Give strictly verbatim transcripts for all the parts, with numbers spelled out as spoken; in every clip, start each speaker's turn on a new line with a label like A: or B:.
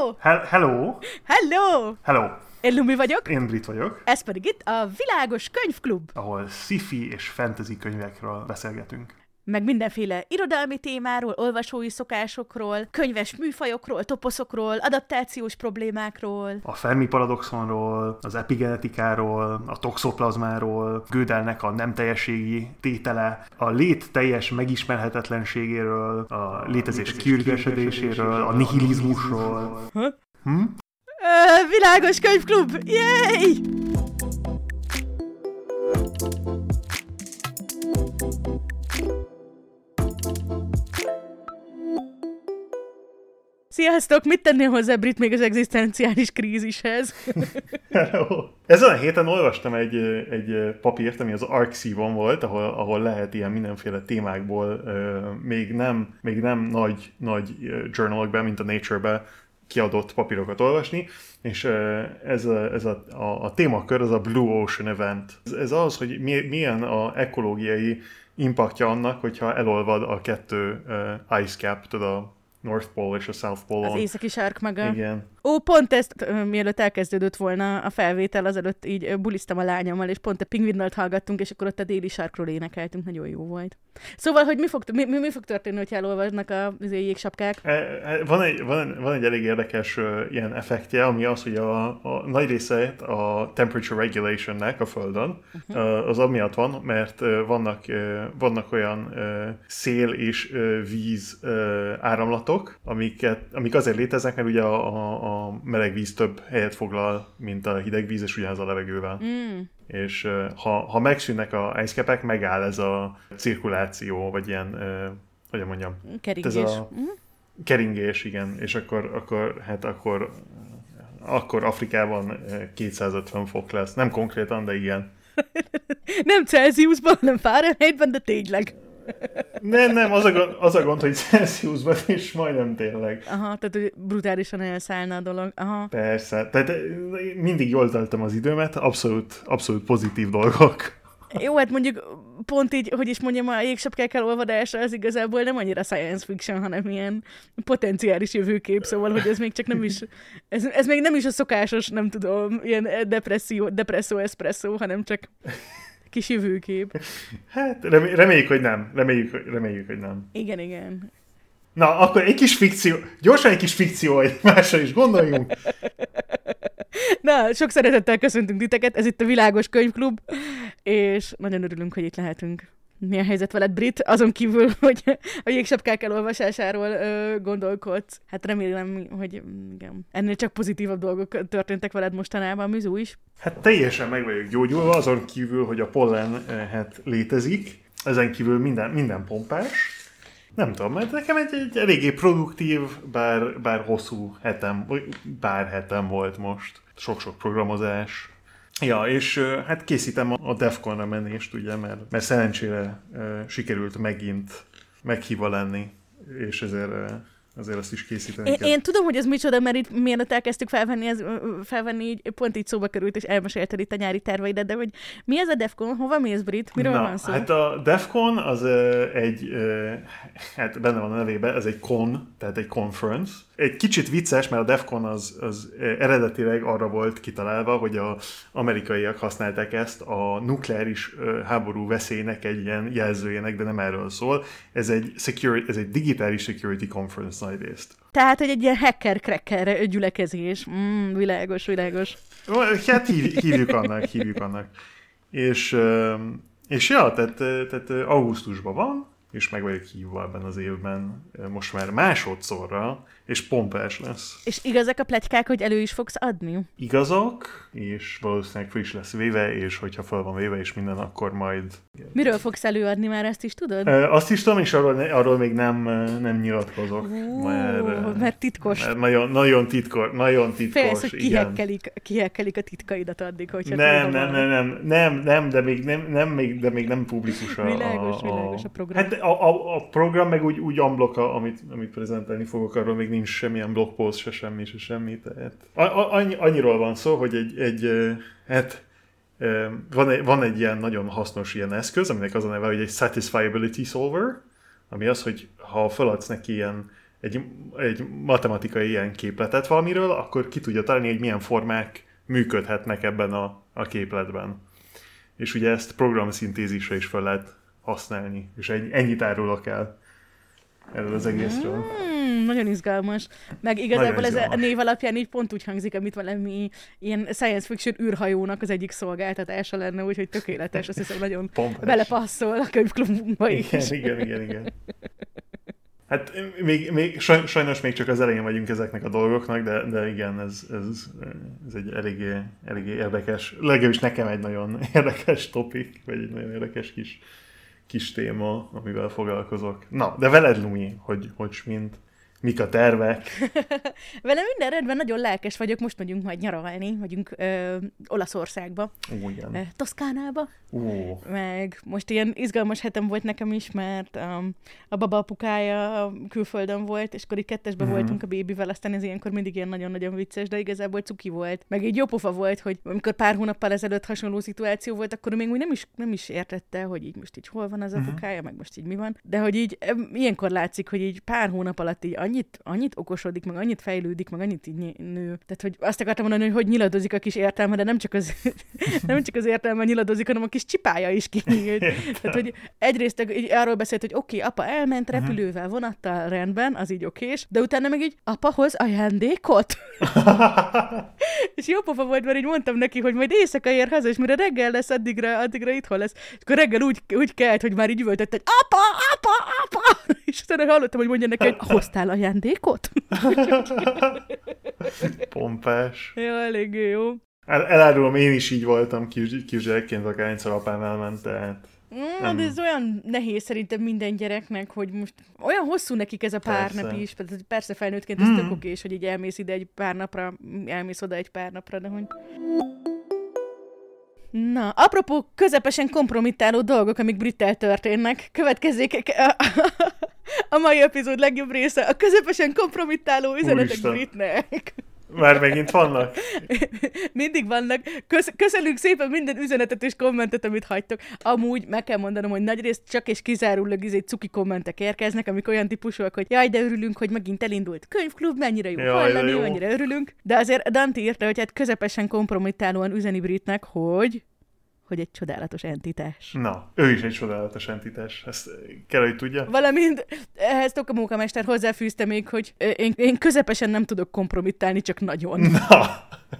A: Hello!
B: He- hello!
A: Hello!
B: Hello!
A: Én Lumi vagyok.
B: Én Brit vagyok.
A: Ez pedig itt a Világos Könyvklub.
B: Ahol sci-fi és fantasy könyvekről beszélgetünk.
A: Meg mindenféle irodalmi témáról, olvasói szokásokról, könyves műfajokról, toposzokról, adaptációs problémákról.
B: A Fermi paradoxonról, az epigenetikáról, a toxoplazmáról, Gödelnek a nem teljességi tétele, a lét teljes megismerhetetlenségéről, a létezés kiürgesedéséről, a nihilizmusról.
A: Ha?
B: Hm?
A: Ö, Világos Könyvklub! Yay! Sziasztok! Mit tennél hozzá, Brit, még az egzisztenciális krízishez?
B: Hello. Ezen a héten olvastam egy, egy papírt, ami az Arxiv-on volt, ahol, ahol lehet ilyen mindenféle témákból uh, még nem, még nem nagy, nagy journalokban, mint a Nature-ben kiadott papírokat olvasni, és uh, ez, a, ez a, a, a témakör az a Blue Ocean Event. Ez, ez az, hogy mi, milyen a ekológiai impaktja annak, hogyha elolvad a kettő uh, ice cap, tudod, a North Pole és a South Pole-on.
A: Az északi sarkmaga.
B: Igen.
A: Ó, pont ezt, ö, mielőtt elkezdődött volna a felvétel, azelőtt így ö, buliztam a lányommal, és pont a Pingvinnalt hallgattunk, és akkor ott a déli sarkról énekeltünk, nagyon jó volt. Szóval, hogy mi fog, mi, mi, mi fog történni, hogyha elolvadnak a jégsapkák?
B: Van egy, van, van egy elég érdekes uh, ilyen effektje, ami az, hogy a, a nagy része a temperature regulationnek a Földön uh-huh. uh, az amiatt van, mert uh, vannak, uh, vannak olyan uh, szél és uh, víz uh, áramlatok, amiket, amik azért léteznek, mert ugye a, a, a meleg víz több helyet foglal, mint a hideg víz, és ugyanaz a levegővel. Mm. És uh, ha, ha megszűnnek a ice capek, megáll ez a cirkuláció, vagy ilyen, uh, hogyan mondjam?
A: Keringés.
B: Ez a mm. keringés, igen. És akkor, akkor, hát akkor, akkor Afrikában kétszázötven fok lesz. Nem konkrétan, de igen.
A: Nem Celsiusban, hanem Fahrenheitben, de tényleg.
B: Nem, nem, az a gond, az a gond hogy Celsiusban is majdnem tényleg.
A: Aha, tehát hogy brutálisan elszállna a dolog. Aha.
B: Persze, tehát mindig jól töltöm az időmet, abszolút, abszolút pozitív dolgok.
A: Jó, hát mondjuk pont így, hogy is mondjam, a jégsapkák elolvadása az igazából nem annyira science fiction, hanem ilyen potenciális jövőkép, szóval, hogy ez még csak nem is, ez, ez még nem is a szokásos, nem tudom, ilyen depresszió, depresszó eszpresszó, hanem csak kis jövőkép.
B: Hát reméljük, hogy nem. Reméljük, reméljük, hogy nem.
A: Igen, igen.
B: Na, akkor egy kis fikció, gyorsan egy kis fikció, hogy másra is gondoljunk.
A: Na, sok szeretettel köszöntünk titeket, ez itt a Világos Könyvklub, és nagyon örülünk, hogy itt lehetünk. Milyen helyzet veled, Brit? Azon kívül, hogy a jégsapkák elolvasásáról ö, gondolkodsz. Hát remélem, hogy igen, ennél csak pozitívabb dolgok történtek veled mostanában, Mizu is.
B: Hát teljesen meg vagyok gyógyulva, azon kívül, hogy a pollen hát létezik, ezen kívül minden, minden pompás. Nem tudom, mert nekem egy, egy eléggé produktív, bár, bár hosszú hetem, bár hetem volt most. Sok-sok programozás. Ja, és hát készítem a Defconra menést, ugye, mert, mert szerencsére uh, sikerült megint meghívva lenni, és ezért, uh, azért azt is készíteni
A: én,
B: kell.
A: én tudom, hogy ez micsoda, mert itt mielőtt elkezdtük felvenni, ez, felvenni így, pont így szóba került, és elmesélted itt a nyári terveidet, de hogy mi ez a Defcon? Hova mész, Brit? Miről
B: Na,
A: van szó?
B: Hát a Defcon az uh, egy, uh, hát benne van a nevében, ez egy con, tehát egy conference. Egy kicsit vicces, mert a Defcon az, az eredetileg arra volt kitalálva, hogy az amerikaiak használták ezt a nukleáris háború veszélynek egy ilyen jelzőjének, de nem erről szól. Ez egy, security, ez egy digitális security conference nagyrészt.
A: Tehát, hogy egy ilyen hacker-cracker gyülekezés. Mm, világos, világos.
B: Hát hív, hívjuk annak, hívjuk annak. És, és ja, tehát, tehát augusztusban van, és meg vagyok hívva ebben az évben most már másodszorra, és pompás lesz.
A: És igazak a pletykák, hogy elő is fogsz adni?
B: Igazak, és valószínűleg friss lesz véve, és hogyha fel van véve és minden, akkor majd...
A: Miről fogsz előadni, már ezt is tudod?
B: E, azt is tudom, és arról, arról még nem, nem nyilatkozok.
A: Ó,
B: mert,
A: mert titkos.
B: Mert nagyon, nagyon titkos, nagyon titkos.
A: Félsz, hogy kihekkelik, kihekkelik a titkaidat addig, hogyha
B: nem, nem, nem, nem, nem, nem, de még nem, nem, még, de még nem publikus a,
A: világos,
B: a,
A: világos a program.
B: Hát a, a, a program meg úgy, úgy unblock, amit, amit prezentálni fogok, arról még nincs semmilyen blogpost, se semmi, se semmi. Tehát a, a, annyi, annyiról van szó, hogy egy, egy hát van egy, van egy ilyen nagyon hasznos ilyen eszköz, aminek az a neve, hogy egy satisfiability solver, ami az, hogy ha feladsz neki ilyen egy, egy matematikai ilyen képletet valamiről, akkor ki tudja találni, hogy milyen formák működhetnek ebben a, a képletben. És ugye ezt programszintézisre is fel lehet használni, és ennyit árulok el erről az egészről.
A: Mm, nagyon izgalmas. Meg igazából ez a név alapján így pont úgy hangzik, amit valami ilyen science fiction űrhajónak az egyik szolgáltatása lenne, úgyhogy tökéletes, azt hiszem nagyon Pompás. Belepasszol a könyvklubunkba is.
B: Igen, igen, igen, igen. Hát még, még, sajnos még csak az elején vagyunk ezeknek a dolgoknak, de, de igen, ez, ez, ez egy eléggé, eléggé érdekes, legalábbis nekem egy nagyon érdekes topik, vagy egy nagyon érdekes kis, kis téma, amivel foglalkozok. Na, de veled, Lumi, hogy, hogy mint mik a tervek?
A: Velem minden rendben, nagyon lelkes vagyok, most megyünk majd nyaralni, megyünk ö, Olaszországba,
B: Ó, igen.
A: Ö, Toszkánába,
B: Ó.
A: meg most ilyen izgalmas hetem volt nekem is, mert um, a baba apukája külföldön volt, és akkor így kettesben mm-hmm. voltunk a bébivel, aztán ez ilyenkor mindig ilyen nagyon-nagyon vicces, de igazából cuki volt, meg így jó pofa volt, hogy amikor pár hónappal ezelőtt hasonló szituáció volt, akkor még úgy nem is, nem is értette, hogy így most így hol van az mm-hmm. apukája, meg most így mi van, de hogy így ilyenkor látszik, hogy így pár hónap alatt így annyit, annyit okosodik, meg annyit fejlődik, meg annyit így nő. Tehát, hogy azt akartam mondani, hogy hogy nyiladozik a kis értelme, de nem csak az, nem csak az értelme nyiladozik, hanem a kis csipája is kinyílt. Tehát, hogy egyrészt így arról beszélt, hogy oké, okay, apa elment repülővel, vonattal, rendben, az így okés, de utána meg így, apa hoz ajándékot? És jó pofa volt, mert így mondtam neki, hogy majd éjszaka ér haza, és mire reggel lesz, addigra, addigra itthon lesz. És akkor reggel úgy, úgy kelt, hogy már így üvöltött, hogy apa, apa, apa! És utána hallottam, hogy mondja neki, hogy hoztál ajándékot?
B: Pompás.
A: Jó, eléggé jó.
B: El, elárulom, én is így voltam kis, kisgyerekként, akárhányszor apám elment, tehát...
A: Mm, de ez olyan nehéz szerintem minden gyereknek, hogy most olyan hosszú nekik ez a pár
B: persze.
A: nap is. Persze felnőttként ez mm. tök okés, hogy így elmész ide egy pár napra, elmész oda egy pár napra, de hogy... Na, apropó közepesen kompromittáló dolgok, amik Brittel történnek, következzék a mai epizód legjobb része, a közepesen kompromittáló üzenetek Úristen. Britnek.
B: Már megint vannak?
A: Mindig vannak. Kösz- köszönjük szépen minden üzenetet és kommentet, amit hagytok. Amúgy meg kell mondanom, hogy nagyrészt csak és kizárólag izé cuki kommentek érkeznek, amik olyan típusúak, hogy jaj, de örülünk, hogy megint elindult könyvklub, mennyire jó jaj, hallani, jó. mennyire örülünk. De azért Dante írta, hogy hát közepesen kompromittálóan üzeni Britnek, hogy... hogy egy csodálatos entitás.
B: Na, ő is egy csodálatos entitás. Ezt kell, hogy tudja.
A: Valamint ehhez Tokamóka mester hozzáfűzte még, hogy én, én közepesen nem tudok kompromittálni, csak nagyon.
B: Na!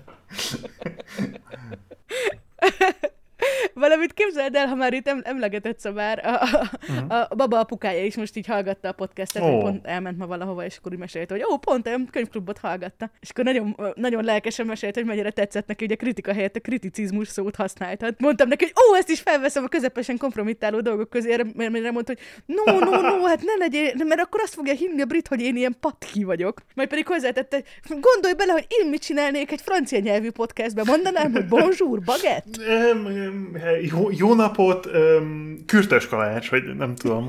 A: Valamit képzeld el, ha már itt emlegetett Szabár, a, a, uh-huh. a baba apukája is most így hallgatta a podcastet, oh. pont elment ma valahova, és akkor úgy mesélte, hogy ó, pont olyan könyvklubot hallgatta. És akkor nagyon, nagyon lelkesen mesélt, hogy mennyire tetszett neki, hogy a kritika helyett a kriticizmus szót használtat. Mondtam neki, hogy ó, ezt is felveszem a közepesen kompromittáló dolgok közé, mert mondta, hogy no, no, no, hát ne legyél, mert akkor azt fogja hinni a Brit, hogy én ilyen patki vagyok. Majd pedig hozzátette, gondolj bele, hogy én mit csinálnék egy francia nyelvű podcastben, mondanám, hogy bonjour, baguette.
B: Jó, jó napot, um, kürtös kalács, vagy nem tudom.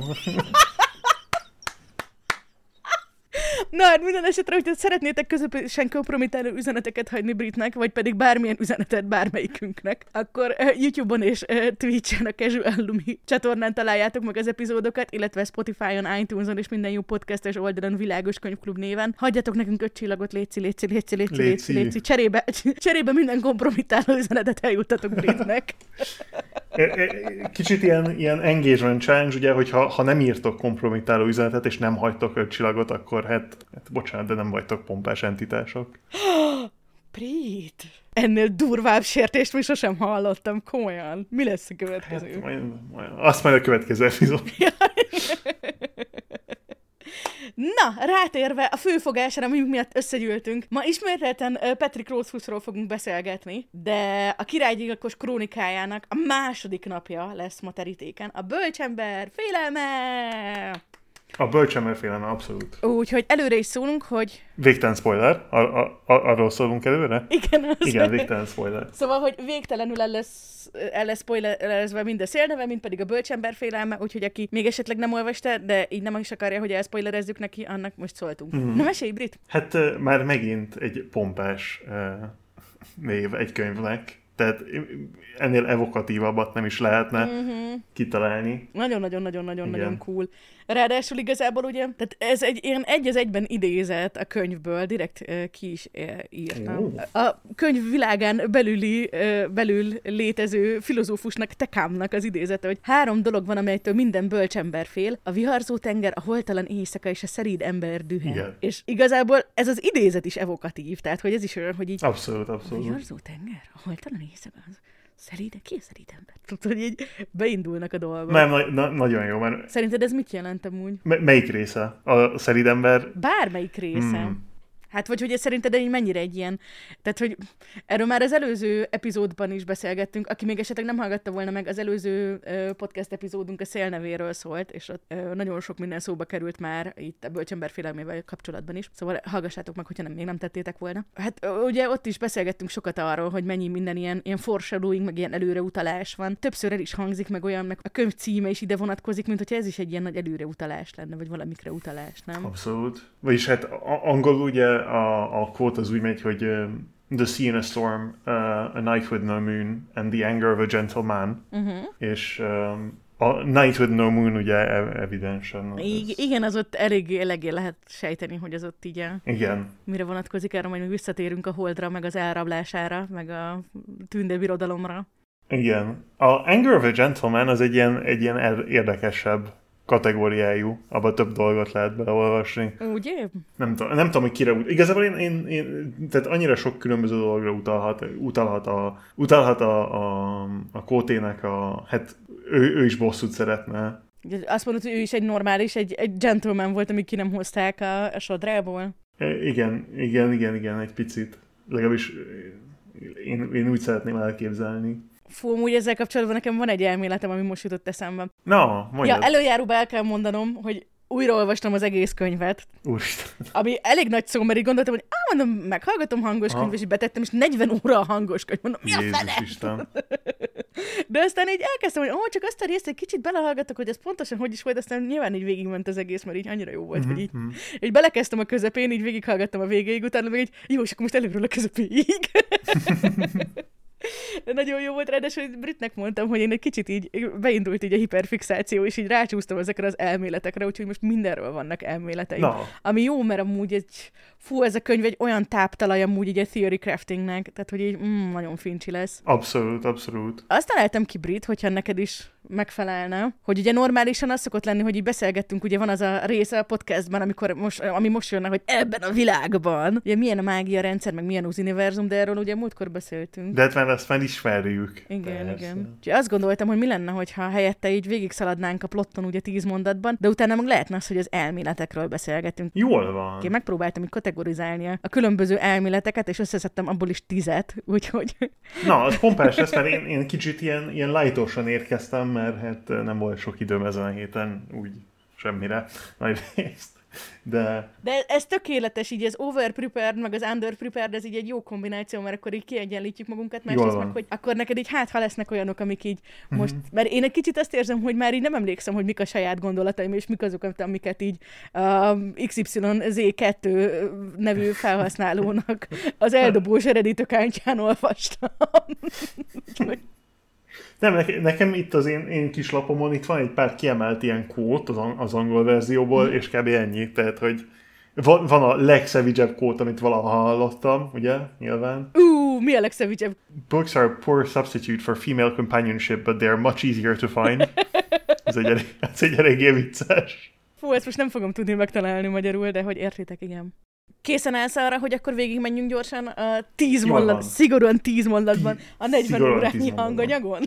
A: Na, hát minden esetre, hogyha szeretnétek közepesen kompromittáló üzeneteket hagyni Britnek, vagy pedig bármilyen üzenetet bármelyikünknek, akkor uh, YouTube-on és uh, Twitch-en a Casual Lumi csatornán találjátok meg az epizódokat, illetve Spotify-on, iTunes-on és minden jó podcastes oldalon Világos Könyvklub néven. Hagyjatok nekünk öt csillagot, léci, léci, léci, léci, léci, léci. Cserébe, cserébe minden kompromittáló üzenetet eljuttatok Britnek.
B: Kicsit ilyen, ilyen engagement challenge, ugye, hogy ha, ha nem írtok kompromittáló üzenetet, és nem hagytok öt csillagot, akkor hát, hát bocsánat, de nem vagytok pompás entitások.
A: Brit! Ennél durvább sértést még sosem hallottam, komolyan. Mi lesz a következő?
B: Hát, majd, majd, azt majd a következő epizód.
A: Na, rátérve a főfogásra, ami miatt összegyűltünk. Ma ismételten uh, Patrick Rothfussról fogunk beszélgetni, de a királygyilkos krónikájának a második napja lesz ma terítéken. A bölcsember félelme!
B: A bölcsember félelme, abszolút.
A: Úgyhogy előre is szólunk, hogy...
B: Végtelen spoiler? Ar- ar- ar- arról szólunk előre?
A: Igen, az
B: Igen, végtelen spoiler.
A: Szóval, hogy végtelenül el lesz, el lesz spoilerezve mind a szélneve, mind pedig a bölcsember félelme, úgyhogy aki még esetleg nem olvasta, de így nem is akarja, hogy elspoilerezzük neki, annak most szóltunk. Mm. Na, mesélj, Brit!
B: Hát uh, már megint egy pompás uh, név egy könyvnek. Tehát ennél evokatívabbat nem is lehetne uh-huh. kitalálni.
A: Nagyon-nagyon-nagyon-nagyon-nagyon cool. Ráadásul igazából ugye, tehát ez egy ilyen egy az egyben idézet a könyvből, direkt uh, ki is uh, írtam.
B: Ó.
A: A könyv világán belüli, uh, belül létező filozófusnak, Tekámnak az idézete, hogy három dolog van, amelytől minden bölcsember fél, a viharzó tenger, a holtalan éjszaka és a szeríd ember dühe.
B: Igen.
A: És igazából ez az idézet is evokatív, tehát hogy ez is olyan, hogy így
B: Abszolút,
A: a
B: abszolút.
A: viharzó tenger, a holtalan éjszaka, az szeríd, ki a szeríd ember? Tudod, hogy így beindulnak a dolgok.
B: Nem, na- na- nagyon jó, mert
A: Szerinted ez mit jelent amúgy?
B: m- melyik része? A szerid ember?
A: Bármelyik része.
B: Hmm.
A: Hát, vagy hogy ez szerinted egy mennyire egy ilyen... Tehát, hogy erről már az előző epizódban is beszélgettünk, aki még esetleg nem hallgatta volna meg, az előző uh, podcast epizódunk a szélnevéről szólt, és ott uh, nagyon sok minden szóba került már itt a bölcsember félelmével kapcsolatban is. Szóval hallgassátok meg, hogyha nem, még nem tettétek volna. Hát uh, ugye ott is beszélgettünk sokat arról, hogy mennyi minden ilyen, ilyen foreshadowing, meg ilyen előreutalás van. Többször el is hangzik, meg olyan, meg a könyv címe is ide vonatkozik, mint hogyha ez is egy ilyen nagy előreutalás lenne, vagy valamikre utalás, nem?
B: Abszolút. Vagyis hát a- angolul ugye a, a quote az úgy megy, hogy um, the sea in a storm, uh, a night with no moon, and the anger of a gentleman.
A: Uh-huh.
B: És um, a night with no moon ugye ev- evidensen.
A: I-
B: ez-
A: igen, az ott eléggé, eléggé lehet sejteni, hogy az ott így a,
B: Igen.
A: mire vonatkozik, erre majd még visszatérünk a holdra, meg az elrablására, meg a tündebirodalomra.
B: Igen. A Anger of a Gentleman az egy ilyen, egy ilyen er- érdekesebb kategóriájú, abban több dolgot lehet beleolvasni.
A: Ugye?
B: Nem, t- nem tudom, hogy kire ut- Igazából én, én, én, tehát annyira sok különböző dologra utalhat, utalhat a, utalhat a, a, a Kótének a, hát ő, ő is bosszút szeretne.
A: Ugye azt mondod, hogy ő is egy normális, egy, egy gentleman volt, amíg ki nem hozták a, a sodrából.
B: E, igen, igen, igen, igen, egy picit. Legalábbis én, én úgy szeretném elképzelni.
A: Fú, amúgy ezzel kapcsolatban nekem van egy elméletem, ami most jutott eszembe.
B: Na, mondjad.
A: Ja, előjáróba el kell mondanom, hogy újraolvastam az egész könyvet,
B: Úristen.
A: ami elég nagy szó, mert így gondoltam, hogy á, mondom, meghallgatom hangos
B: Aha.
A: könyv, és így betettem, és negyven óra a hangos könyv. Mondom, mi a
B: Jézus
A: fele?
B: Isten.
A: De aztán így elkezdtem, hogy ó, csak azt a részt egy kicsit belehallgatok, hogy ez pontosan hogy is volt, aztán nyilván így végigment az egész, mert így annyira jó volt, hogy így,
B: Mhm.
A: így belekezdtem a közepén, így végighallgattam a végéig, utána meg így, jó, és akkor most előről a közepéig. De nagyon jó volt, ráadásul hogy Britnek mondtam, hogy én egy kicsit így beindult így a hiperfixáció, és így rácsúsztam ezekre az elméletekre, úgyhogy most mindenről vannak elméleteim.
B: Na,
A: Ami jó, mert amúgy egy, fú, ez a könyv egy olyan táptalaj amúgy így a theory craftingnek, tehát hogy így mm, nagyon fincsi lesz.
B: abszolút, abszolút.
A: Azt találtam ki, Brit, hogyha neked is megfelelne, hogy ugye normálisan az szokott lenni, hogy így beszélgettünk, ugye van az a része a podcastban, amikor most, ami most jönne, hogy ebben a világban, ugye milyen a mágia rendszer, meg milyen az univerzum, de erről ugye múltkor beszéltünk.
B: De hát már ezt már ismerjük.
A: Igen,
B: Persze.
A: igen. Úgyhogy azt gondoltam, hogy mi lenne, hogyha helyette így végigszaladnánk a plotton ugye tíz mondatban, de utána meg lehetne az, hogy az elméletekről beszélgetünk.
B: Jól van.
A: Én megpróbáltam így kategorizálni a a különböző elméleteket, és összeszedtem abból is tizet, úgyhogy...
B: Na, az pompás lesz, mert én, én kicsit ilyen, ilyen lightosan érkeztem, mert hát nem volt sok időm ezen a héten, úgy semmire nagy részt. De
A: De ez tökéletes, így az overprepared, meg az underprepared, ez így egy jó kombináció, mert akkor így kiegyenlítjük magunkat,
B: Jól
A: másrészt
B: van.
A: meg, hogy akkor neked így hát, ha lesznek olyanok, amik így most, mert én egy kicsit azt érzem, hogy már így nem emlékszem, hogy mik a saját gondolataim, és mik azok, amiket így a iksz ipszilon zé kettő nevű felhasználónak az eldobós eredítőkántján olvastam. Úgyhogy-
B: nem, nekem, nekem itt az én, én kis lapomon itt van egy pár kiemelt ilyen quote az, ang- az angol verzióból, és kb. Ennyi. Tehát, hogy van, van a legszavage quote, amit valaha hallottam, ugye, nyilván.
A: Ú, mi a legszavage?
B: Books are a poor substitute for female companionship, but they are much easier to find. Ez egy, elég, ez egy eléggé vicces.
A: Fú, ezt most nem fogom tudni megtalálni magyarul, de hogy értitek, igen. Készen állsz arra, hogy akkor végigmenjünk gyorsan a tíz
B: Jól
A: mondat,
B: van.
A: szigorúan tíz mondatban, a negyven
B: Szigorúan tíz
A: órányi
B: mondatban.
A: hanganyagon?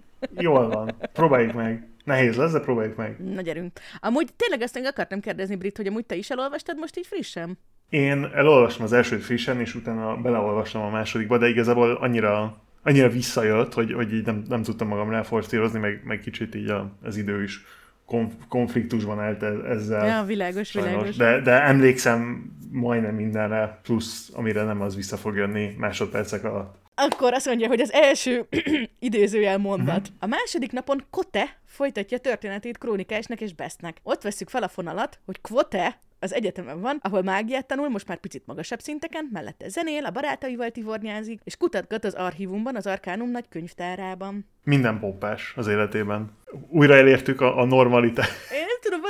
B: Jól van. Próbáljuk meg. Nehéz lesz, de próbáljuk meg.
A: Na gyerünk. Amúgy tényleg azt még akartam kérdezni, Brit, hogy amúgy te is elolvastad most így frissen?
B: Én elolvastam az elsőt frissen, és utána beleolvastam a másodikba, de igazából annyira, annyira visszajött, hogy, hogy így nem, nem tudtam magam ráforszírozni, meg, meg kicsit így a, az idő is konf, konfliktusban állt e- ezzel.
A: Ja, világos,
B: sajnos.
A: világos.
B: De, de emlékszem majdnem mindenre, plusz amire nem, az vissza fog jönni másodpercek alatt.
A: Akkor azt mondja, hogy az első idézőjel mondat. A második napon Kote folytatja történetét Krónikásnak és Bestnek. Ott vesszük fel a fonalat, hogy Kvote az egyetemen van, ahol mágiát tanul, most már picit magasabb szinteken, mellette zenél, a barátaival tivornyázik, és kutatgat az archívumban, az Arkánum nagy könyvtárában.
B: Minden pompás az életében. Újra elértük a, a normalitást.
A: Én nem tudom,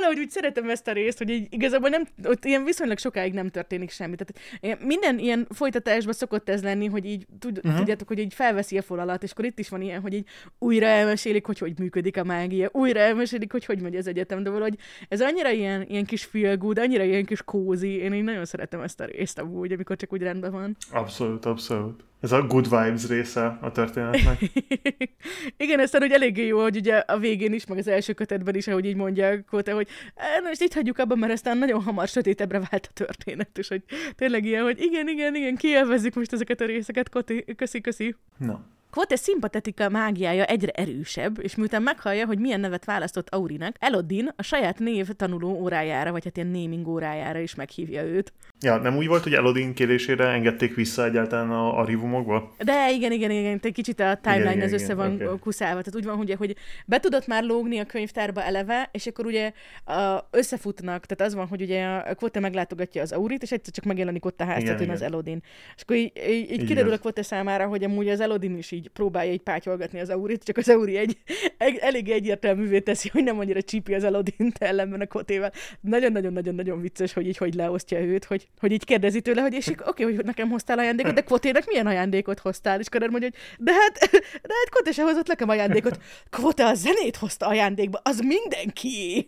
A: valahogy úgy szeretem ezt a részt, hogy így igazából nem, ott ilyen viszonylag sokáig nem történik semmi. Tehát minden ilyen folytatásban szokott ez lenni, hogy így tud, uh-huh. tudjátok, hogy így felveszi a fonalat, és akkor itt is van ilyen, hogy így újra elmesélik, hogy hogy működik a mágia, újra elmesélik, hogy hogy megy az egyetem, de valahogy ez annyira ilyen, ilyen kis feel good, annyira ilyen kis cozy, én így nagyon szeretem ezt a részt amúgy, amikor csak úgy rendben van.
B: Abszolút, abszolút. Ez a good vibes része a történetnek.
A: Igen, aztán úgy eléggé jó, hogy ugye a végén is, meg az első kötetben is, ahogy így mondja Quote, hogy na most itt hagyjuk abban, mert aztán nagyon hamar sötétebbre vált a történet, és hogy tényleg ilyen, hogy igen, igen, igen, kielvezzük most ezeket a részeket, Quote, köszi, köszi.
B: No.
A: Quote szimpatetika mágiája egyre erősebb, és miután meghallja, hogy milyen nevet választott Aurinak, Elodin a saját név tanuló órájára, vagy hát ilyen naming órájára is meghívja őt.
B: Ja, nem úgy volt, hogy Elodin kérésére engedték vissza egyáltalán a archívumokba?
A: De igen, igen, igen, egy kicsit a timeline
B: igen,
A: az
B: igen,
A: össze van
B: okay.
A: kuszálva. Tehát úgy van, hogy, hogy be tudott már lógni a könyvtárba eleve, és akkor ugye a, összefutnak, tehát az van, hogy ugye a Quote meglátogatja az Aurit, és egyszer csak megjelenik ott a háztetőn az Elodin. És akkor így, így, így kiderül a Quote számára, hogy amúgy az Elodin is így próbálja így pátyolgatni az Aurit, csak az Auri egy, egy elég egyértelművé teszi, hogy nem annyira csípi az Elodint ellenben a Quote-vel. Nagyon-nagyon-nagyon-nagyon vicces, hogy így hogy leosztja őt, hogy, hogy így kérdezi tőle, hogy és oké, okay, hogy nekem hoztál ajándékot, de Quote-nek milyen ajándékot hoztál? És Conner mondja, hogy de hát, de hát Quote se hozott nekem ajándékot. Quote a zenét hozta ajándékba, az mindenki.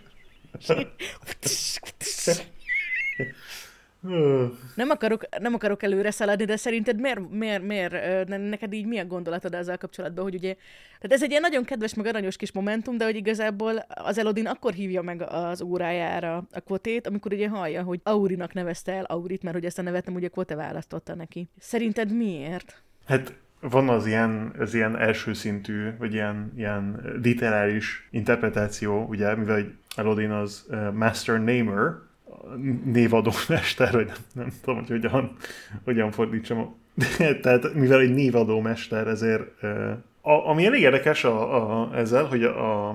A: Nem akarok, nem akarok előre szaladni, de szerinted miért, miért, miért, neked így mi a gondolatod ezzel kapcsolatban, hogy ugye, tehát ez egy ilyen nagyon kedves, meg aranyos kis momentum, de hogy igazából az Elodin akkor hívja meg az órájára a Quote-t, amikor ugye hallja, hogy Aurinak nevezte el Aurit, mert hogy ezt a nevet nem ugye Quote választotta neki. Szerinted miért?
B: Hát van az ilyen, az ilyen első szintű, vagy ilyen, ilyen literáris interpretáció, ugye, mivel Elodin az uh, Master Namer, névadó mester, vagy nem, nem tudom, hogy hogyan, hogyan fordítsam. De, tehát mivel egy névadó mester, ezért a, ami elég érdekes a, a, ezzel, hogy a,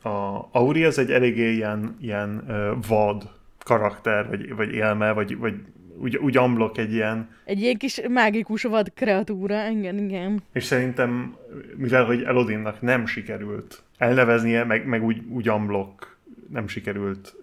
B: a Auri az egy eléggé ilyen, ilyen vad karakter, vagy, vagy élme, vagy, vagy úgy, úgy amblok egy ilyen...
A: Egy ilyen kis mágikus vad kreatúra, igen, igen.
B: És szerintem, mivel hogy Elodinnak nem sikerült elneveznie, meg, meg úgy, úgy amblok nem sikerült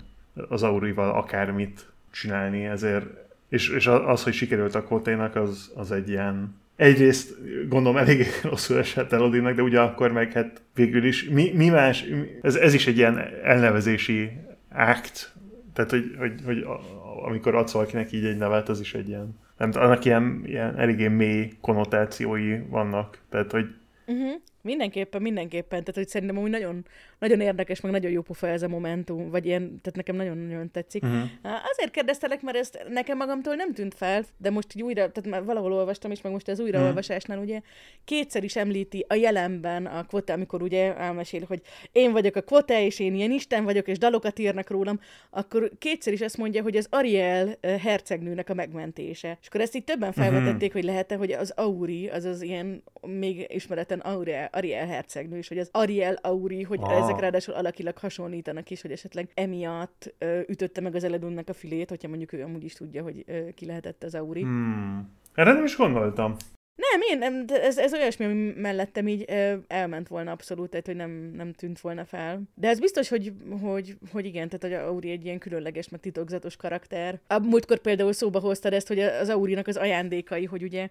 B: az Aurival akármit csinálni, ezért, és, és az, hogy sikerült a Quote-nak, az, az egy ilyen, egyrészt gondolom elég rosszul esett Elodinnak, de ugyanakkor meg hát végül is, mi, mi más, ez, ez is egy ilyen elnevezési act, tehát hogy, hogy, hogy amikor adsz valakinek így egy nevet, az is egy ilyen, nem tudom, annak ilyen, ilyen eléggé mély konnotációi vannak, tehát hogy
A: uh-huh. Mindenképpen, mindenképpen. Tehát, hogy szerintem úgy nagyon, nagyon érdekes, meg nagyon jó pofa ez a momentum, vagy ilyen, tehát nekem nagyon-nagyon tetszik. Uh-huh. Azért kérdeztelek, mert ezt nekem magamtól nem tűnt fel, de most így újra, tehát már valahol olvastam is, meg most az újraolvasásnál ugye kétszer is említi a jelenben a Quote, amikor ugye elmesél, hogy én vagyok a Quote, és én ilyen isten vagyok, és dalokat írnak rólam, akkor kétszer is ezt mondja, hogy az Ariel hercegnőnek a megmentése. És akkor ezt így többen felvetették, uh-huh. hogy lehet-e, hogy az Auri, az az ilyen még ismeretlen Auriel, Ariel hercegnő is, hogy az Ariel Auri, hogy ah. ezek ráadásul alakilag hasonlítanak is, hogy esetleg emiatt ö, ütötte meg az Elodinnak a fülét, hogyha mondjuk ő amúgy is tudja, hogy ö, ki lehetett az Auri.
B: Hmm. Erre nem is gondoltam.
A: Nem, én nem, ez, ez olyasmi, ami mellettem így ö, elment volna abszolút, tehát hogy nem, nem tűnt volna fel. De ez biztos, hogy, hogy, hogy igen, tehát hogy Auri egy ilyen különleges, meg titokzatos karakter. A múltkor például szóba hoztad ezt, hogy az Aurinak az ajándékai, hogy ugye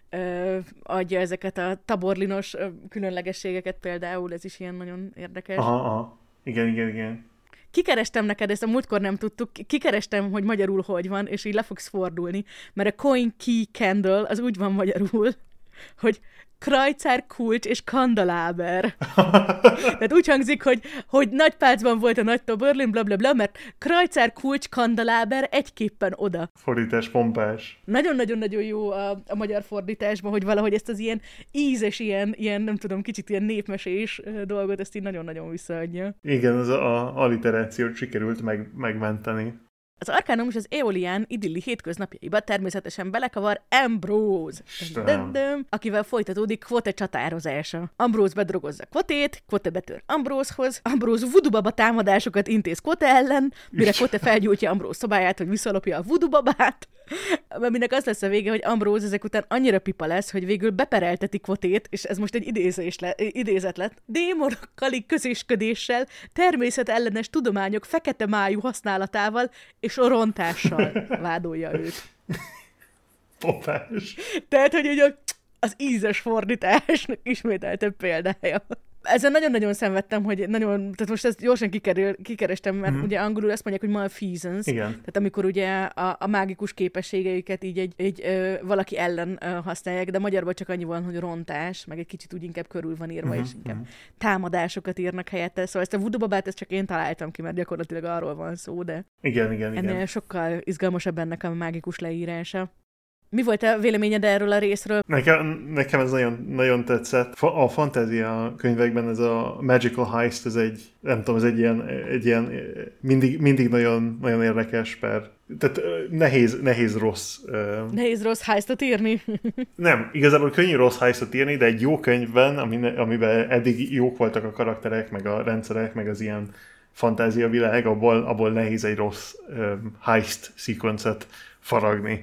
A: Ö, adja ezeket a taborlinos ö, különlegességeket például, ez is ilyen nagyon érdekes.
B: Aha, aha. Igen, igen, igen.
A: Kikerestem neked, ezt a múltkor nem tudtuk, kikerestem, hogy magyarul hogy van, és így le fogsz fordulni, mert a Coin Key Candle az úgy van magyarul, hogy Krajcár, kulcs és kandaláber. Tehát úgy hangzik, hogy, hogy nagy pálcban volt a nagy Toberlin, bla, bla, bla, mert Krajcár, kulcs, kandaláber egyképpen oda.
B: Fordítás pompás.
A: Nagyon-nagyon-nagyon jó a, a magyar fordításban, hogy valahogy ezt az ilyen ízes, ilyen, ilyen nem tudom, kicsit ilyen népmesés dolgot, ezt így nagyon-nagyon visszaadja.
B: Igen, az a alliterációt sikerült meg, megmenteni.
A: Az Arcanum és az Eolian idilli hétköznapjaiba természetesen belekavar Ambrose, döm, döm, akivel folytatódik Quote csatározása. Ambrose bedrogozza Quote-t, Quote betör Ambrosehoz, Ambrose voodoo-baba támadásokat intéz Quote ellen, mire Quote felgyújtja Ambrose szobáját, hogy visszalopja a voodoo-babát. Aminek az lesz a vége, hogy Ambrose ezek után annyira pipa lesz, hogy végül beperelteti Kvotét, és ez most egy idézés le, idézet lett, démonokkal közésködéssel, természetellenes tudományok fekete májú használatával és rontással vádolja őt.
B: Popás.
A: Tehát, hogy ugye az ízes fordításnak ismételtebb példája. Ezen nagyon-nagyon szenvedtem, hogy nagyon, tehát most ezt gyorsan kikerül, kikerestem, mert mm-hmm. ugye angolul azt mondják, hogy malfeasance,
B: igen.
A: Tehát amikor ugye a, a mágikus képességeiket így egy, egy ö, valaki ellen ö, használják, de magyarban csak annyi van, hogy rontás, meg egy kicsit úgy inkább körül van írva, mm-hmm. és inkább támadásokat írnak helyette. Szóval ezt a voodoo babát ezt csak én találtam ki, mert gyakorlatilag arról van szó, de
B: igen, igen,
A: ennél
B: igen.
A: sokkal izgalmasabb ennek a mágikus leírása. Mi volt a véleményed erről a részről?
B: Nekem, nekem ez nagyon, nagyon tetszett. A fantázia könyvekben ez a magical heist, ez egy, nem tudom, ez egy ilyen, egy ilyen mindig, mindig nagyon, nagyon érdekes per. Tehát nehéz, nehéz rossz.
A: Nehéz rossz heistot írni?
B: Nem, igazából könnyű rossz heistot írni, de egy jó könyvben, amiben eddig jók voltak a karakterek, meg a rendszerek, meg az ilyen fantázia világ, abból, abból nehéz egy rossz heist szekvencet faragni.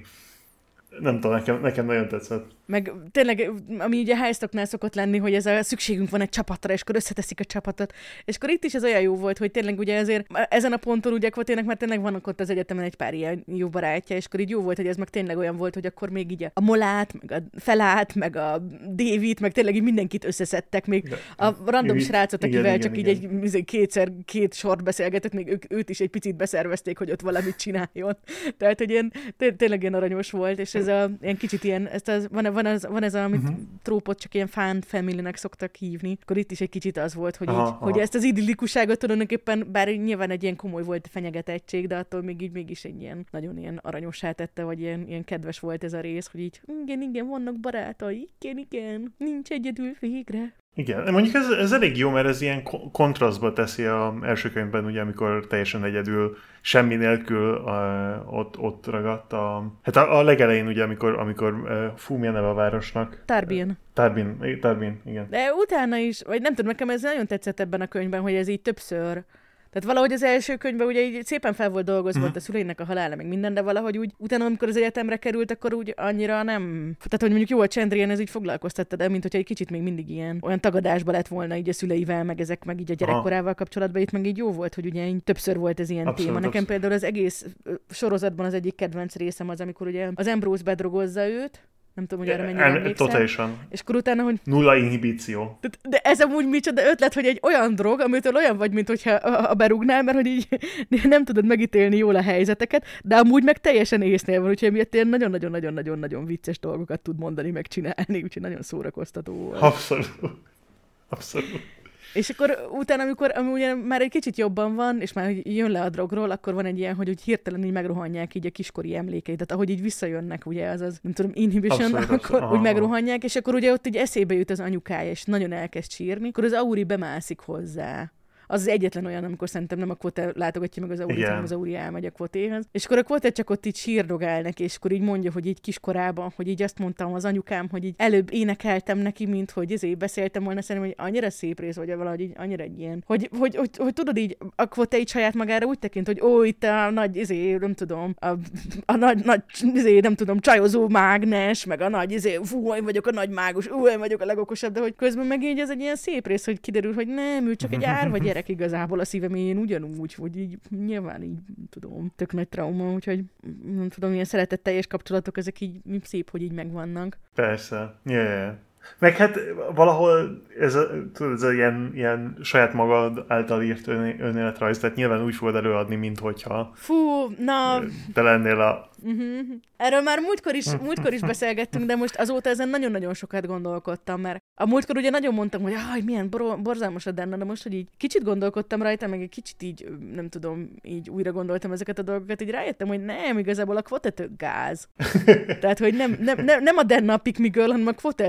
B: Nem tudom, nekem, nekem nagyon tetszett.
A: Meg tényleg, ami ugye heistoknál szokott lenni, hogy ez a szükségünk van egy csapatra, és akkor összeteszik a csapatot. És akkor itt is ez olyan jó volt, hogy tényleg ugye ezért ezen a ponton ugye Kvotének már tényleg vannak ott az egyetemen egy pár ilyen jó barátja, és akkor így jó volt, hogy ez meg tényleg olyan volt, hogy akkor még így a Molát, meg a Felát, meg a Davit, meg tényleg így mindenkit összeszedtek, még de, a random így, srácot, akivel igen, csak igen, így igen. egy kétszer két sort beszélgetett, még ők, őt is egy picit beszervezték, hogy ott valamit csináljon. Tehát, hogy ilyen, tényleg ilyen aranyos volt, és ez a ilyen kicsit ilyen, ezt az, van, van, az, van ez, amit uh-huh. trópot csak ilyen fan family-nek szoktak hívni. Akkor itt is egy kicsit az volt, hogy, aha, így, aha. hogy ezt az idillikuságot tulajdonképpen, bár nyilván egy ilyen komoly volt fenyegetettség, de attól még így mégis egy ilyen nagyon ilyen aranyossá tette, vagy ilyen, ilyen kedves volt ez a rész, hogy így igen, igen, vannak barátai, igen, igen, nincs egyedül végre.
B: Igen, mondjuk ez, ez elég jó, mert ez ilyen kontrasztba teszi az első könyvben, ugye, amikor teljesen egyedül, semmi nélkül uh, ott, ott ragadt a... Hát a, a legelején, ugye, amikor, amikor uh, fú, milyen neve a városnak?
A: Tarbin.
B: Tarbin, Tarbin, igen.
A: De utána is, vagy nem tudom, nekem ez nagyon tetszett ebben a könyvben, hogy ez így többször... Tehát valahogy az első könyvben ugye így szépen fel volt dolgozva mm. a szüleinek a halála, meg minden, de valahogy úgy utána, amikor az egyetemre került, akkor úgy annyira nem... Tehát, hogy mondjuk jó a Chandrian, ez így foglalkoztatta, de mint hogyha egy kicsit még mindig ilyen olyan tagadásba lett volna így a szüleivel, meg ezek, meg így a gyerekkorával kapcsolatban, itt meg így jó volt, hogy ugye így többször volt ez ilyen abszolút, téma. Nekem abszolút. Például az egész sorozatban az egyik kedvenc részem az, amikor ugye az Ambrose bedrogozza őt, nem tudom, hogy arra mennyire emlékszel.
B: Totálisan.
A: És akkor utána, hogy...
B: Nulla inhibíció.
A: De, de ez amúgy micsoda ötlet, hogy egy olyan drog, amitől olyan vagy, mint hogyha a berúgnál, mert hogy így nem tudod megítélni jól a helyzeteket, de amúgy meg teljesen észnél van, úgyhogy miatt ilyen nagyon-nagyon-nagyon-nagyon vicces dolgokat tud mondani, meg csinálni, úgyhogy nagyon szórakoztató.
B: Abszolút. Abszolút.
A: És akkor utána, amikor ugye már egy kicsit jobban van, és már jön le a drogról, akkor van egy ilyen, hogy úgy hirtelen így megrohanják így a kiskori emlékeit. Tehát ahogy így visszajönnek, ugye az az, nem tudom, inhibition, abszolút, akkor aha, úgy megrohanják, és akkor ugye ott így eszébe jut az anyukája, és nagyon elkezd sírni, akkor az Auri bemászik hozzá. Az az egyetlen olyan, amikor szerintem nem a Kvote látogatja meg az Aurit, hanem az Auri elmegy a Kvotéhez. És akkor a Kvote csak ott így sírdogál neki, és akkor így mondja, hogy így kiskorában, hogy így azt mondtam az anyukám, hogy így előbb énekeltem neki, mint hogy ezért beszéltem volna, szerintem, hogy annyira szép rész, vagy valahogy így annyira egy ilyen. Hogy, hogy, hogy, hogy tudod így, a Kvote így saját magára úgy tekint, hogy ó, itt a nagy, izé, nem tudom, a, a nagy, nagy, izé, nem tudom, csajozó mágnes, meg a nagy, izé, fú, én vagyok a nagy mágus, ú, én vagyok a legokosabb, de hogy közben meg így ez egy ilyen szép rész, hogy kiderül, hogy nem, ő csak egy árva gyerek igazából a szívem én ugyanúgy, hogy így nyilván így, tudom, tök nagy trauma, úgyhogy nem tudom, ilyen szeretetteljes kapcsolatok, ezek így szép, hogy így megvannak.
B: Persze, yeah, yeah. Meg hát valahol ez a, tudod, ez a ilyen, ilyen saját magad által írt ön, önéletrajz, tehát nyilván úgy fogod előadni, mint hogyha
A: fú, na...
B: te lennél a...
A: Uh-huh. Erről már múltkor is, múltkor is beszélgettünk, de most azóta ezen nagyon-nagyon sokat gondolkodtam, mert a múltkor ugye nagyon mondtam, hogy ah, milyen bor- borzalmas a Denna, de most, hogy így kicsit gondolkodtam rajta, meg egy kicsit így, nem tudom, így újra gondoltam ezeket a dolgokat, így rájöttem, hogy nem, igazából a Kvote tök gáz. Tehát, hogy nem, nem, nem, nem a Denna a pick me girl, hanem a Kvote ez az abszolút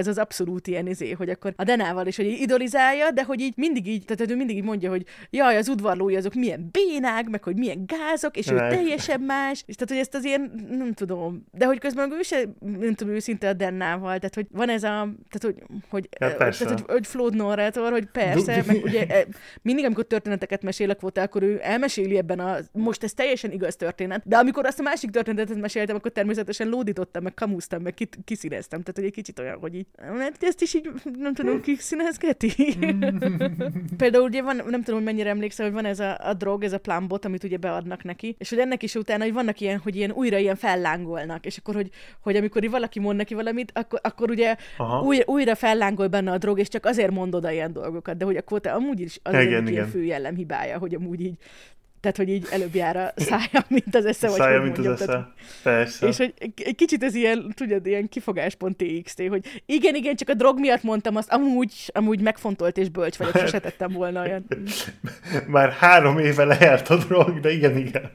A: abszolút ilyen izé, hogy akkor a Denával is, hogy így idolizálja, de hogy így mindig így, tehát ő mindig így mondja, hogy jaj, az udvarlói azok milyen bénák, meg hogy milyen gázok, és ő teljesen más, és tehát, hogy ezt az ilyen, nem tudom, de hogy közben ő se, nem tudom, őszinte a Dennával, tehát, hogy van ez a, tehát, hogy, hogy,
B: ja,
A: tehát, hogy, hogy flawed narrator, hogy persze, meg ugye mindig, amikor történeteket mesél a Kvóta, akkor ő elmeséli ebben a, most ez teljesen igaz történet, de amikor azt a másik történetet meséltem, akkor természetesen lódítottam, meg kamúztam, meg kiszíneztem, tehát, hogy egy kicsit olyan, hogy így, mert ezt is így, nem tudom, kiszínezgeti. Például ugye van, nem tudom, hogy mennyire emlékszel, hogy van ez a, a drog, ez a plumbot, amit ugye beadnak neki, és hogy ennek is utána, hogy vannak ilyen, hogy ilyen újra ilyen fellángolnak, és akkor, hogy, hogy amikor valaki mond neki valamit, akkor, akkor ugye új, újra fellángol benne a drog, és csak azért mond oda ilyen dolgokat, de hogy a Kvóta amúgy is az igen, egy ilyen fő jellemhibája, hogy amúgy így, tehát, hogy így előbb jár a szája, mint az esze, vagy
B: szája,
A: hogy
B: mint
A: mondjam,
B: az esze.
A: Tehát,
B: persze.
A: és hogy egy kicsit ez ilyen, tudod, ilyen kifogás.txt, hogy igen, igen, csak a drog miatt mondtam azt, amúgy, amúgy megfontolt és bölcs vagyok, sose tettem volna olyan.
B: Már három éve lejárt a drog, de igen, igen.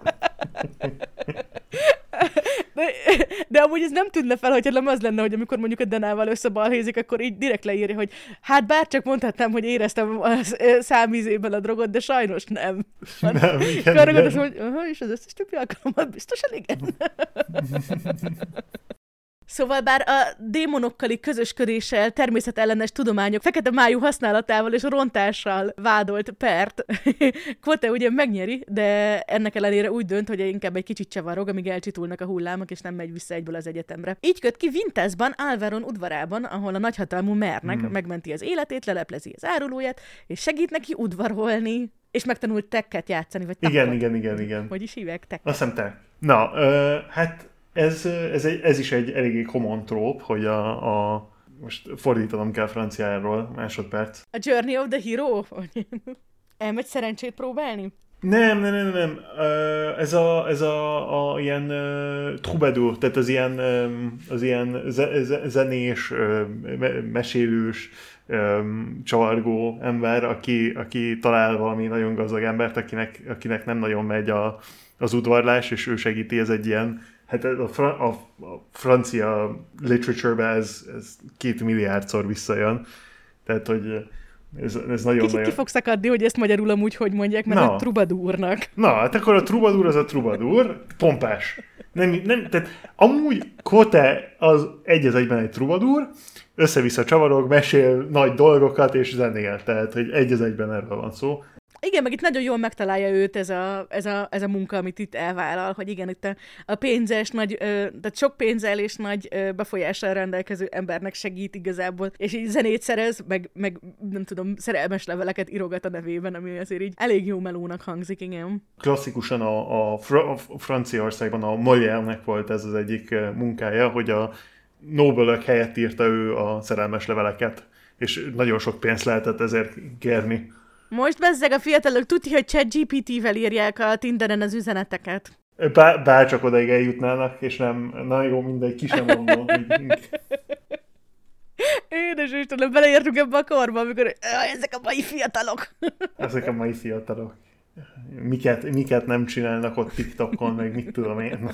A: De, de amúgy ez nem tűnne fel, hogyha nem az lenne, hogy amikor mondjuk a Denával összebalhézik, akkor így direkt leírja, hogy hát bárcsak mondhatnám, hogy éreztem a számízében a drogot, de sajnos nem.
B: Nem, igen,
A: Karagod azt mondja, hogy aha, és az összes többi alkalommal biztosan igen. Szóval bár a démonokkali közösködéssel, természetellenes tudományok fekete májú használatával és rontással vádolt pert, Kvóta ugye megnyeri, de ennek ellenére úgy dönt, hogy inkább egy kicsit csavarog, amíg elcsitulnak a hullámok, és nem megy vissza egyből az egyetemre. Így köt ki Vintesban, Alvaron udvarában, ahol a nagyhatalmú mernek hmm. megmenti az életét, leleplezi az árulóját, és segít neki udvarolni. És megtanult tekket játszani, vagy takkot.
B: Igen, igen, igen, igen.
A: Hogy is hívják? Tekket.
B: Azt hiszem te. Na, ö, hát Ez, ez, egy, ez is egy eléggé common tróp, hogy a, a most fordítanom kell franciáról, másodperc.
A: A Journey of the Hero? Elmegy szerencsét próbálni?
B: Nem, nem, nem, nem. Ez a, ez a, a ilyen uh, troubadour, tehát az ilyen, um, az ilyen ze- zenés, uh, mesélős, um, csavargó ember, aki, aki talál valami nagyon gazdag embert, akinek, akinek nem nagyon megy a, az udvarlás, és ő segíti, ez egy ilyen. Hát a, fra- a, a francia literature-ben ez, ez két milliárdszor visszajön. Tehát, hogy ez, ez nagyon...
A: Kicsit nagyon... ki fogsz akadni, hogy ezt magyarul amúgy hogy mondják, mert
B: Na.
A: a trubadúrnak.
B: Na, hát akkor a trubadur az a trubadur, pompás. Nem, nem, tehát amúgy Kvóta az egy az egyben egy trubadur, össze-vissza csavarog, mesél nagy dolgokat és zenél. Tehát, hogy egy az egyben erről van szó.
A: Igen, meg itt nagyon jól megtalálja őt ez a, ez a, ez a munka, amit itt elvállal, hogy igen, itt a, a pénzes, nagy, ö, tehát sok pénzzel és nagy ö, befolyással rendelkező embernek segít igazából, és így zenét szerez, meg, meg nem tudom, szerelmes leveleket írogat a nevében, ami azért így elég jó melónak hangzik, igen.
B: Klasszikusan a, a, Fra- a Franciaországban a Molière-nek volt ez az egyik munkája, hogy a Nobelök helyett írta ő a szerelmes leveleket, és nagyon sok pénzt lehetett ezért kérni.
A: Most bezzeg a fiatalok tudja, hogy ChatGPT-vel írják a Tinderen az üzeneteket.
B: Bár, bár csak odaig eljutnának, és nem, na jó, mindegy, ki sem mondom.
A: Édes Istenem, beleértünk ebbe a korba, amikor ezek a mai fiatalok.
B: Ezek a mai fiatalok. Miket, miket nem csinálnak ott TikTokon, meg mit tudom én.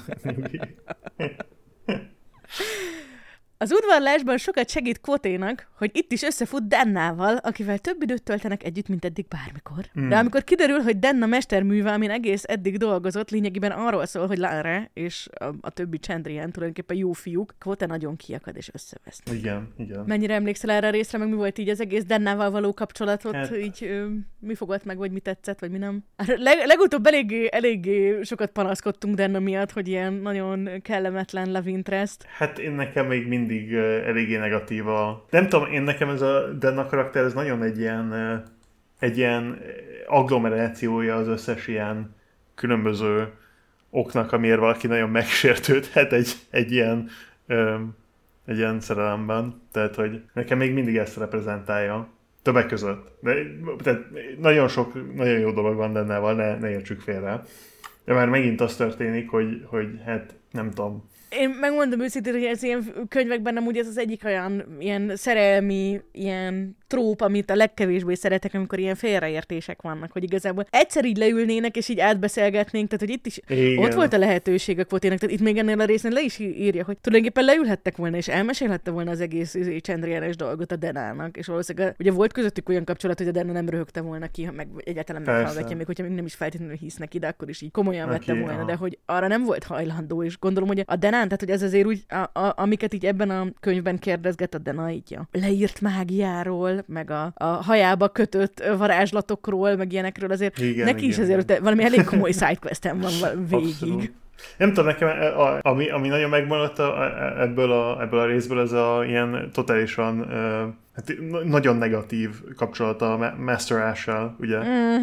A: Az udvarlásban sokat segít Kvóténak, hogy itt is összefut Dennával, akivel több időt töltenek együtt, mint eddig bármikor. Mm. De amikor kiderül, hogy Denna mesterműve, amin egész eddig dolgozott, lényegében arról szól, hogy Lara és a, a többi Chandrian tulajdonképpen jó fiúk, Kvóta nagyon kiakad és összevesz.
B: Igen, igen.
A: Mennyire emlékszel erre a részre, meg mi volt így az egész Dennával való kapcsolatot, hát... így ö, mi fogott meg, vagy mi tetszett, vagy mi nem? Leg, legutóbb eléggé, eléggé sokat panaszkodtunk Denna miatt, hogy ilyen nagyon kellemetlen love interest.
B: Hát én nekem még mindig eléggé negatív a... Nem tudom, én nekem ez a Denna karakter, ez nagyon egy ilyen, egy ilyen agglomerációja az összes ilyen különböző oknak, amiért valaki nagyon megsértődhet egy, egy ilyen egy ilyen szerelemben. Tehát, hogy nekem még mindig ezt reprezentálja. Többek között. De, tehát nagyon sok, nagyon jó dolog van Dennával, ne, ne értsük félre. De már megint az történik, hogy, hogy hát nem tudom.
A: Én megmondom őszintén, hogy ez ilyen könyvekben amúgy ez az egyik olyan ilyen szerelmi, ilyen tróp, amit a legkevésbé szeretek, amikor ilyen félreértések vannak, hogy igazából egyszer így leülnének, és így átbeszélgetnénk, tehát hogy itt is igen. Ott volt a lehetőség a Quotének, tehát itt még ennél a részén le is írja, hogy tulajdonképpen leülhettek volna, és elmesélhette volna az egész Chandrianes dolgot a Denának, és valószínűleg ugye volt közöttük olyan kapcsolat, hogy a Dena nem röhögte volna ki, meg egyáltalán meghallgatja, még hogyha még nem is feltétlenül hisznek ide, akkor is így komolyan okay, vette volna, aha. De hogy arra nem volt hajlandó, és gondolom, hogy a Denán, tehát hogy ez azért úgy, a, a, amiket így ebben a könyvben kérdezget a Dena így a leírt mágiáról, meg a, a hajába kötött varázslatokról, meg ilyenekről azért igen, neki igen, is azért igen. Valami elég komoly sidequestem van végig. Abszolút.
B: Nem tudom, nekem, a, ami, ami nagyon megmaradt ebből a, ebből a részből, ez a ilyen totálisan uh, hát, nagyon negatív kapcsolat a Master Ash-sel, ugye?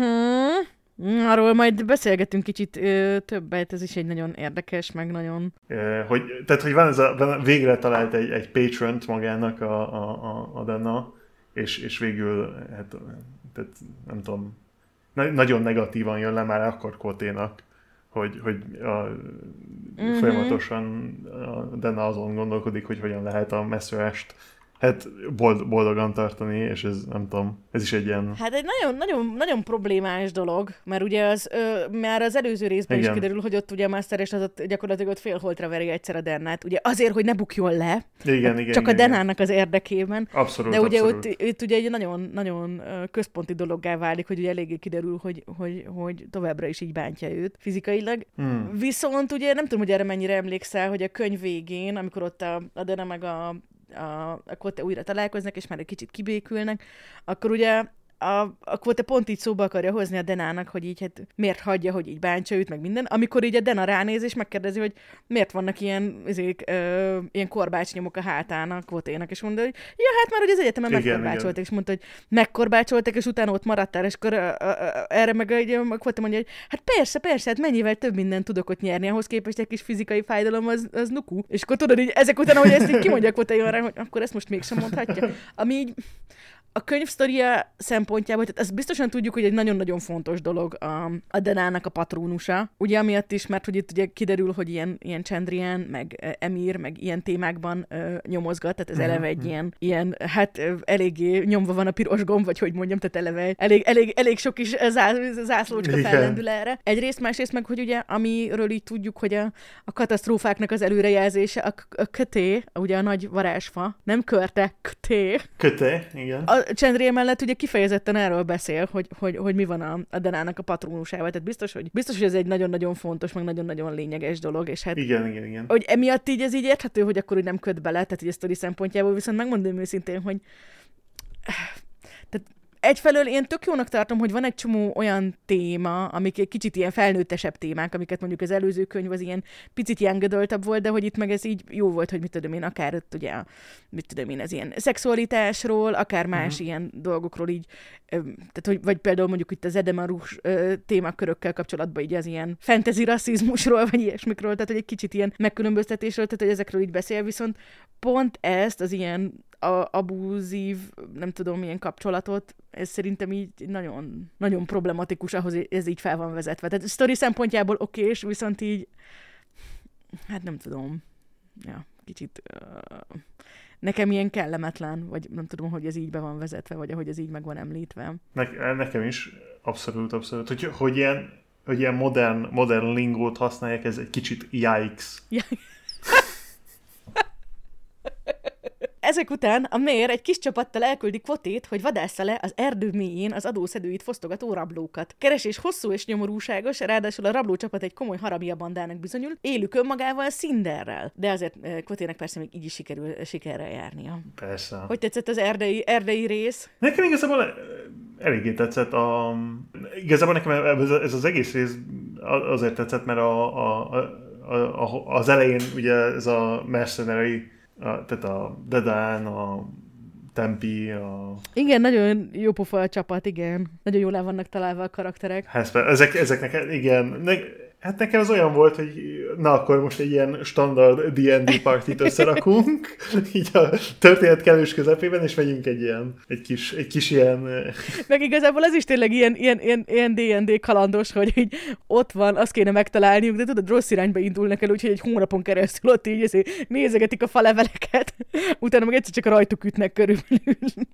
A: Uh-huh. Arról majd beszélgetünk kicsit ö, többet, ez is egy nagyon érdekes, meg nagyon...
B: E, hogy, tehát, hogy van ez a, végre talált egy, egy patront magának a, a, a Dena, és, és végül, hát, tehát, nem tudom, nagyon negatívan jön le már akkor Quoténak, hogy, hogy a, mm-hmm. folyamatosan a Dena azon gondolkodik, hogy hogyan lehet a Master Ash-t hát bold, boldogan tartani, és ez nem tudom, ez is egy ilyen...
A: Hát egy nagyon, nagyon, nagyon problémás dolog, mert ugye az, ö, már az előző részben igen. is kiderül, hogy ott ugye a Master Ash az ott gyakorlatilag ott félholtra veri egyszer a Denát, ugye azért, hogy ne bukjon le,
B: igen, igen,
A: csak
B: igen,
A: a Denának az érdekében.
B: Abszolút,
A: de ugye
B: abszolút.
A: Ott, itt ugye egy nagyon, nagyon központi dologgá válik, hogy ugye eléggé kiderül, hogy, hogy, hogy továbbra is így bántja őt fizikailag. Hmm. Viszont ugye nem tudom, hogy erre mennyire emlékszel, hogy a könyv végén, amikor ott a, a Dena meg a a, a Quote újra találkoznak, és már egy kicsit kibékülnek, akkor ugye a, a Quote pont így szóba akarja hozni a Denának, hogy így hát miért hagyja, hogy így bántsa őt, meg minden, amikor így a Dena ránéz, és megkérdezi, hogy miért vannak ilyen, ezek, ö, ilyen korbácsnyomok a hátán a Quoténak, és mondja, hogy ja, hát már hogy az egyetemen megkorbácsoltak, és mondta, hogy megkorbácsoltak, és utána ott maradtál, és akkor a, a, a, erre meg a Quote mondja, hogy hát persze, persze, hát mennyivel több mindent tudok ott nyerni, ahhoz képest egy kis fizikai fájdalom az, az nuku. És akkor tudod, így ezek után, hogy ezt így kimondja a Quote rá, hogy akkor ezt most mégsem mondhatja. Ami így a könyv sztoria szempontjából, tehát ezt biztosan tudjuk, hogy egy nagyon-nagyon fontos dolog a, a Denának a patrónusa. Ugye amiatt is, mert hogy itt ugye kiderül, hogy ilyen, ilyen Chandrian, meg Emhyr, meg ilyen témákban ö, nyomozgat, tehát ez eleve egy ilyen, ilyen hát ö, eléggé nyomva van a piros gomb, vagy hogy mondjam, tehát eleve elég, elég, elég sok is zá, zászlócska fellendül erre. Egyrészt, másrészt meg, hogy ugye amiről így tudjuk, hogy a, a katasztrófáknak az előrejelzése, a, a köté, ugye a nagy varázsfa, nem körte, köté.
B: Köté, igen.
A: A Chandrian mellett ugye kifejezetten erről beszél, hogy, hogy, hogy mi van a, a Denának a patrónusával. Tehát biztos, hogy, biztos, hogy ez egy nagyon-nagyon fontos, meg nagyon-nagyon lényeges dolog. És hát,
B: igen, igen, igen.
A: Hogy emiatt így ez így érthető, hogy akkor úgy nem köt bele, tehát így a sztori szempontjából, viszont megmondom őszintén, hogy tehát egyfelől én tök jónak tartom, hogy van egy csomó olyan téma, amik egy kicsit ilyen felnőttesebb témák, amiket mondjuk az előző könyv az ilyen picit young adult-abb volt, de hogy itt meg ez így jó volt, hogy mit tudom én, akár ott ugye, mit tudom én, az ilyen szexualitásról, akár más uh-huh. ilyen dolgokról így, tehát hogy, vagy például mondjuk itt az Edemarus témakörökkel kapcsolatban így az ilyen fantasy rasszizmusról, vagy ilyesmikről, tehát hogy egy kicsit ilyen megkülönböztetésről, tehát hogy ezekről így beszél, viszont pont ezt az ilyen a, abúzív, nem tudom, milyen kapcsolatot, ez szerintem így nagyon, nagyon problematikus, ahhoz ez így fel van vezetve. Tehát a sztori szempontjából okés, viszont így, hát nem tudom, ja, kicsit uh, nekem ilyen kellemetlen, vagy nem tudom, hogy ez így be van vezetve, vagy ahogy ez így meg van említve.
B: Ne- nekem is, abszolút, abszolút. Hogy, hogy, ilyen, hogy ilyen modern, modern lingót használják, ez egy kicsit yikes.
A: Ezek után a mér egy kis csapattal elküldi Quotét, hogy vadásza le az erdő mélyén az adószedőit fosztogató rablókat. Keresés hosszú és nyomorúságos, ráadásul a rablócsapat egy komoly harabia bandának bizonyul, élük önmagával Cinderrel. De azért Quotének persze még így is sikerül sikerrel járnia.
B: Persze.
A: Hogy tetszett az erdei, erdei rész?
B: Nekem igazából eléggé tetszett. A... Igazából nekem ez az egész rész azért tetszett, mert a, a, a, a, az elején ugye ez a mercenary, a, tehát a Dedán, a Tempi, a...
A: Igen, nagyon jó pofa a csapat, igen. Nagyon jól el vannak találva a karakterek.
B: Hát, ezek, ezeknek, igen. Ne, hát nekem az olyan volt, hogy na akkor most egy ilyen standard dé and dé partit összerakunk, így a történet kellős közepében, és megyünk egy ilyen, egy kis, egy kis ilyen...
A: Meg igazából ez is tényleg ilyen, ilyen, ilyen, ilyen dé and dé kalandos, hogy így ott van, azt kéne megtalálniuk, de tudod, rossz irányba indulnak el, úgyhogy egy hónapon keresztül ott így nézegetik a faleveleket, utána meg egyszer csak rajtuk ütnek körülbelül.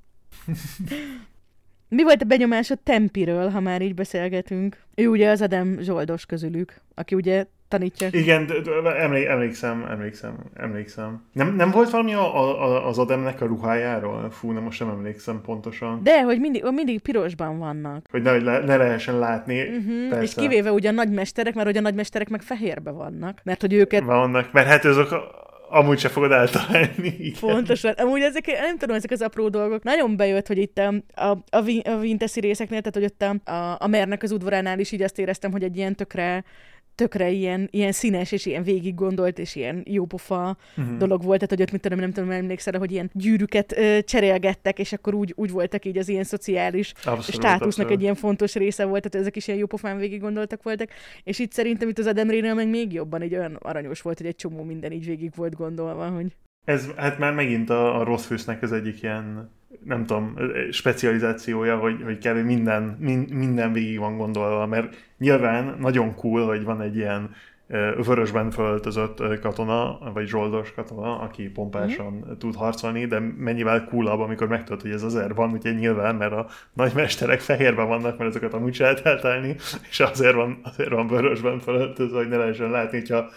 A: Mi volt a benyomásod Tempiről, ha már így beszélgetünk? Ő ugye az Adam Zsoldos közülük, aki ugye tanítja.
B: Igen, d- d- emlé- emlékszem, emlékszem, emlékszem. Nem, nem volt valami a, a, az Adamnek a ruhájáról? Fú, nem, most nem emlékszem pontosan.
A: De, hogy mindig, mindig pirosban vannak.
B: Hogy ne, le, ne lehessen látni.
A: Uh-huh. És kivéve ugye a nagymesterek, mert hogy a nagymesterek meg fehérbe vannak. Mert hogy őket...
B: Vannak, mert hát azok amúgy se fogod eltalálni. Igen.
A: Pontosan. Amúgy ezek, nem tudom, ezek az apró dolgok. Nagyon bejött, hogy itt a, a, a, Vin- a Vinteszi részeknél, tehát hogy ott a, a, a Mernek az udvaránál is így azt éreztem, hogy egy ilyen tökre tökre ilyen, ilyen színes, és ilyen végig gondolt, és ilyen jópofa uh-huh. dolog volt, tehát hogy ott mit tudom, nem tudom, emlékszel, hogy ilyen gyűrűket ö, cserélgettek, és akkor úgy, úgy voltak így az ilyen szociális abszolút, státusznak abszolút. Egy ilyen fontos része volt, tehát ezek is ilyen jópofán végig gondoltak voltak, és itt szerintem itt az Adam Ray-nél meg még jobban így olyan aranyos volt, hogy egy csomó minden így végig volt gondolva, hogy...
B: Ez hát már megint a, a rossz fősznek az egyik ilyen, nem tudom, specializációja, hogy, hogy kb. minden, min, minden végig van gondolva, mert nyilván nagyon cool, hogy van egy ilyen vörösben fölöltözött katona, vagy zsoldos katona, aki pompásan mm. tud harcolni, de mennyivel coolabb, amikor megtudod, hogy ez azért van, úgyhogy nyilván, mert a nagymesterek fehérben vannak, mert azokat amúgy se lehet eltelni, és azért van, azért van vörösben fölöltözve, hogy ne lehessen látni, hogyha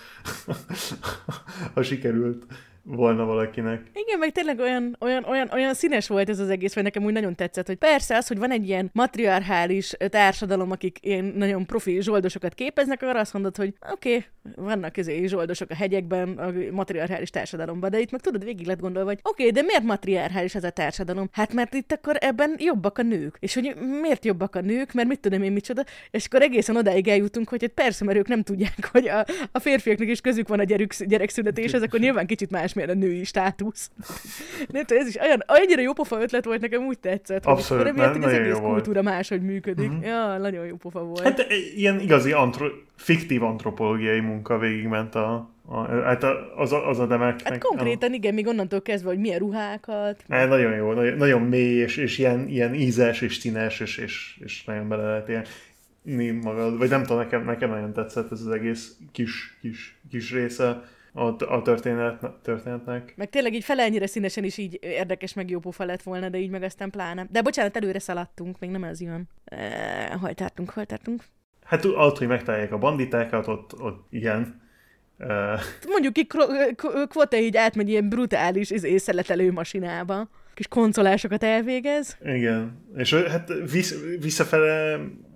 B: ha sikerült volna valakinek.
A: Igen, meg tényleg olyan, olyan, olyan, olyan színes volt ez az egész, vagy nekem úgy nagyon tetszett, hogy persze az, hogy van egy ilyen matriarchális társadalom, akik ilyen nagyon profi zsoldosokat képeznek, arra azt mondod, hogy oké, okay, vannak közé zsoldosok a hegyekben, a matriarchális társadalomban, de itt meg tudod, végig lett gondolva, hogy oké, okay, de miért matriarchális ez a társadalom? Hát mert itt akkor ebben jobbak a nők. És hogy miért jobbak a nők, mert mit tudom én micsoda, és akkor egészen odáig eljutunk, hogy hát persze, mert ők nem tudják, hogy a, a férfiaknak is közük van a gyerek, gyerekszületéshez, akkor nyilván kicsit más a női státusz. Nem tudom, ez is olyan, annyira jó pofa ötlet volt, nekem úgy tetszett.
B: Abszolút,
A: hogy emiatt, hogy az egész kultúra
B: volt.
A: Máshogy működik. Uh-huh. Ja, nagyon jó pofa volt.
B: Hát ilyen igazi antro- fiktív antropológiai munka végigment a, a, hát az, az a demeknek.
A: Hát konkrétan igen, még onnantól kezdve, hogy milyen ruhákat.
B: Hát nagyon jó, nagyon, nagyon mély, és, és ilyen, ilyen ízes, és színes, és, és, és nagyon bele lehet élni magad. Vagy nem tudom, nekem, nekem nagyon tetszett ez az egész kis, kis, kis része a, a történet, történetnek.
A: Meg tényleg így fele ennyire színesen is így érdekes, meg jó pofa lett volna, de így meg aztán pláne. De bocsánat, előre szaladtunk, még nem ez jön. E, hol tartunk, hol tartunk?
B: Hát ott, hogy megtalálják a banditákat, ott, ott igen. Uh...
A: Mondjuk ki, Quote így átmegy ilyen brutális szeletelő masinába. Kis koncolásokat elvégez.
B: Igen. És hát visz, visszafele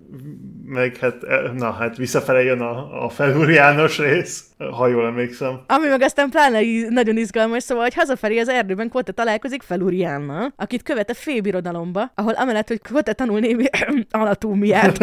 B: meg hát, na hát visszafele jön a, a Felúr János rész, ha jól emlékszem.
A: Ami meg aztán pláne nagyon izgalmas, szóval, hogy hazafelé az erdőben Quote találkozik Felúr Jánnal, akit követ a félbirodalomba, ahol amellett, hogy Quote tanul némi anatómiát.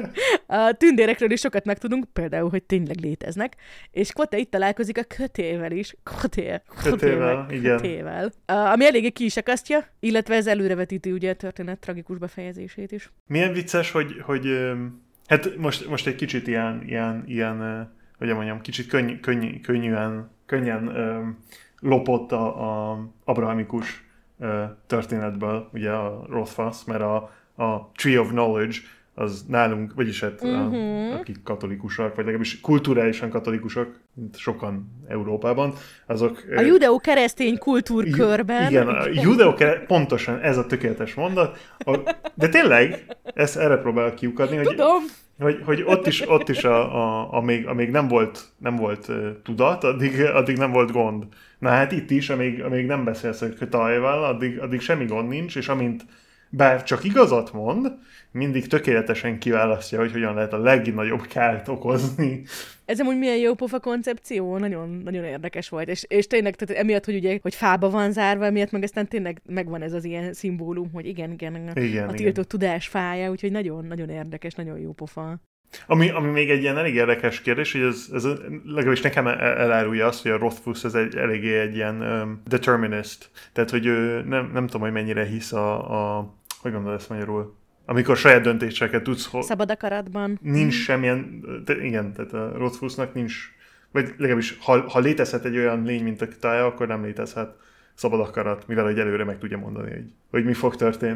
A: A tündérekről is sokat megtudunk, például, hogy tényleg léteznek, és Quote itt találkozik a kötével is. Kötél.
B: Kötével, igen.
A: Kötével. Ami eléggé ki is akasztja, illetve ez előrevetíti ugye a történet tragikus befejezését is.
B: Milyen vicces, hogy, hogy hát most, most egy kicsit ilyen, ilyen, ilyen hogy mondjam, kicsit könny, könny, könnyűen, könnyen um, lopott a, a abrahamikus uh, történetből, ugye a Rothfuss, mert a, a Tree of Knowledge az nálunk, vagyis hát uh-huh. a, akik katolikusak, vagy legalábbis kulturálisan katolikusok, mint sokan Európában, azok...
A: A judeo-keresztény kultúrkörben.
B: Igen, a judeo pontosan ez a tökéletes mondat, a, de tényleg, ezt erre próbál kiukadni, hogy, hogy, hogy ott is, ott is a, a, amíg, amíg nem volt, nem volt uh, tudat, addig, addig nem volt gond. Na hát itt is, amíg, amíg nem beszélsz a kötajval, addig, addig semmi gond nincs, és amint bár csak igazat mond, mindig tökéletesen kiválasztja, hogy hogyan lehet a legnagyobb kárt okozni.
A: Ez amúgy milyen jó pofa koncepció, nagyon, nagyon érdekes volt, és, és tényleg, tehát emiatt, hogy ugye, hogy fába van zárva, emiatt meg aztán tényleg megvan ez az ilyen szimbólum, hogy igen, igen, a,
B: igen,
A: a tiltott tudás fája, úgyhogy nagyon, nagyon érdekes, nagyon jó pofa.
B: Ami, ami még egy ilyen elég érdekes kérdés, hogy ez, ez legalábbis nekem elárulja azt, hogy a Rothfuss ez egy, eléggé egy ilyen um, determinist, tehát hogy ő nem, nem tudom, hogy mennyire hisz a, a hogy gondolod ezt magyarul? Amikor saját döntéseket tudsz... Ho-
A: Szabad akaratban.
B: Nincs semmilyen... Te, igen, tehát a Rothfussnak nincs... Vagy legalábbis, ha, ha létezhet egy olyan lény, mint a Tája, akkor nem létezhet szabad akarat, mivel egy előre meg tudja mondani, hogy, hogy mi fog történni.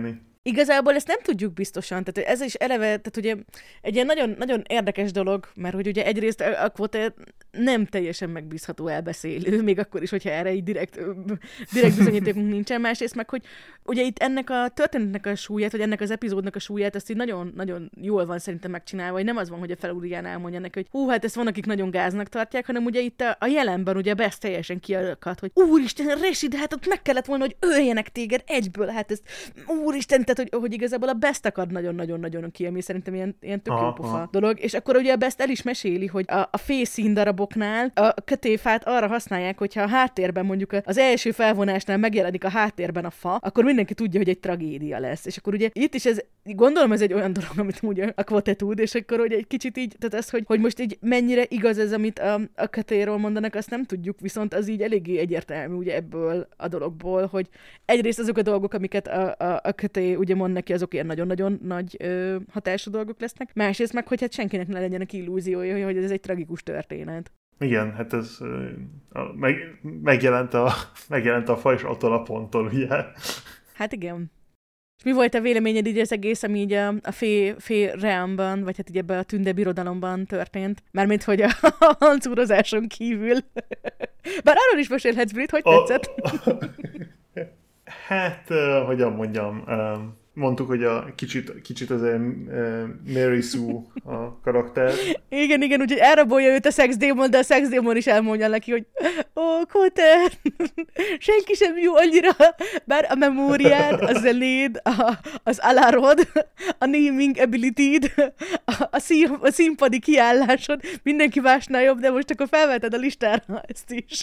A: Igazából ezt nem tudjuk biztosan, tehát ez is eleve, tehát ugye egy ilyen nagyon, nagyon érdekes dolog, mert hogy ugye egyrészt a Quote nem teljesen megbízható elbeszélő, még akkor is, hogyha erre így direkt, direkt bizonyítékunk nincsen, másrészt meg, hogy ugye itt ennek a történetnek a súlyát, vagy ennek az epizódnak a súlyát, azt így nagyon-nagyon jól van szerintem megcsinálva, hogy nem az van, hogy a Felurián elmondja neki, hogy hú, hát ezt van, akik nagyon gáznak tartják, hanem ugye itt a, a jelenben ugye Bess teljesen kiakadt, hogy úristen, Resi, de hát ott meg kellett volna, hogy öljenek téged egyből, hát ez úristen, tehát hogy, hogy igazából a Best akad nagyon-nagyon-nagyon ki, ami szerintem ilyen, ilyen tök jó pofa dolog, és akkor ugye a Best el is meséli, hogy a, a fészíndaraboknál a kötéfát arra használják, hogyha a háttérben mondjuk az első felvonásnál megjelenik a háttérben a fa, akkor mindenki tudja, hogy egy tragédia lesz. És akkor ugye itt is ez, gondolom ez egy olyan dolog, amit ugye a Quote tud, és akkor ugye egy kicsit így, tehát ez, hogy, hogy most így mennyire igaz ez, amit a, a Kötéről mondanak, azt nem tudjuk, viszont az így eléggé egyértelmű ugye ebből a dologból, hogy egyrészt azok a dolgok, amiket a, a, a Köté ugye mond neki, azok ilyen nagyon-nagyon nagy ö, hatású dolgok lesznek. Másrészt meg, hogy hát senkinek ne legyenek illúziója, hogy ez egy tragikus történet.
B: Igen, hát ez uh, meg, megjelent, a, megjelent a fa is attól a ponttól, ugye?
A: Hát igen. És mi volt a véleményed így az egész, ami így a, a fé, fé realmban, vagy hát így ebben a tünde birodalomban történt? Mármint, hogy a hancúrozáson kívül. Bár arról is mesélhetsz, Brit, hogy tetszett?
B: Hát, uh, hogyan mondjam, uh, mondtuk, hogy a kicsit, kicsit az uh, Mary Sue a karakter.
A: Igen, igen, úgyhogy elrabolja őt a szexdémon, de a szexdémon is elmondja neki, hogy ó, Quote, senki sem jó annyira, bár a memóriád, a zenéd, a, az alarod, a naming ability-d, a, a, szín, a színpadi kiállásod, mindenki másnál jobb, de most akkor felvetted a listára ezt is.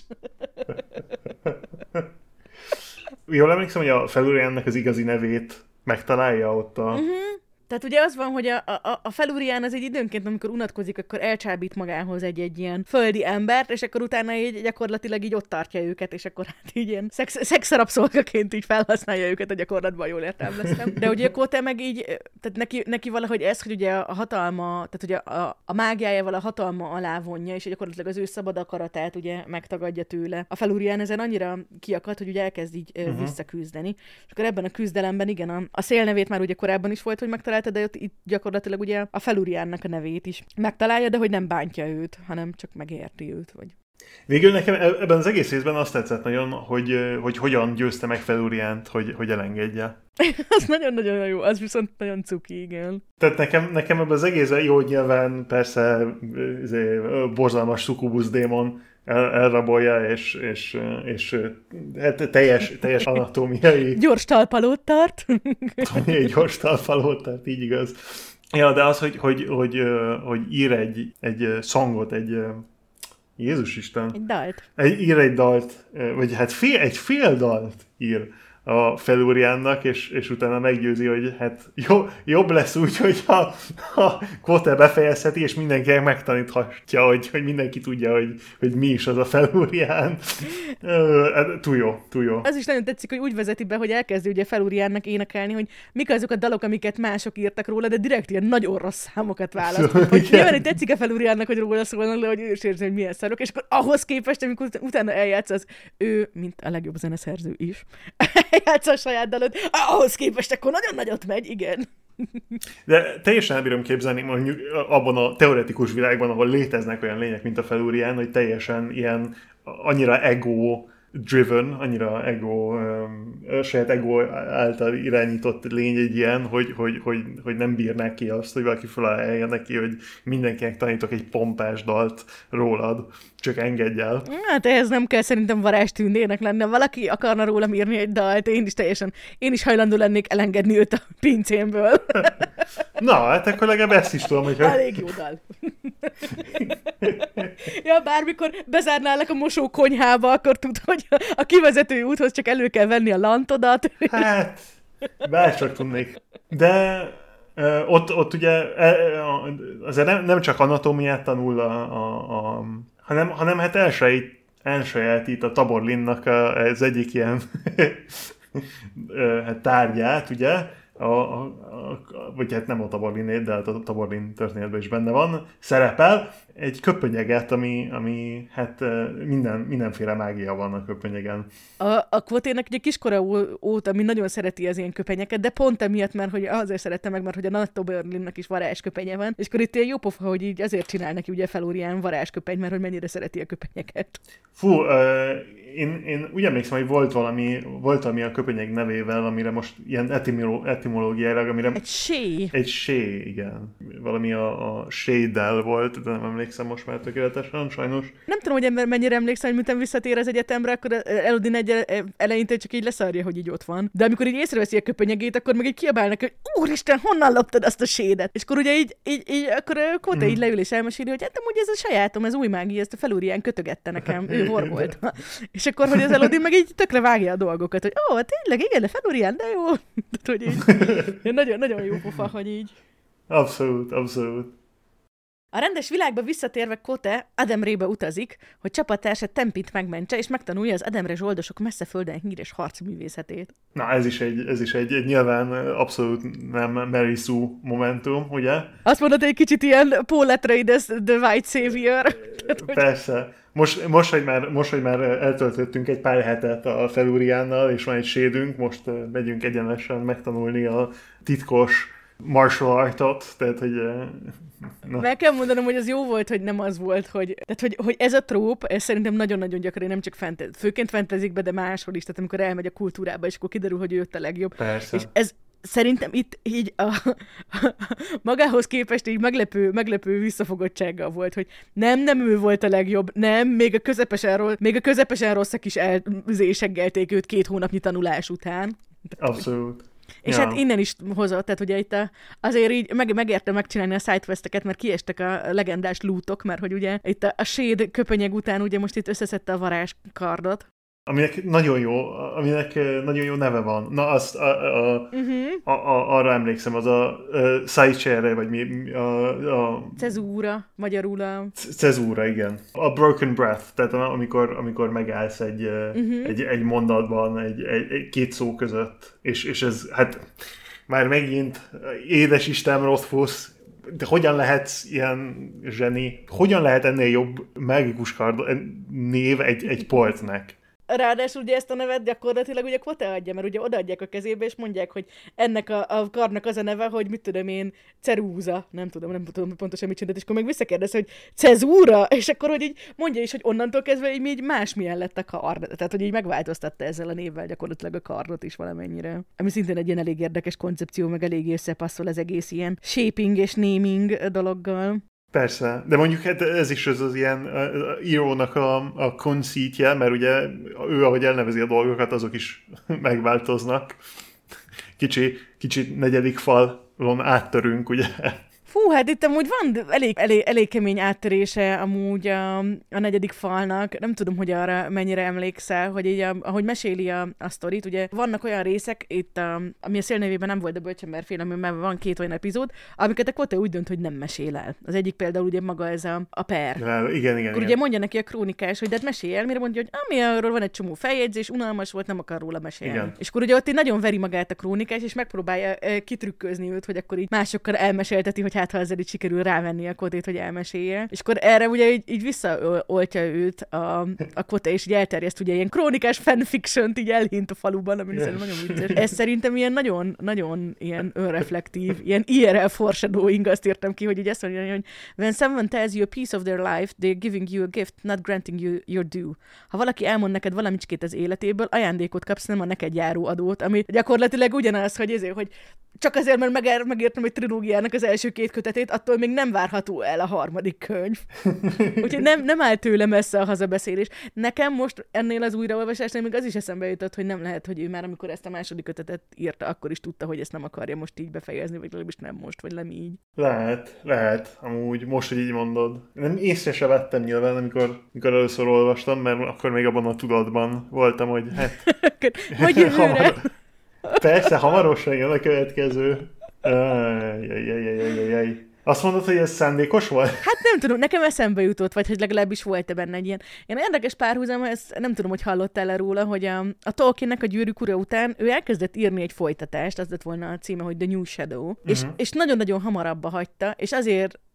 B: Jól emlékszem, hogy a Feluriánnak az igazi nevét megtalálja ott a...
A: Uh-huh. Tehát ugye az van, hogy a, a, a Felurián az egy időnként, amikor unatkozik, akkor elcsábít magához egy-egy ilyen földi embert, és akkor utána így gyakorlatilag így ott tartja őket, és akkor hát így ilyen szex, szexarabszolgaként így felhasználja őket a gyakorlatban, jól értelmeztem. De ugye a Quote meg így, tehát neki, neki valahogy ez, hogy ugye a hatalma, tehát ugye a, a mágiájával a hatalma alá vonja, és gyakorlatilag az ő szabad akaratát ugye megtagadja tőle. A Felurián ezen annyira kiakadt, hogy ugye elkezd így uh-huh. visszaküzdeni. És akkor ebben a küzdelemben igen, a, a szélnevét már ugye korábban is volt, hogy megtalálta, de ott itt gyakorlatilag ugye a Feluriánnak a nevét is megtalálja, de hogy nem bántja őt, hanem csak megérti őt. Vagy...
B: Végül nekem ebben az egész részben azt tetszett nagyon, hogy, hogy hogyan győzte meg Feluriánt, hogy, hogy elengedje.
A: Az nagyon-nagyon jó, az viszont nagyon cuki, igen.
B: Tehát nekem, nekem ebben az egészben jó, hogy nyilván persze borzalmas szukubusz démon el, elrabolja, és, és, és hát teljes, teljes anatómiai...
A: Gyors talpalót tart.
B: Egy gyors talpalót tart, így igaz. Ja, de az, hogy, hogy, hogy, hogy ír egy, egy szongot, egy... Jézus Isten.
A: Egy dalt.
B: Egy, ír egy dalt, vagy hát fél, egy fél dalt ír a Feluriánnak, és, és utána meggyőzi, hogy hát jó, jobb lesz úgy, hogy ha, ha Quote befejezheti, és mindenkinek megtaníthatja, hogy, hogy mindenki tudja, hogy, hogy mi is az a Felurián. Túl jó, túl jó.
A: Az is nagyon tetszik, hogy úgy vezeti be, hogy elkezdi ugye Feluriánnak énekelni, hogy mik azok a dalok, amiket mások írtak róla, de direkt ilyen nagyon rossz számokat választ. Hogy nyilván tetszik a Feluriánnak, hogy róla szólnak le, hogy ő is érzi, hogy milyen szarok, és akkor ahhoz képest, amikor utána eljátsz, az ő, mint a legjobb zeneszerző is, eljátsz a saját dalod, ahhoz képest akkor nagyon nagyot megy, igen.
B: De teljesen elbírom képzelni mondjuk abban a teoretikus világban, ahol léteznek olyan lények, mint a Felurián, hogy teljesen ilyen annyira ego driven, annyira ego, um, saját ego által irányított lény egy ilyen, hogy, hogy, hogy, hogy nem bírnák ki azt, hogy valaki felállja neki, hogy mindenkinek tanítok egy pompás dalt rólad, csak engedj el.
A: Hát ehhez nem kell szerintem varázstündének lenne. Valaki akarna rólam írni egy dalt, én is teljesen, én is hajlandó lennék elengedni őt a pincémből.
B: Na, hát akkor legalább ezt is tudom, hogy...
A: Elég jó dal. Ja, bármikor bezárnálak a mosókonyhába, akkor tud, hogy a kivezető úthoz csak elő kell venni a lantodat.
B: Hát, bárcsak tudnék. De uh, ott, ott ugye uh, azért nem, nem csak anatómiát tanul a, a, a hanem, hanem hát elsaját, elsajátít a Taborlinnak a, az egyik ilyen hát tárgyát, ugye, a, a, a, vagy hát nem a Taborlinét, de hát a Taborlin történetben is benne van, szerepel, egy köpönyeget, ami, ami hát minden, mindenféle mágia van a köpönyegen.
A: A, a Quotének ugye kiskora óta mi nagyon szereti az ilyen köpenyeket, de pont emiatt, mert hogy azért szerette meg, mert hogy a Natt Oberlinnek is varázsköpenye van, és akkor itt ilyen jó pofa, hogy így azért csinál neki ugye Felurián varázsköpeny, mert hogy mennyire szereti a köpenyeket.
B: Fú, uh, én, én úgy emlékszem, hogy volt valami, volt valami a köpenyek nevével, amire most ilyen etimoló, etimológiailag, amire...
A: Egy sé.
B: Egy sé, igen. Valami a, a séddel volt, de nem emlékszem most már tökéletesen, sajnos.
A: Nem tudom, hogy ember mennyire emlékszem, hogy miután visszatér az egyetemre, akkor Elodin egy eleinte csak így leszarja, hogy így ott van. De amikor így észreveszi a köpenyegét, akkor meg így kiabálnak, hogy úristen, honnan loptad azt a sédet? És akkor ugye így, így, így akkor Quote mm. így leül és elmeséli, hogy hát amúgy ez a sajátom, ez új mágia, ezt a Felurián kötögette nekem, ő horgolt. És akkor, hogy az Elodin meg így tökre vágja a dolgokat, hogy ó, tényleg, igen, a Felurián, de jó. hogy így, nagyon, nagyon jó pofa, hogy így.
B: Abszolút, abszolút.
A: A rendes világba visszatérve Quote Ademrébe utazik, hogy csapattársa Tempit megmentse, és megtanulja az Ademre zsoldosok messze földön híres harcművészetét.
B: Na, ez is egy, ez is egy, egy nyilván abszolút nem Mary Sue momentum, ugye?
A: Azt mondod, egy kicsit ilyen Paul Atreides, The White Savior. Tehát, hogy...
B: Persze. Most, most, hogy már, most, hogy már eltöltöttünk egy pár hetet a Feluriánnal, és van egy sédünk, most megyünk egyenesen megtanulni a titkos martial artot, tehát, hogy... Na.
A: Meg kell mondanom, hogy az jó volt, hogy nem az volt, hogy... Tehát, hogy, hogy ez a tróp, ez szerintem nagyon-nagyon gyakran, nem csak fent, főként fentezikbe, de máshol is, tehát amikor elmegy a kultúrába, és akkor kiderül, hogy ő ott a legjobb.
B: Persze.
A: És ez szerintem itt így a, a, magához képest így meglepő, meglepő visszafogottsággal volt, hogy nem, nem ő volt a legjobb, nem, még a közepesen, rossz, még a közepesen rosszak is elzéseggelték őt két hónapnyi tanulás után.
B: Abszolút.
A: És ja. hát innen is hozott, tehát ugye itt a, azért így meg, megérte megcsinálni a sidequesteket, mert kiestek a legendás lootok, mert hogy ugye itt a, a Shade köpenyeg után ugye most itt összeszedte a varázskardot.
B: Aminek nagyon jó, aminek nagyon jó neve van. Na, azt a, a, uh-huh. a, a, arra emlékszem, az a, a Szájcsere, vagy mi a, a...
A: Cezúra, magyarul a...
B: Cezúra, igen. A Broken Breath, tehát amikor, amikor megállsz egy, uh-huh. egy, egy mondatban, egy, egy, egy két szó között, és, és ez, hát már megint édes Isten Rothfuss, de hogyan lehetsz ilyen zseni? Hogyan lehet ennél jobb mágikus kard név egy, egy polcnek?
A: Ráadásul ugye ezt a nevet gyakorlatilag ugye Quote adja, mert ugye odaadják a kezébe, és mondják, hogy ennek a, a karnak az a neve, hogy mit tudom én, Cerúza, nem tudom, nem tudom pontosan mit csinált, és akkor meg visszakérdez, hogy Cezúra, és akkor hogy így mondja is, hogy onnantól kezdve így, így másmilyen lett a kard, tehát hogy így megváltoztatta ezzel a névvel gyakorlatilag a kardot is valamennyire. Ami szintén egy ilyen elég érdekes koncepció, meg elég összepasszol az egész ilyen shaping és naming dologgal.
B: Persze, de mondjuk hát ez is az, az ilyen írónak a, a conceit-je, mert ugye ő, ahogy elnevezi a dolgokat, azok is megváltoznak. Kicsi, kicsi negyedik falon áttörünk, ugye?
A: Fú, hát itt amúgy van elég, elég, elég kemény áttörése amúgy a, a negyedik falnak. Nem tudom, hogy arra mennyire emlékszel, hogy így a, ahogy meséli a, a sztorit, ugye vannak olyan részek, itt a, ami a Szélnévében nem volt, de Bölcsemberfél, amiben van két olyan epizód, amiket a Quote úgy dönt, hogy nem mesél el. Az egyik például ugye maga ez a, a per.
B: Ja, igen, igen,
A: Akkor
B: igen.
A: ugye mondja neki a krónikás, hogy de hát mesélj el, mire mondja, hogy ami arról van egy csomó feljegyzés, unalmas volt, nem akar róla mesélni. Igen. És akkor ugye ott így nagyon veri magát a krónikás, és megpróbálja e, kitrükközni őt, hogy akkor így másokkal elmesélteti, hogy hát ha ezzel így sikerül rávenni a Quotét, hogy elmesélje. És akkor erre ugye így, így visszaoltja őt a, a Quote, és így elterjeszt ugye ilyen krónikás fanfiction-t így elhint a faluban, ami yes. nagyon vicces. Ez szerintem ilyen nagyon, nagyon ilyen önreflektív, ilyen I R L foreshadowing, azt írtam ki, hogy így ezt mondja, hogy when someone tells you a piece of their life, they're giving you a gift, not granting you your due. Ha valaki elmond neked valamicskét az életéből, ajándékot kapsz, nem a neked járó adót, ami gyakorlatilag ugyanaz, hogy ezért, hogy csak azért, mert megér, megértem egy trilógiának az első két kötetét, attól még nem várható el a harmadik könyv. Úgyhogy nem, nem áll tőle messze a hazabeszélés. Nekem most ennél az újraolvasásnál még az is eszembe jutott, hogy nem lehet, hogy ő már amikor ezt a második kötetet írta, akkor is tudta, hogy ezt nem akarja most így befejezni, vagy legalábbis nem most, vagy nem így.
B: Lehet, lehet. Amúgy most, hogy így mondod. Nem észre se vettem nyilván, amikor, amikor először olvastam, mert akkor még abban a tudatban voltam, hogy hát...
A: Vagy jövőre.
B: Persze, hamarosan jön a következő. Ajajajajajajaj. Azt mondod, hogy ez szándékos volt?
A: Hát nem tudom, nekem eszembe jutott, vagy hogy legalábbis volt-e benne egy ilyen, ilyen érdekes párhuzam, ezt nem tudom, hogy hallottál-e róla, hogy a, a Tolkiennek a Gyűrűk ura után ő elkezdett írni egy folytatást, az lett volna a címe, hogy The New Shadow, uh-huh. és, és nagyon-nagyon hamar abba hagyta, és azért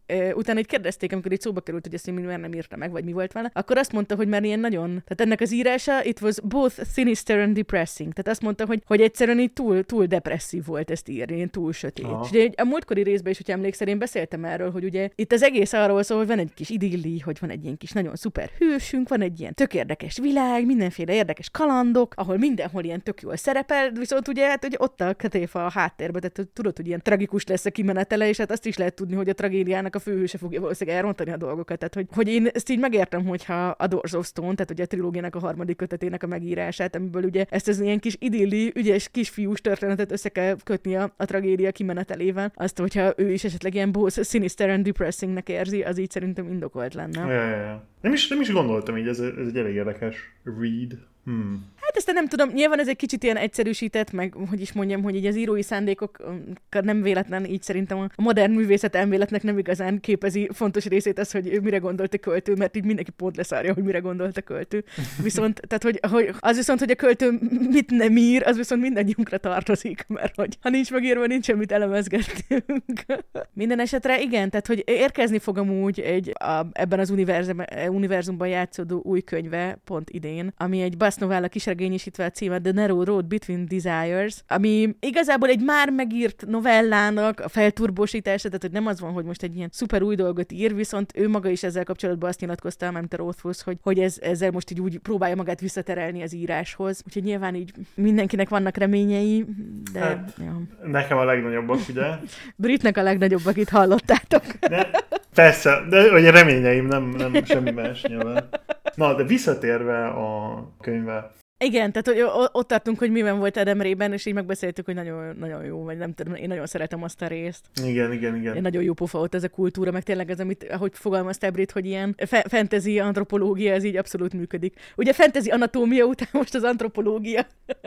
A: ö, utána így kérdezték, amikor itt szóba került, hogy ezt én miért nem írta meg, vagy mi volt vele, akkor azt mondta, hogy már ilyen nagyon, tehát ennek az írása, it was both sinister and depressing. Tehát azt mondta, hogy, hogy egyszerűen így túl, túl depresszív volt ezt írni, ilyen túl sötét. Aha. És ugye a múltkori részben is, hogyha emlékszel, én beszéltem erről, hogy ugye itt az egész arról szól, hogy van egy kis idilli, hogy van egy ilyen kis nagyon szuper hősünk, van egy ilyen tök érdekes világ, mindenféle érdekes kalandok, ahol mindenhol ilyen tök jól szerepel, viszont ugye hát hogy ott a Katéfa a háttérben, tehát tudod, hogy ilyen tragikus lesz a kimenetele, és hát azt is lehet tudni, hogy a tragédiának a főhőse fogja valószínűleg elrontani a dolgokat. Tehát, hogy, hogy én ezt így megértem, hogyha a Doors of Stone, tehát ugye a trilógiának a harmadik kötetének a megírását, amiből ugye ezt az ilyen kis idilli, ügyes kisfiús történetet össze kell kötni a, a tragédia kimenetelével. Azt, hogyha ő is esetleg ilyen both sinister and depressingnek érzi, az így szerintem indokolt lenne.
B: Ja, ja, ja. Nem is, nem is gondoltam így, ez, ez egy elég érdekes read. Hmm.
A: Hát ezt nem tudom, nyilván ez egy kicsit ilyen egyszerűsített, meg hogy is mondjam, hogy így az írói szándékok nem véletlen, így szerintem a modern művészet elméletnek nem igazán képezi fontos részét az, hogy mire gondolt a költő, mert így mindenki pont leszárja, hogy mire gondolt a költő. Viszont, tehát, hogy, hogy az viszont, hogy a költő mit nem ír, az viszont mindannyiunkra tartozik, mert hogy ha nincs megírva, nincs semmit elemezgetnünk. Minden esetre igen, tehát hogy érkezni fog amúgy egy a, ebben az univerzum, univerzumban játszódó új könyve pont idén, ami egy Bass novella kisregényesítve a címe The Narrow Road Between Desires, ami igazából egy már megírt novellának a felturbosítása, tehát hogy nem az van, hogy most egy ilyen szuper új dolgot ír, viszont ő maga is ezzel kapcsolatban azt nyilatkozta, mint a Rothfuss, hogy, hogy ez, ezzel most így úgy próbálja magát visszaterelni az íráshoz. Úgyhogy nyilván így mindenkinek vannak reményei, de... Hát, ja.
B: Nekem a legnagyobbak, ugye?
A: Britnek a legnagyobbak, itt hallottátok.
B: De, persze, de ugye reményeim, nem, nem semmi más nyilván. Na, de visszatérve a könyvbe.
A: Igen, tehát hogy ott tartunk, hogy miben volt Adam Rayben, és így megbeszéltük, hogy nagyon, nagyon jó, vagy nem tudom, én nagyon szeretem azt a részt.
B: Igen, igen, igen.
A: Én nagyon jó pofa ott ez a kultúra, meg tényleg ez, amit, ahogy fogalmaztál, Brit, hogy ilyen fe- fantasy antropológia, ez így abszolút működik. Ugye fantasy anatómia után most az antropológia.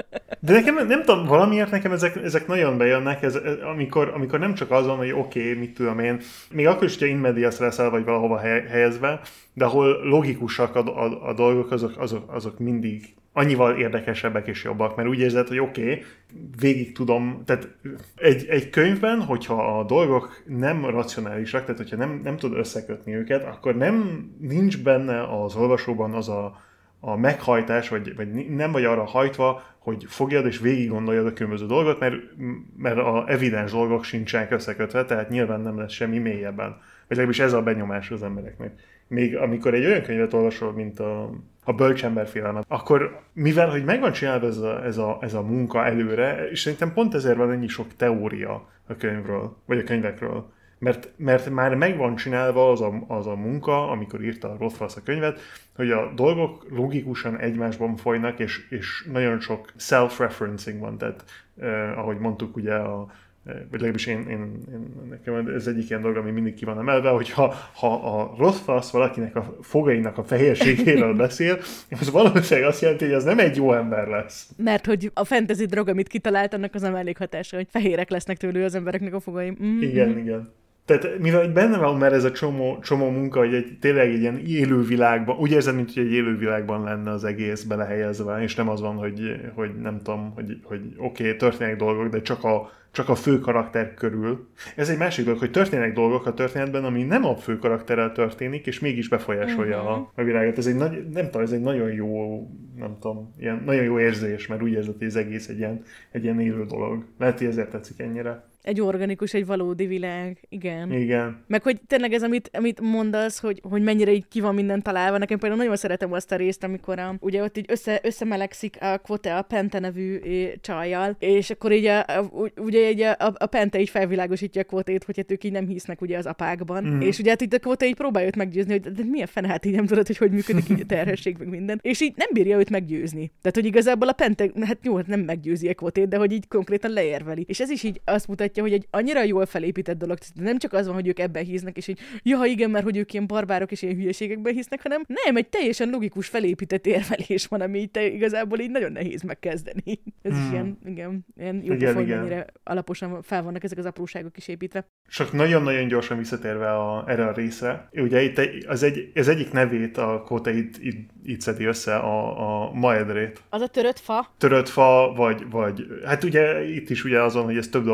B: De nekem, nem tudom, valamiért nekem ezek, ezek nagyon bejönnek, ez, ez, amikor, amikor nem csak azon, hogy oké, okay, mit tudom én, még akkor is, hogyha in medias leszel, vagy valahova helyezve, de ahol logikusak a, a, a dolgok, azok, azok, azok mindig annyival érdekesebbek és jobbak, mert úgy érzed, hogy oké, okay, végig tudom, tehát egy, egy könyvben, hogyha a dolgok nem racionálisak, tehát hogyha nem, nem tud összekötni őket, akkor nem nincs benne az olvasóban az a, a meghajtás, vagy, vagy nem vagy arra hajtva, hogy fogjad és végig gondoljad a különböző dolgot, mert, mert a evidens dolgok sincsenek összekötve, tehát nyilván nem lesz semmi mélyebben. Vagy legalábbis ez a benyomás az embereknek. Még amikor egy olyan könyvet olvasol, mint a, a Bölcsemberfélelmet, akkor mivel, hogy meg van csinálva ez a, ez, a, ez a munka előre, és szerintem pont ezért van ennyi sok teória a könyvről, vagy a könyvekről. Mert, mert már meg van csinálva az a, az a munka, amikor írta a Rothfuss a könyvet, hogy a dolgok logikusan egymásban folynak, és, és nagyon sok self-referencing van, tehát eh, ahogy mondtuk ugye a vagy legalábbis én, én, én, nekem ez egyik ilyen dolog, ami mindig ki van emelve, hogyha ha a Rothfuss valakinek a fogainak a fehérségéről beszél, az valószínűleg azt jelenti, hogy az nem egy jó ember lesz.
A: Mert hogy a fantasy drog, amit kitalált, annak az a mellékhatása, hogy fehérek lesznek tőle az embereknek a fogai. Mm-hmm.
B: Igen, igen. Tehát mivel benne van már ez a csomó, csomó munka, hogy egy, tényleg egy ilyen élővilágban, úgy érzed, mint hogy egy élővilágban lenne az egész belehelyezve, és nem az van, hogy, hogy nem tudom, hogy, hogy oké, okay, történnek dolgok, de csak a, csak a fő karakter körül. Ez egy másik dolog, hogy történnek dolgok a történetben, ami nem a fő karakterrel történik, és mégis befolyásolja uh-huh. a, a világot. Ez egy, nagy, nem tudom, ez egy nagyon jó, nem tudom, ilyen, nagyon jó érzés, mert úgy érzed, hogy ez egész egy ilyen, egy ilyen élő dolog. Lehet, hogy ezért tetszik ennyire.
A: Egy organikus, egy valódi világ, igen.
B: Igen.
A: Meg hogy tényleg ez, amit, amit mondasz, hogy, hogy mennyire így ki van minden találva. Nekem például nagyon szeretem azt a részt, amikor a, ugye ott így össze, összemelegszik a Quote a Pente nevű csajjal, és akkor így a, a, ugye így a, a, a Pente így felvilágosítja a Quotét, hogy hát ők így nem hisznek ugye az apákban. Mm. És ugye hát itt a Quote így próbálja őt meggyőzni, hogy de milyen fene, hát így nem tudod, hogy hogy működik így a terhesség, meg minden. És így nem bírja őt meggyőzni. Tehát, hogy igazából a Pente, hát jó, hát nem meggyőzi a Quotét, de hogy így konkrétan leérveli. És ez is így azt mutatja, hogy egy annyira jól felépített dolog, nem csak az van, hogy ők ebben hisznek, és így, ja, igen, mert hogy ők ilyen barbárok és ilyen hülyeségekben hisznek, hanem nem, egy teljesen logikus felépített érvelés van, ami te igazából így nagyon nehéz megkezdeni. Ez hmm. is ilyen, igen, ilyen jó pofon, mennyire alaposan fel vannak ezek az apróságok is építve.
B: Csak nagyon-nagyon gyorsan visszatérve a, erre a részre, ugye itt az, egy, az egyik nevét a Quote itt, itt, itt szedi össze, a, a Maedrét.
A: Az a törött fa?
B: Törött fa, vagy, vagy, hát ugye itt is ugye azon, hogy ez több dolgot jelent.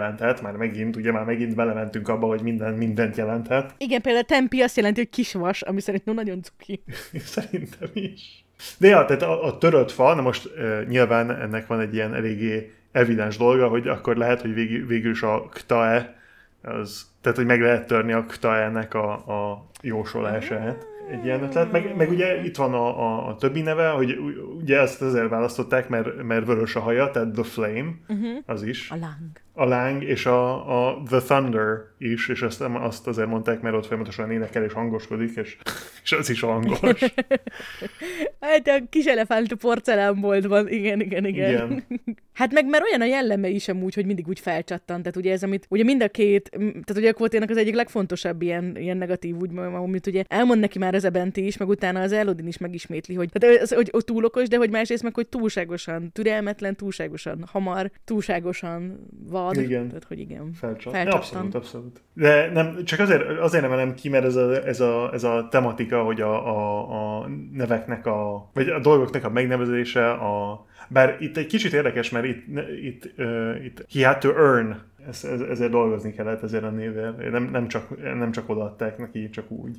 B: jelenthet, már megint, ugye már megint belementünk abba, hogy minden mindent jelenthet.
A: Igen, például tempi azt jelenti, hogy kisvas, ami szerintem nagyon cuki.
B: Szerintem is. De ja, tehát a, a törött fa, na most uh, nyilván ennek van egy ilyen eléggé evidens dolga, hogy akkor lehet, hogy végül, végül is a ktae, az, tehát hogy meg lehet törni a ktae-nek a, a jósolását. Egy ilyen ötlet. Meg, meg ugye itt van a, a, a többi neve, hogy ugye ezt azért választották, mert, mert vörös a haja, tehát The Flame, uh-huh. az is.
A: A láng.
B: A láng, és a, a The Thunder is, és azt, azt azért mondták, mert ott folyamatosan énekel és hangoskodik, és, és az is hangos.
A: Hát a kis elefánt a porcelánboltban, igen, igen, igen. igen. Hát meg mert olyan a jelleme is amúgy, hogy mindig úgy felcsattan, tehát ugye ez, amit ugye mind a két, tehát ugye a Quoténak az egyik legfontosabb ilyen, ilyen negatív, úgy, amit ugye elmond neki már az Ebenti is, meg utána az Elodin is megismétli, hogy, tehát az, hogy, hogy túl okos, de hogy másrészt meg, hogy túlságosan türelmetlen, túlságosan hamar, túlságosan vad.
B: Igen.
A: Tehát, hogy igen.
B: Felcsat. Ja, abszolút, abszolút. De nem, csak azért, azért emelem ki, mert ez a, ez a, ez a tematika, hogy a, a, a neveknek a, vagy a dolgoknak a megnevezése, a, bár itt egy kicsit érdekes, mert itt, itt, uh, itt he had to earn, ez, ez, ezért dolgozni kellett ezért a névvel. Nem, nem, csak, nem csak odaadták neki, csak úgy.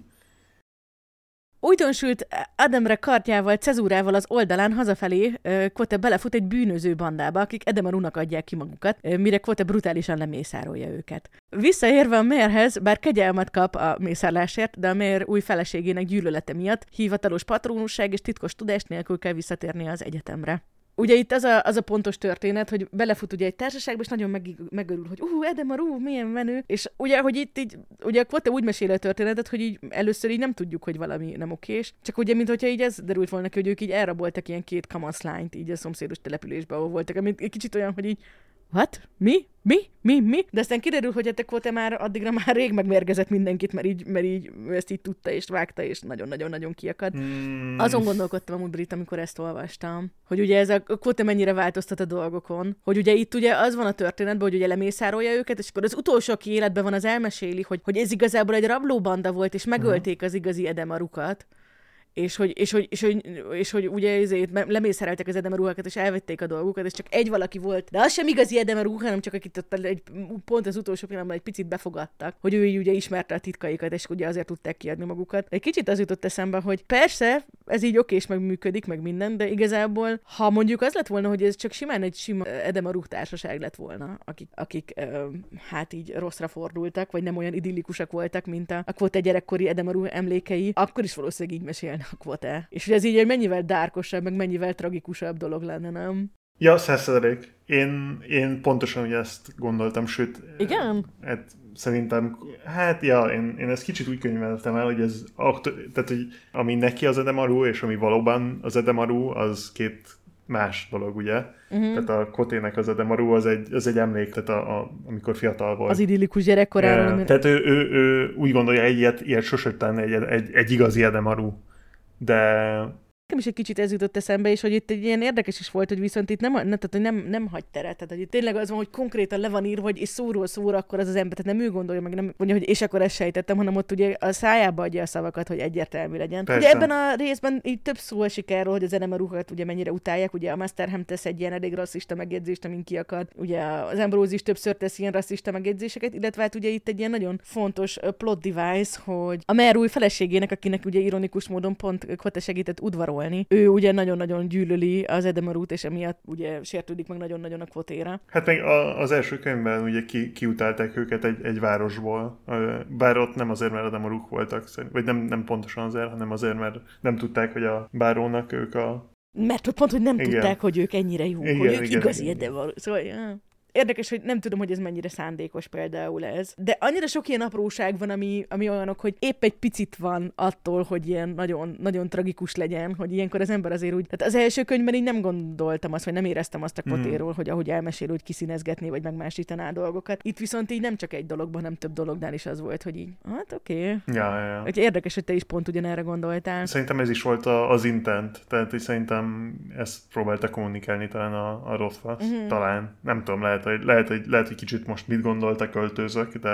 A: Újdonsült Edemre kartjával, cezúrával az oldalán hazafelé Quote belefut egy bűnöző bandába, akik Edemarunak adják ki magukat, mire Quote brutálisan lemészárolja őket. Visszaérve a Mayorhez, bár kegyelmet kap a mészárlásért, de a Mayor új feleségének gyűlölete miatt hivatalos patrónusság és titkos tudás nélkül kell visszatérnie az egyetemre. Ugye itt az a, az a pontos történet, hogy belefut ugye egy társaságba, és nagyon meg, megörül, hogy ú, Edemaru, milyen menő. És ugye, hogy itt így, ugye a Quote úgy mesél a történetet, hogy így először így nem tudjuk, hogy valami nem okés. Csak ugye, mint hogyha így ez derült volna ki, hogy ők így elraboltak ilyen két kamaszlányt így a szomszédos településben, ahol voltak, ami egy kicsit olyan, hogy így what? Mi? Mi? Mi? Mi? De aztán kiderül, hogy a Quote már addigra már rég megmérgezett mindenkit, mert így, mert így ezt így tudta és vágta, és nagyon-nagyon-nagyon kiakad. Mm. Azon gondolkodtam amúgy, Brit, amikor ezt olvastam, hogy ugye ez a Quote mennyire változtat a dolgokon, hogy ugye itt ugye az van a történetben, hogy ugye lemészárolja őket, és akkor az utolsó, aki életben van, az elmeséli, hogy, hogy ez igazából egy rablóbanda volt, és megölték az igazi Edemarukat. És hogy, és, hogy, és, hogy, és hogy ugye ezért lemészáreltek az Edemaruhakat, és elvették a dolgukat, és csak egy valaki volt. De az sem igazi Edemaru, hanem csak akit ott egy, pont az utolsó pillanatban egy picit befogadtak, hogy ő ugye ismerte a titkaikat, és ugye azért tudták kiadni magukat. Egy kicsit az jutott eszembe, hogy persze, ez így oké, és meg működik, meg minden, de igazából, ha mondjuk az lett volna, hogy ez csak simán egy sima Edemaru társaság lett volna, akik, akik ö, hát így rosszra fordultak, vagy nem olyan idillikusak voltak, mint a, a Quote gyerekkori Edemaru emlékei, akkor is valószínűleg így mesél a Quote. És hogy ez így egy mennyivel dárkosabb, meg mennyivel tragikusabb dolog lenne, nem?
B: Ja, százszerzelék. Én, én pontosan ugye ezt gondoltam, sőt...
A: Igen?
B: Hát, szerintem, hát ja, én, én ezt kicsit úgy könyveltem el, hogy ez, tehát, hogy ami neki az Edemaru, és ami valóban az Edemaru, az két más dolog, ugye? Uh-huh. Tehát a Quote-nek az Edemaru, az egy, az egy emlék, tehát a, a, amikor fiatal volt.
A: Az idillikus gyerekkoráról.
B: Ja, tehát ő, ő, ő úgy gondolja, hogy ilyet, ilyet sosem tenne egy, egy, egy igazi Edemaru. De...
A: Nekem is egy kicsit ez jutott eszembe, és hogy itt egy ilyen érdekes is volt, hogy viszont itt nem, ne, tehát, hogy nem, nem hagy teret. Tehát, hogy itt tényleg az van, hogy konkrétan le van írva, hogy és szóról szóra akkor az az ember, tehát nem ő gondolja, meg nem mondja, hogy és akkor ezt sejtettem, hanem ott ugye a szájába adja a szavakat, hogy egyértelmű legyen. Persze. Ugye ebben a részben így több szó esik erről, hogy az Edemarukat ugye mennyire utálják, ugye a Masterham tesz egy ilyen elég rasszista megjegyzést, amin kiakad. Ugye az Ambrose is többször tesz ilyen rasszista megjegyzéseket, illetve hát ugye itt egy ilyen nagyon fontos plot device, hogy a Mayor új feleségének, akinek ugye ironikus módon pont Quote segített udvarolni, ő ugye nagyon-nagyon gyűlöli az Edemarut, és emiatt ugye sértődik meg nagyon-nagyon a Quote-ra.
B: Hát meg a, az első könyvben ugye ki, kiutálták őket egy, egy városból. Bár ott nem azért, mert Edemaruk voltak, vagy nem, nem pontosan azért, hanem azért, mert nem tudták, hogy a bárónak ők a...
A: Mert ott pont, hogy nem igen. tudták, hogy ők ennyire jók,
B: igen,
A: hogy ők
B: igen,
A: igazi
B: igen.
A: Edemaru. Szóval, ja. Érdekes, hogy nem tudom, hogy ez mennyire szándékos például ez. De annyira sok ilyen apróság van, ami, ami olyanok, hogy épp egy picit van attól, hogy ilyen nagyon, nagyon tragikus legyen, hogy ilyenkor az ember azért úgy... Tehát az első könyvben így nem gondoltam azt, vagy nem éreztem azt a Quote-ról, mm. hogy ahogy elmesél, hogy kiszínezgetné, vagy megmásítaná a dolgokat. Itt viszont így nem csak egy dologban, hanem több dolognál is az volt, hogy így, hát oké. Okay.
B: Ja, ja, ja.
A: Hogy érdekes, hogy te is pont ugyanerre gondoltál.
B: Szerintem ez is volt a, az intent, tehát hogy szerintem ezt próbálta kommunikálni talán a, a Rothfuss. Mm-hmm. Talán. Nem tudom, lehet, lehet, hogy, lehet, hogy, lehet, hogy kicsit most mit gondoltak költőzök, de...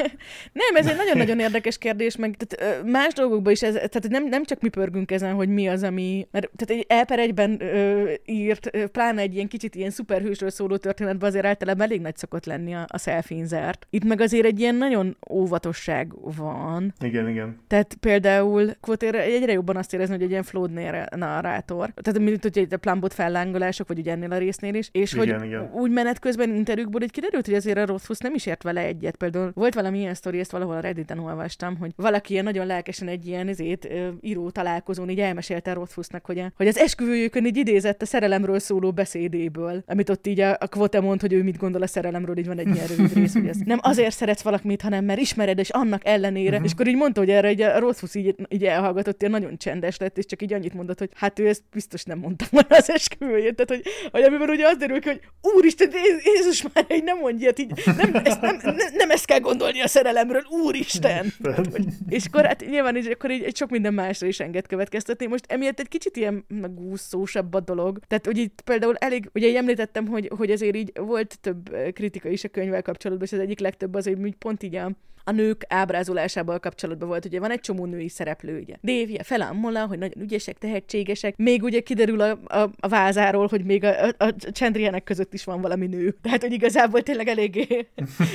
A: Nem, ez egy nagyon-nagyon érdekes kérdés, meg tehát, más dolgokban is, ez, tehát nem, nem csak mi pörgünk ezen, hogy mi az, ami... Mert, tehát egy E per egyben ö, írt, ö, pláne egy ilyen kicsit ilyen szuperhősről szóló történetben azért általában elég nagy szokott lenni a, a self-insert. Itt meg azért egy ilyen nagyon óvatosság van.
B: Igen, igen.
A: Tehát például Quote egyre jobban azt érezni, hogy egy ilyen flawed narrátor. Tehát mint hogy a plambot fellángolások, vagy ugye ennél a résznél is. És
B: igen,
A: hogy
B: igen.
A: úgy menet közben interjúkból így kiderült, hogy azért a Rothfuss nem is ért vele egyet. Például volt valami ilyen sztori, ezt valahol a Redditen olvastam, hogy valaki ilyen nagyon lelkesen egy ilyen ezért, író találkozón így elmesélte a Rothfussnak, hogy, a, hogy az esküvőjükön így idézett a szerelemről szóló beszédéből, amit ott így a, a Quote mond, hogy ő mit gondol a szerelemről, így van egy ilyen rövid rész, hogy ez nem azért szeretsz valakit, hanem mert ismered, és annak ellenére. Uh-huh. És akkor így mondta, hogy erre így a Rothfuss így, így elhallgatott, ilyen nagyon csendes lett, és csak így annyit mondott, hogy hát ő ezt biztos nem mondta volna az esküvőjét. Tehát, hogy, hogy amiben ugye az derül ki, hogy úristen, Jézus már így nem mondja, így nem, ezt, nem, nem, nem ezt kell gondolni a szerelemről, úristen. Hogy, és akkor hát nyilván így, akkor így, egy sok minden másra is enged következtetni. Most emiatt egy kicsit ilyen megúszósabb a dolog. Tehát, hogy itt például elég, ugye így említettem, hogy, hogy azért így volt több kritika is a könyvvel kapcsolatban, és az egyik legtöbb az, hogy pont így a a nők ábrázolásával kapcsolatban volt, ugye van egy csomó női szereplő, ugye. Davie, Felammola, hogy nagyon ügyesek, tehetségesek, még ugye kiderül a, a, a vázáról, hogy még a, a, a Chandrianek között is van valami nő. Tehát, hogy igazából tényleg eléggé,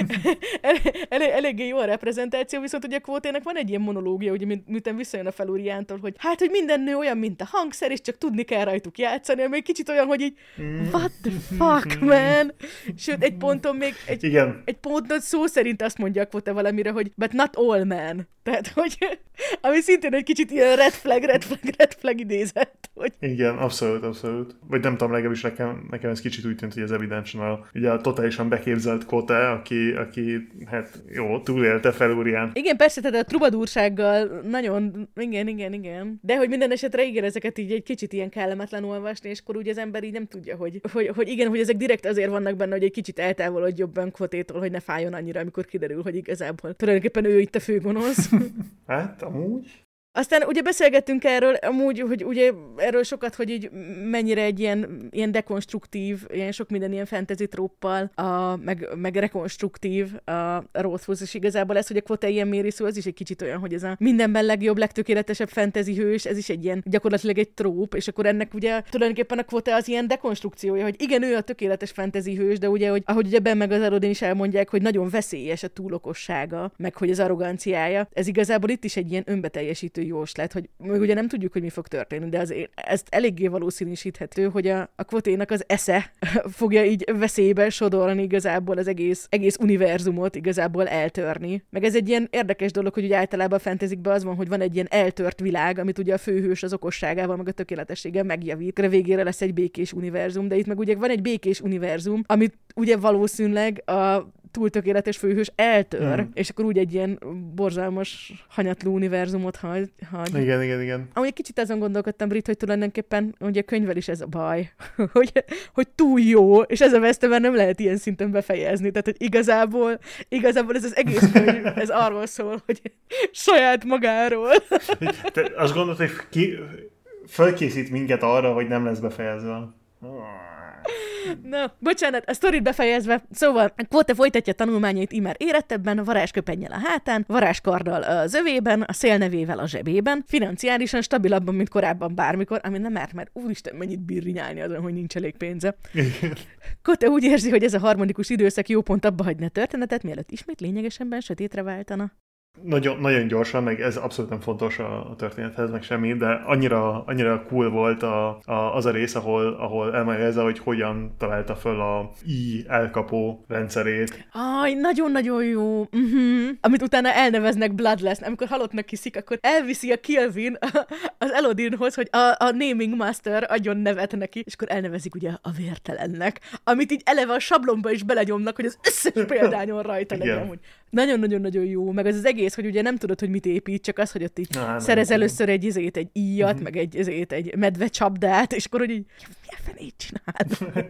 A: el, el, eléggé jó a reprezentáció, viszont ugye Quote-nek van egy ilyen monológia, ugye, miután visszajön a Feluriántól, hogy hát, hogy minden nő olyan, mint a hangszer, és csak tudni kell rajtuk játszani, még kicsit olyan, hogy így what the fuck, man? Sőt, egy ponton még, egy,
B: Igen.
A: egy ponton szó szerint azt mondja Quote valami, hogy but not all men. Tehát, hogy ami szintén egy kicsit ilyen red flag, red flag, red flag idézett. Hogy...
B: Igen, abszolút, abszolút. Vagy nem tudom, legalábbis nekem, nekem ez kicsit úgy tűnt, hogy az Evidential, ugye a totálisan beképzelt Quote, aki, aki hát jó, túlélte Felurián.
A: Igen, persze, tehát a trubadúrsággal nagyon, igen, igen, igen. De hogy minden esetre igen, ezeket így egy kicsit ilyen kellemetlen olvasni, és akkor úgy az ember így nem tudja, hogy, hogy, hogy igen, hogy ezek direkt azért vannak benne, hogy egy kicsit eltávolodj jobban Quote-tól, hogy ne fájjon annyira, amikor kiderül, hogy igazából tulajdonképpen ő itt a főgonosz.
B: Hát, amúgy.
A: Aztán ugye beszélgettünk erről, amúgy, hogy ugye erről sokat, hogy így mennyire egy ilyen, ilyen dekonstruktív, ilyen sok minden ilyen fantasy tróppal, a, meg, meg rekonstruktív a Rothfuss, és igazából ez, hogy a Quote ilyen méri szó, az is egy kicsit olyan, hogy ez a mindenben legjobb, legtökéletesebb fantasy hős, ez is egy ilyen gyakorlatilag egy tróp, és akkor ennek ugye tulajdonképpen a Quote az ilyen dekonstrukciója, hogy igen, ő a tökéletes fantasy hős, de ugye, hogy ahogy ugye Ben meg az Elodin is elmondják, hogy nagyon veszélyes a túlokossága, meg hogy az arroganciája. Ez igazából itt is egy ilyen önbeteljesítő jóslat, hogy még ugye nem tudjuk, hogy mi fog történni, de azért ezt eléggé valószínűsíthető, hogy a, a Quote-nak az esze fogja így veszélybe sodorni igazából az egész, egész univerzumot igazából eltörni. Meg ez egy ilyen érdekes dolog, hogy ugye általában a fantasyben az van, hogy van egy ilyen eltört világ, amit ugye a főhős az okosságával, meg a tökéletességgel megjavít, a végére lesz egy békés univerzum, de itt meg ugye van egy békés univerzum, amit ugye valószínűleg a túl tökéletes főhős eltör, mm. és akkor úgy egy ilyen borzalmas, hanyatló univerzumot hagy. hagy.
B: Igen, igen, igen.
A: Amúgy egy kicsit azon gondolkodtam, Brit, hogy tulajdonképpen ugye a könyvvel is ez a baj, hogy, hogy túl jó, és ez a Westerben nem lehet ilyen szinten befejezni. Tehát, hogy igazából, igazából ez az egész könyv, ez arról szól, hogy saját magáról.
B: Te azt gondolod, hogy ki, fölkészít minket arra, hogy nem lesz befejezve.
A: Na, bocsánat, a sztorit befejezve. Szóval Quote folytatja tanulmányait immár érettebben, varázsköpennyel a hátán, varázskarddal az övében, a szélnevével a zsebében, financiálisan stabilabban, mint korábban bármikor, ami nem árt, mert úristen, mennyit birrinyálni azon, hogy nincs elég pénze. Quote úgy érzi, hogy ez a harmonikus időszak jó pont abba hagyna a történetet, mielőtt ismét lényegesebben sötétre váltana.
B: Nagyon, nagyon gyorsan, meg ez abszolút nem fontos a, a történethez, meg semmi, de annyira, annyira cool volt a, a, az a rész, ahol, ahol elmagyarázza, hogy hogyan találta föl a I elkapó rendszerét.
A: Aj, nagyon-nagyon jó. Uh-huh. Amit utána elneveznek Bloodless, amikor halottnak hiszik, akkor elviszi a Kilvin az Elodinhoz, hogy a, a Naming Master adjon nevet neki, és akkor elnevezik ugye a vértelennek, amit így eleve a sablonba is belegyomnak, hogy az összes példányon rajta legyen, hogy nagyon-nagyon-nagyon jó, meg az az egész, hogy ugye nem tudod, hogy mit épít, csak az, hogy ott így Na, szerez nem, először egy izét, egy íjat, uh-huh. meg egy izét, egy medvecsapdát, és akkor hogy így, mi a fenét csináld?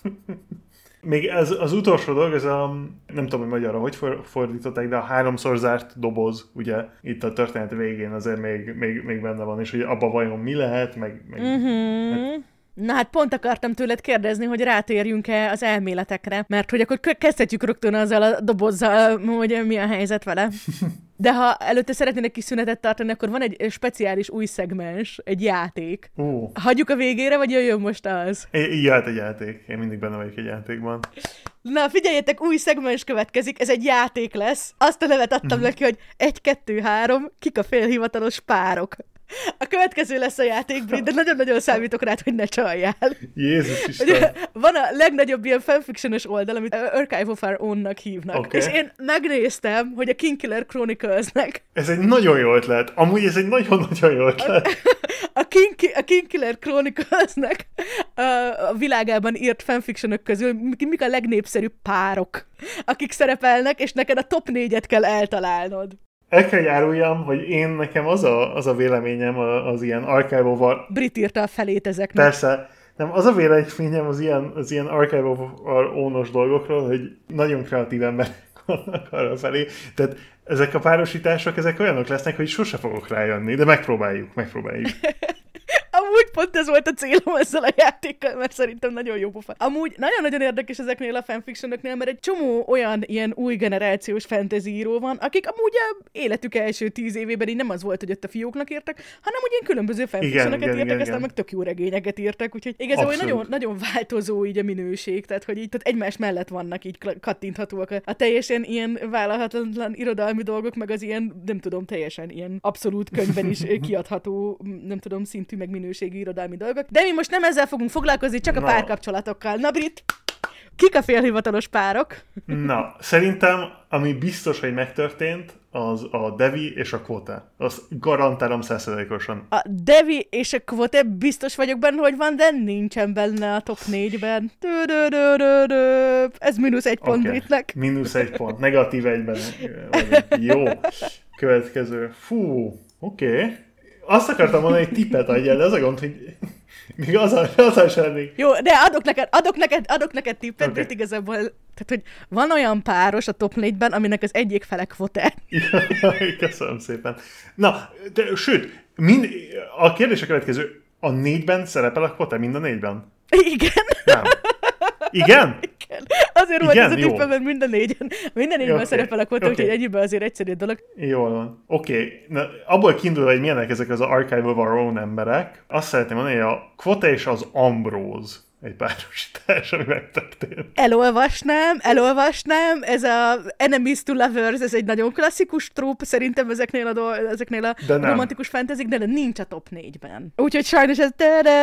B: Még ez az utolsó dolog, ez a, nem tudom, hogy magyarra hogy fordították, de a háromszor zárt doboz, ugye, itt a történet végén azért még, még, még benne van, és hogy abban vajon mi lehet, meg... meg
A: uh-huh.
B: hát,
A: Na hát pont akartam tőled kérdezni, hogy rátérjünk-e az elméletekre, mert hogy akkor kezdhetjük rögtön azzal a dobozzal, hogy mi a helyzet vele. De ha előtte szeretnének kis szünetet tartani, akkor van egy speciális új szegmens, egy játék.
B: Uh.
A: Hagyjuk a végére, vagy jöjjön most az?
B: I- jöhet egy játék. Én mindig benne vagyok egy játékban.
A: Na, figyeljetek, új szegmens következik, ez egy játék lesz. Azt a nevet adtam neki, hogy egy, kettő, három, kik a félhivatalos párok. A következő lesz a játék, Brit, de nagyon-nagyon számítok rád, hogy ne csaljál.
B: Jézus Isten.
A: Van a legnagyobb ilyen fanfiction-ös oldal, amit Archive of Our Own-nak hívnak. Okay. És én megnéztem, hogy a Kingkiller Chronicles-nek...
B: Ez egy nagyon jó ötlet. Amúgy ez egy nagyon-nagyon jó ötlet.
A: A, King, a Kingkiller Chronicles-nek a, a világában írt fanfictionok közül mik a legnépszerűbb párok, akik szerepelnek, és neked a top négyet kell eltalálnod.
B: El kell járuljam, hogy én nekem az a, az a véleményem az ilyen Archive-val...
A: Brit írta a felét ezeknek.
B: Persze. Nem, az a véleményem az ilyen, az ilyen Archive-val ónos dolgokról, hogy nagyon kreatív emberek vannak arra felé. Tehát ezek a párosítások, ezek olyanok lesznek, hogy sose fogok rájönni, de megpróbáljuk, megpróbáljuk.
A: Amúgy pont ez volt a célom ezzel a játékkal, mert szerintem nagyon jó pofa. Amúgy nagyon-nagyon érdekes ezeknél a fanfictionoknél, mert egy csomó olyan ilyen új generációs fantasy író van, akik amúgy a életük első tíz évében így nem az volt, hogy ott a fióknak írtak, hanem úgy ilyen különböző fanfictionokat írtak, igen, aztán igen. meg tök jó regényeket írtak, úgyhogy igazából nagyon, nagyon változó így a minőség, tehát hogy így tehát egymás mellett vannak így kattinthatóak a, a teljesen ilyen vállalhatatlan irodalmi dolgok, meg az ilyen, nem tudom, teljesen ilyen abszolút könyvben is kiadható, nem tudom, szintű meg minőségű irodalmi dolgok. De mi most nem ezzel fogunk foglalkozni, csak a
B: Na.
A: párkapcsolatokkal. Na, Brit, kik a félhivatalos párok?
B: Na, szerintem, ami biztos, hogy megtörtént, az a Devi és a Quote. Azt garantálom százszerzalékosan.
A: A Devi és a Quote biztos vagyok benne, hogy van, de nincsen benne a top négyben. Ez mínusz egy pont
B: okay.
A: Britnek.
B: Mínusz egy pont. Negatív egyben. Jó. Következő. Fú, oké. Okay. Azt akartam mondani, hogy tippet adjál, de az a gond, hogy még azzal sem lennék.
A: Jó, de adok neked, adok neked, adok neked tippet, okay. Brit igazából, tehát, hogy van olyan páros a top négyben, aminek az egyik fele Quote.
B: Köszönöm szépen. Na, de, sőt, mind, a kérdés a következő. A négyben szerepel a Quote, mind a négyben?
A: Igen.
B: Nem. Igen?
A: Igen. Azért
B: Igen?
A: volt ez a tippem, mert minden négyen, minden négyben okay. szerepel a Quote, okay. úgyhogy egyébben azért egyszerű dolog.
B: Jól van. Oké. Okay. Abból kiindulva, hogy milyenek ezek az Archive of Our Own emberek, azt szeretném mondani, hogy a Quote és az Ambrose egy párosítás, ami megtörtént.
A: Elolvasnám, elolvasnám, ez a Enemies to Lovers, ez egy nagyon klasszikus tróp szerintem ezeknél a, do- ezeknél a romantikus fantasy-k, de nincs a top négyben. Úgyhogy sajnos ez...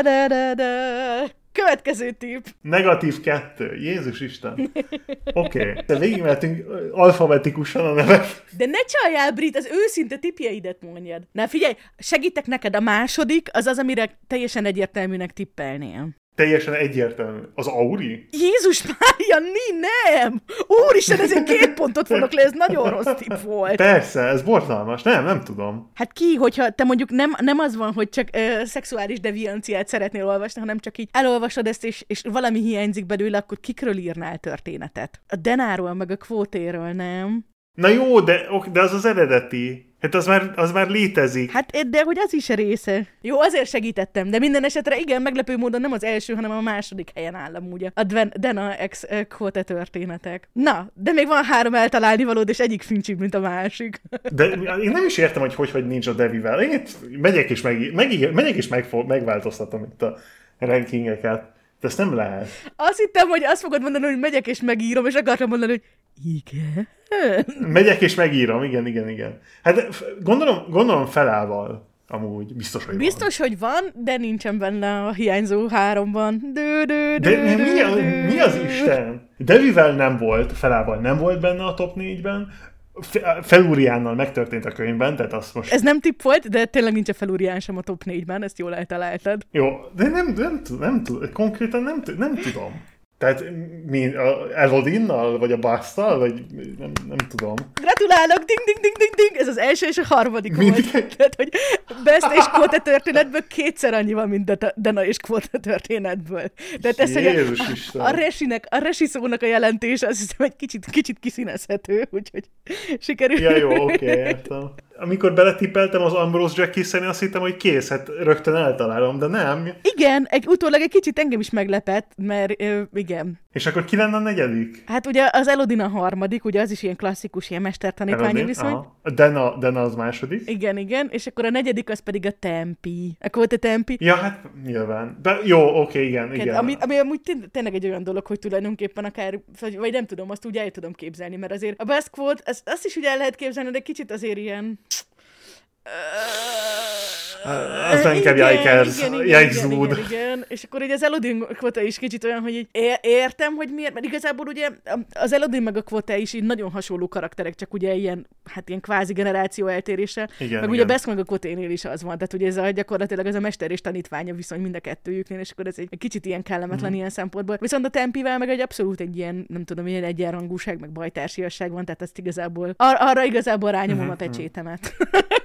A: Következő tipp.
B: Negatív kettő. Jézus Isten. Oké. Okay. De végigmehetünk alfabetikusan a nevek.
A: De ne csaljál, Brit, az őszinte tippjeidet mondjad. Na figyelj, segítek neked, a második, az az, amire teljesen egyértelműnek tippelnél.
B: Teljesen egyértelmű. Az Auri?
A: Jézus Mária, mi nem! Úristen, ezért két pontot fogok le, ez nagyon rossz tipp volt.
B: Persze, ez borzalmas. Nem, nem tudom.
A: Hát ki, hogyha te mondjuk nem, nem az van, hogy csak uh, szexuális devianciát szeretnél olvasni, hanem csak így elolvasod ezt, és, és valami hiányzik belőle, akkor kikről írnál történetet? A Denáról, meg a Quote-ről, nem?
B: Na jó, de, de az az eredeti. Hát az már, az már létezik.
A: Hát, de hogy az is része. Jó, azért segítettem, de minden esetre igen, meglepő módon nem az első, hanem a második helyen áll amúgy a Dena ex Quote történetek. Na, de még van három eltalálni valód, és egyik fincsibb, mint a másik.
B: De én nem is értem, hogy hogy, hogy nincs a Devivel. Én itt megyek és, meg, meg, megyek és meg, megváltoztatom itt a rankingeket. De ezt nem lehet.
A: Azt hittem, hogy azt fogod mondani, hogy megyek és megírom, és akartam mondani, hogy igen.
B: Megyek és megírom, igen, igen, igen. Hát gondolom, gondolom felállval amúgy biztos, hogy
A: biztos,
B: van.
A: hogy van, de nincsen benne a hiányzó háromban. Dö, dö,
B: de
A: dö,
B: mi,
A: dö,
B: a, mi az Isten? Devivel nem volt, felállval nem volt benne a top négyben, Feluriánnal megtörtént a könyvben, tehát azt most...
A: Ez nem tipp volt, de tényleg nincs a Felurián sem a top négyben, ezt jól eltaláltad.
B: Jó, de nem, nem, nem, nem, konkrétan nem, nem tudom. Tehát mi, a Elodinnal, vagy a Basztal, vagy nem, nem tudom.
A: Gratulálok, ding, ding, ding, ding, ding, ez az első és a harmadik volt. Tehát, hogy Best és Quote történetből kétszer annyi van, mint Dena és Quote történetből. Tehát ez, hogy a, a, a, resinek, a resi szónak a jelentés, azt hiszem, egy kicsit, kicsit kiszínezhető, úgyhogy sikerül.
B: Ja, jó, oké, okay, értem. amikor beletippeltem az Ambrose Jackis-en, azt hittem, hogy kész, hát rögtön eltalálom, de nem.
A: Igen, egy, utólag egy kicsit engem is meglepett, mert ö, igen.
B: És akkor ki lenne a negyedik?
A: Hát ugye az Elodin a harmadik, ugye az is ilyen klasszikus, ilyen mestertanítványi viszony.
B: Aha. Dena, Dena az második.
A: Igen, igen, és akkor a negyedik az pedig a Tempi. Akkor volt a Tempi.
B: Ja, hát nyilván. De jó, oké, igen,
A: igen.
B: igen.
A: Ami, ami amúgy tényleg egy olyan dolog, hogy tulajdonképpen akár, vagy, vagy nem tudom, azt úgy el tudom képzelni, mert azért a best quote, azt, azt is úgy el lehet képzelni, de kicsit azért ilyen...
B: Az nem inkább Jikers, Jikeszúd.
A: Igen, igen, és akkor így az Elodin kvota is kicsit olyan, hogy így értem, hogy miért, mert igazából ugye az Elodin meg a kvota is így nagyon hasonló karakterek, csak ugye ilyen, hát ilyen kvázi generáció eltérése, igen, meg igen. Ugye Besz meg a kvoténél is az van, tehát ugye ez a, gyakorlatilag ez a mester és tanítványa viszony mind a kettőjüknél, és akkor ez egy, egy kicsit ilyen kellemetlen mm. ilyen szempontból. Viszont a Tempivel meg egy abszolút egy ilyen, nem tudom, ilyen egyenrangúság, meg bajtársiasság van, tehát ezt igazából, ar- arra igazából rányomom mm-hmm. a pecsétemet.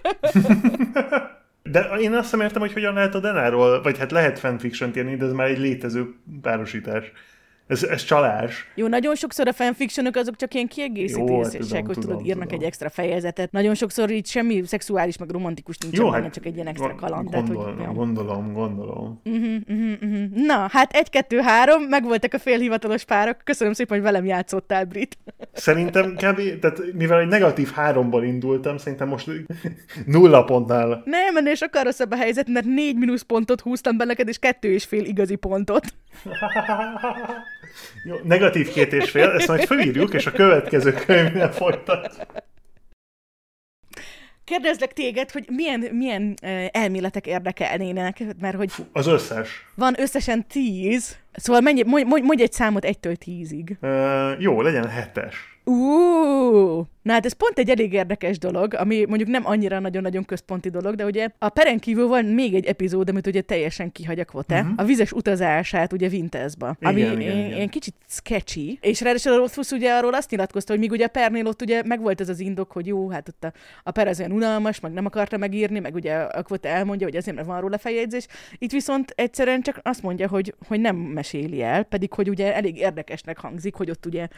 B: De én azt sem értem, hogy hogyan lehet a Denáról, vagy hát lehet fanfiction-t írni, de ez már egy létező párosítás. Ez, ez csalás.
A: Jó, nagyon sokszor a fanfictionok azok csak ilyen kiegészítések, hogy tudod, írnak tudom. Egy extra fejezetet. Nagyon sokszor így semmi szexuális, meg romantikus nincsen benne, hát csak egy ilyen extra kaland.
B: Gondol,
A: tehát, hogy,
B: ja. Gondolom, gondolom.
A: Uh-huh, uh-huh, uh-huh. Na, hát egy, kettő, három, megvoltak a félhivatalos párok. Köszönöm szépen, hogy velem játszottál, Brit.
B: Szerintem kb. Tehát mivel egy negatív háromból indultam, szerintem most nulla pontnál.
A: Nem, ennél sokkal rosszabb a helyzet, mert négy mínuszpontot húztam be neked, és kettő és fél igazi pontot.
B: Jó, negatív két és fél, ezt majd fölírjuk, és a következő könyvnél folytatjuk.
A: Kérdezlek téged, hogy milyen, milyen uh, elméletek érdekelnének, mert hogy...
B: Az összes.
A: Van összesen tíz, szóval mennyi, mondj, mondj egy számot egytől tízig.
B: Uh, jó, legyen hetes.
A: Uh, na hát ez pont egy elég érdekes dolog, ami mondjuk nem annyira nagyon-nagyon központi dolog, de ugye a peren kívül van még egy epizód, amit ugye teljesen kihagy a Kvothe, uh-huh. a vizes utazását ugye Vintesba, ami
B: igen, igen, igen.
A: ilyen kicsit sketchy, és ráadásul a Rothfuss ugye arról azt nyilatkozta, hogy míg ugye a pernél ott ugye megvolt ez az indok, hogy jó, hát ott a, a per az olyan unalmas, meg nem akarta megírni, meg ugye a Kvothe elmondja, hogy azért, mert van róla feljegyzés, itt viszont egyszerűen csak azt mondja, hogy, hogy nem meséli el, pedig hogy ugye elég érdekesnek hangzik, hogy ott ugye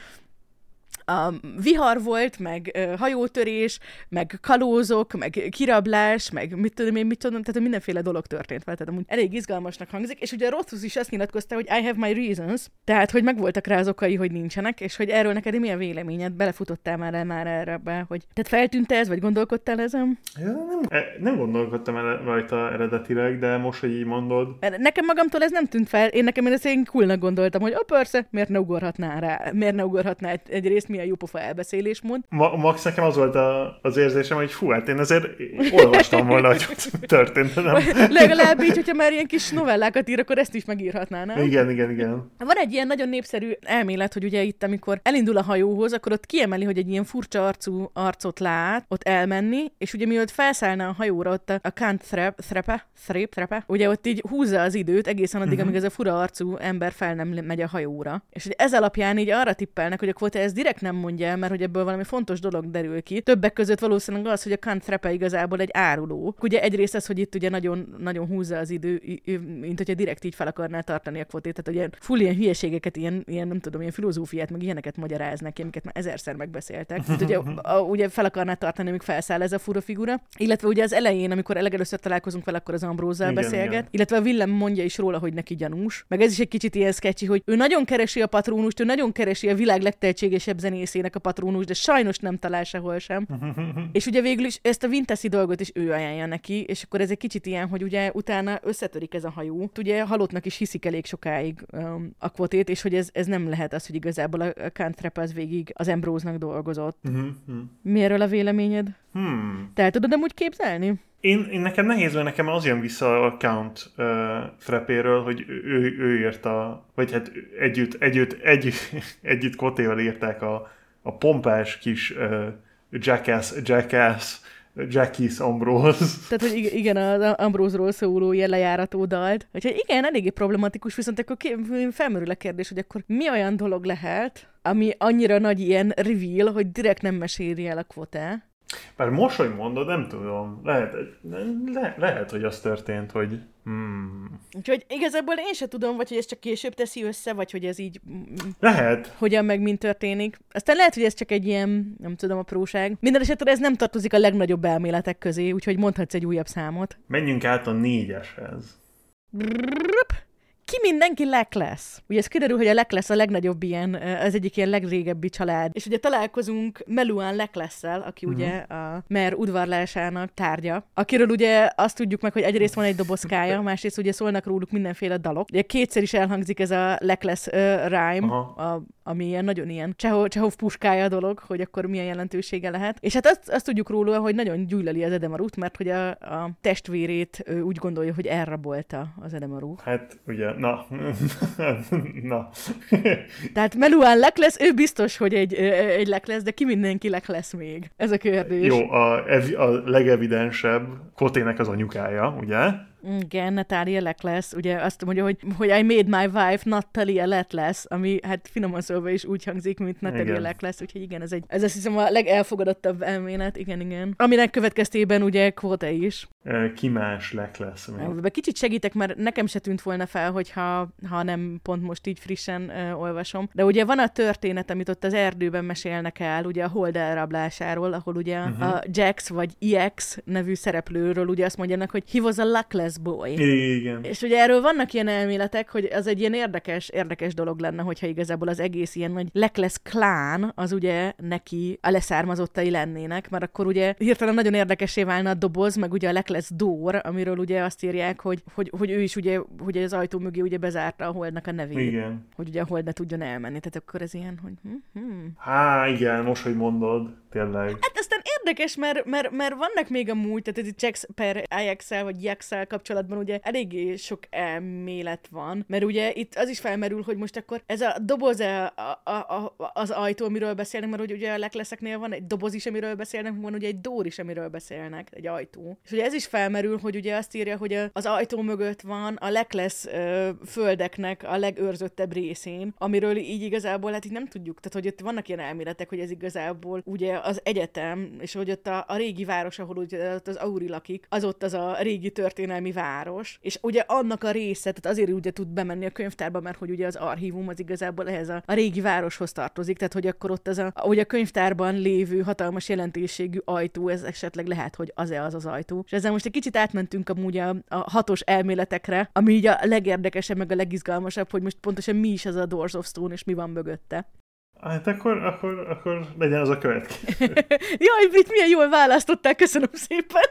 A: a vihar volt, meg uh, hajótörés, meg kalózok, meg kirablás, meg mit tudom én, mit tudom, tehát mindenféle dolog történt fel, tehát amúgy elég izgalmasnak hangzik, és ugye a Rothfuss is azt nyilatkozta, hogy I have my reasons, tehát hogy megvoltak rá az okai, hogy nincsenek, és hogy erről neked mi a véleményed, belefutottál már el már erre be, hogy tehát feltűnt ez, vagy gondolkodtál ezen?
B: Ja, nem, nem gondolkodtam el rajta eredetileg, de most, hogy így mondod.
A: Nekem magamtól ez nem tűnt fel, én nekem én ezt én coolnak gondoltam, hogy a persze, miért ne ugorhatná rá, miért ne ugorhatná egy, egy részt, milyen jópofa elbeszélésmód.
B: Ma, max nekem az volt a, az érzésem, hogy fú, hát én azért olvastam volna, hogy történt, nem?
A: Legalább így, hogyha már ilyen kis novellákat ír, akkor ezt is megírhatná, nem?
B: Igen, igen, igen.
A: Van egy ilyen nagyon népszerű elmélet, hogy ugye itt, amikor elindul a hajóhoz, akkor ott kiemeli, hogy egy ilyen furcsa arcú arcot lát ott elmenni, és ugye mielőtt felszállna a hajóra, ott a, a Kant Threpe, Threpe, Threpe, ugye ott így húzza az időt egészen addig, uh-huh. amíg ez a fura arcú ember fel nem megy a hajóra. És ugye ez alapján így arra tippelnek, hogy a Kvothe ez direkt nem mondja el, mert hogy ebből valami fontos dolog derül ki. Többek között valószínűleg az, hogy a Kant Threpe igazából egy áruló. Ugye egyrészt az, hogy itt ugye nagyon, nagyon húzza az idő, mint hogyha direkt így fel akarná tartani a Kvothét, tehát ugye full ilyen hülyeségeket, ilyen, ilyen nem tudom, ilyen filozófiát, meg ilyeneket magyaráz neki, amiket már ezerszer megbeszéltek. Tehát ugye, a, ugye fel akarná tartani, amíg felszáll ez a fura figura. Illetve ugye az elején, amikor legelőször találkozunk vele, akkor az Ambrózzal beszélget. Igen. Illetve a Willem mondja is róla, hogy neki gyanús. Meg ez is egy kicsit ilyen sketchy, hogy ő nagyon keresi a patrónust, ő nagyon keresi a világ legtehetségesebb zenészének a patrónus, de sajnos nem talál sehol sem. És ugye végül is ezt a Vintesi dolgot is ő ajánlja neki, és akkor ez egy kicsit ilyen, hogy ugye utána összetörik ez a hajó. Ugye halottnak is hiszik elég sokáig um, a Kvothét, és hogy ez, ez nem lehet az, hogy igazából a Kant Threpe az végig az Ambrose-nak dolgozott. Mi erről a véleményed?
B: Hmm.
A: Te el tudod amúgy képzelni?
B: Én, én nekem nehéz, mert nekem az jön vissza a Count uh, Threpe-ről, hogy ő, ő írta, vagy hát együtt, együtt, együtt, együtt Kvothéval írták a, a pompás kis uh, Jackass, Jackass, Jackis Ambrose.
A: Tehát, hogy igen, az Ambrose-ról szóló ilyen lejárató dalt. Úgyhogy igen, eléggé problematikus, viszont akkor felmerül a kérdés, hogy akkor mi olyan dolog lehet, ami annyira nagy ilyen reveal, hogy direkt nem meséli el a Kvothe.
B: Bár most, hogy mondod, nem tudom. Lehet, le, lehet hogy az történt, hogy... Hmm.
A: Úgyhogy igazából én se tudom, vagy hogy ez csak később teszi össze, vagy hogy ez így...
B: Lehet.
A: Hogyan meg mint történik. Aztán lehet, hogy ez csak egy ilyen, nem tudom, apróság. Minden esetre ez nem tartozik a legnagyobb elméletek közé, úgyhogy mondhatsz egy újabb számot.
B: Menjünk át a négyeshez.
A: Ki mindenki Lek lesz? Ugye ez kiderül, hogy a Lek lesz a legnagyobb ilyen, az egyik ilyen legrégebbi család. És ugye találkozunk Meluan Lek lesz-el, aki uh-huh. ugye a Mer udvarlásának tárgya, akiről ugye azt tudjuk meg, hogy egyrészt van egy dobozkája, másrészt ugye szólnak róluk mindenféle dalok. Ugye kétszer is elhangzik ez a Lek lesz uh, rhyme, a, ami ilyen nagyon ilyen Csehov, Csehov puskája dolog, hogy akkor milyen jelentősége lehet. És hát azt, azt tudjuk róla, hogy nagyon gyűlöli az Edemarut, mert hogy a, a testvérét úgy gondolja, hogy elrabolta az Edemaru.
B: Hát ugye Na. Na.
A: Tehát Meluan Lek lesz, ő biztos, hogy egy, egy Lek lesz, de ki mindenki Lek lesz még? Ez a kérdés.
B: Jó, a, a legevidensebb Kotének az anyukája, ugye?
A: Igen, Natalia Lek lesz. Ugye azt mondja, hogy, hogy I made my wife Natalia Lek lesz, ami hát finoman szólva is úgy hangzik, mint Natalia Lek lesz, úgyhogy igen, ez, egy, ez azt hiszem a legelfogadottabb elmélet, igen, igen. Aminek következtében ugye Kvóta is.
B: Ki más Lek lesz?
A: Be kicsit segítek, mert nekem se tűnt volna fel, hogyha ha nem pont most így frissen uh, olvasom. De ugye van a történet, amit ott az erdőben mesélnek el, ugye a hold elrablásáról, ahol ugye uh-huh. a Jax vagy E X nevű szereplőről ugye azt mondják, hogy he was a luckless boy.
B: Igen.
A: És ugye erről vannak ilyen elméletek, hogy az egy ilyen érdekes, érdekes dolog lenne, hogyha igazából az egész ilyen nagy Lekles klán, az ugye neki a leszármazottai lennének, mert akkor ugye hirtelen nagyon érdekessé válna a doboz, meg ugye a Lekles Door, amiről ugye azt írják, hogy, hogy, hogy ő is ugye, ugye az ajtó mögé ugye bezárta a Holdnak a nevét.
B: Igen.
A: Hogy ugye a Hold ne tudjon elmenni. Tehát akkor ez ilyen, hogy... Hm-hm.
B: Há, igen, most, hogy mondod, tényleg.
A: Hát aztán érdekes, mert, mert, mert vannak még amúgy, tehát ez Jax per Ajax-el vagy Jax-el kapcsolatban ugye eléggé sok elmélet van, mert ugye itt az is felmerül, hogy most akkor ez a doboz a, a, a, az ajtó, amiről beszélnek, mert hogy ugye a Lekleszeknél van egy doboz is, amiről beszélnek, van ugye egy door is, amiről beszélnek, egy ajtó. És ugye ez is felmerül, hogy ugye azt írja, hogy az ajtó mögött van a Leklesz ö, földeknek a legőrzöttebb részén, amiről így igazából hát így nem tudjuk, tehát hogy ott vannak ilyen elméletek, hogy ez igazából ugye az egyetem, és hogy ott a, a régi város, ahol ugye ott az Auri lakik, az ott az a régi történelmi város, és ugye annak a része, tehát azért ugye tud bemenni a könyvtárba, mert hogy ugye az archívum az igazából ehhez a, a régi városhoz tartozik, tehát hogy akkor ott az a, ugye a könyvtárban lévő hatalmas jelentőségű ajtó, ez esetleg lehet, hogy az-e az az ajtó. És ezzel most egy kicsit átmentünk amúgy a, a hatos elméletekre, ami így a legérdekesebb, meg a legizgalmasabb, hogy most pontosan mi is az a Doors of Stone, és mi van mögötte.
B: Hát akkor, akkor, akkor legyen az a következő.
A: Jaj, Brit, milyen jól választották, köszönöm szépen!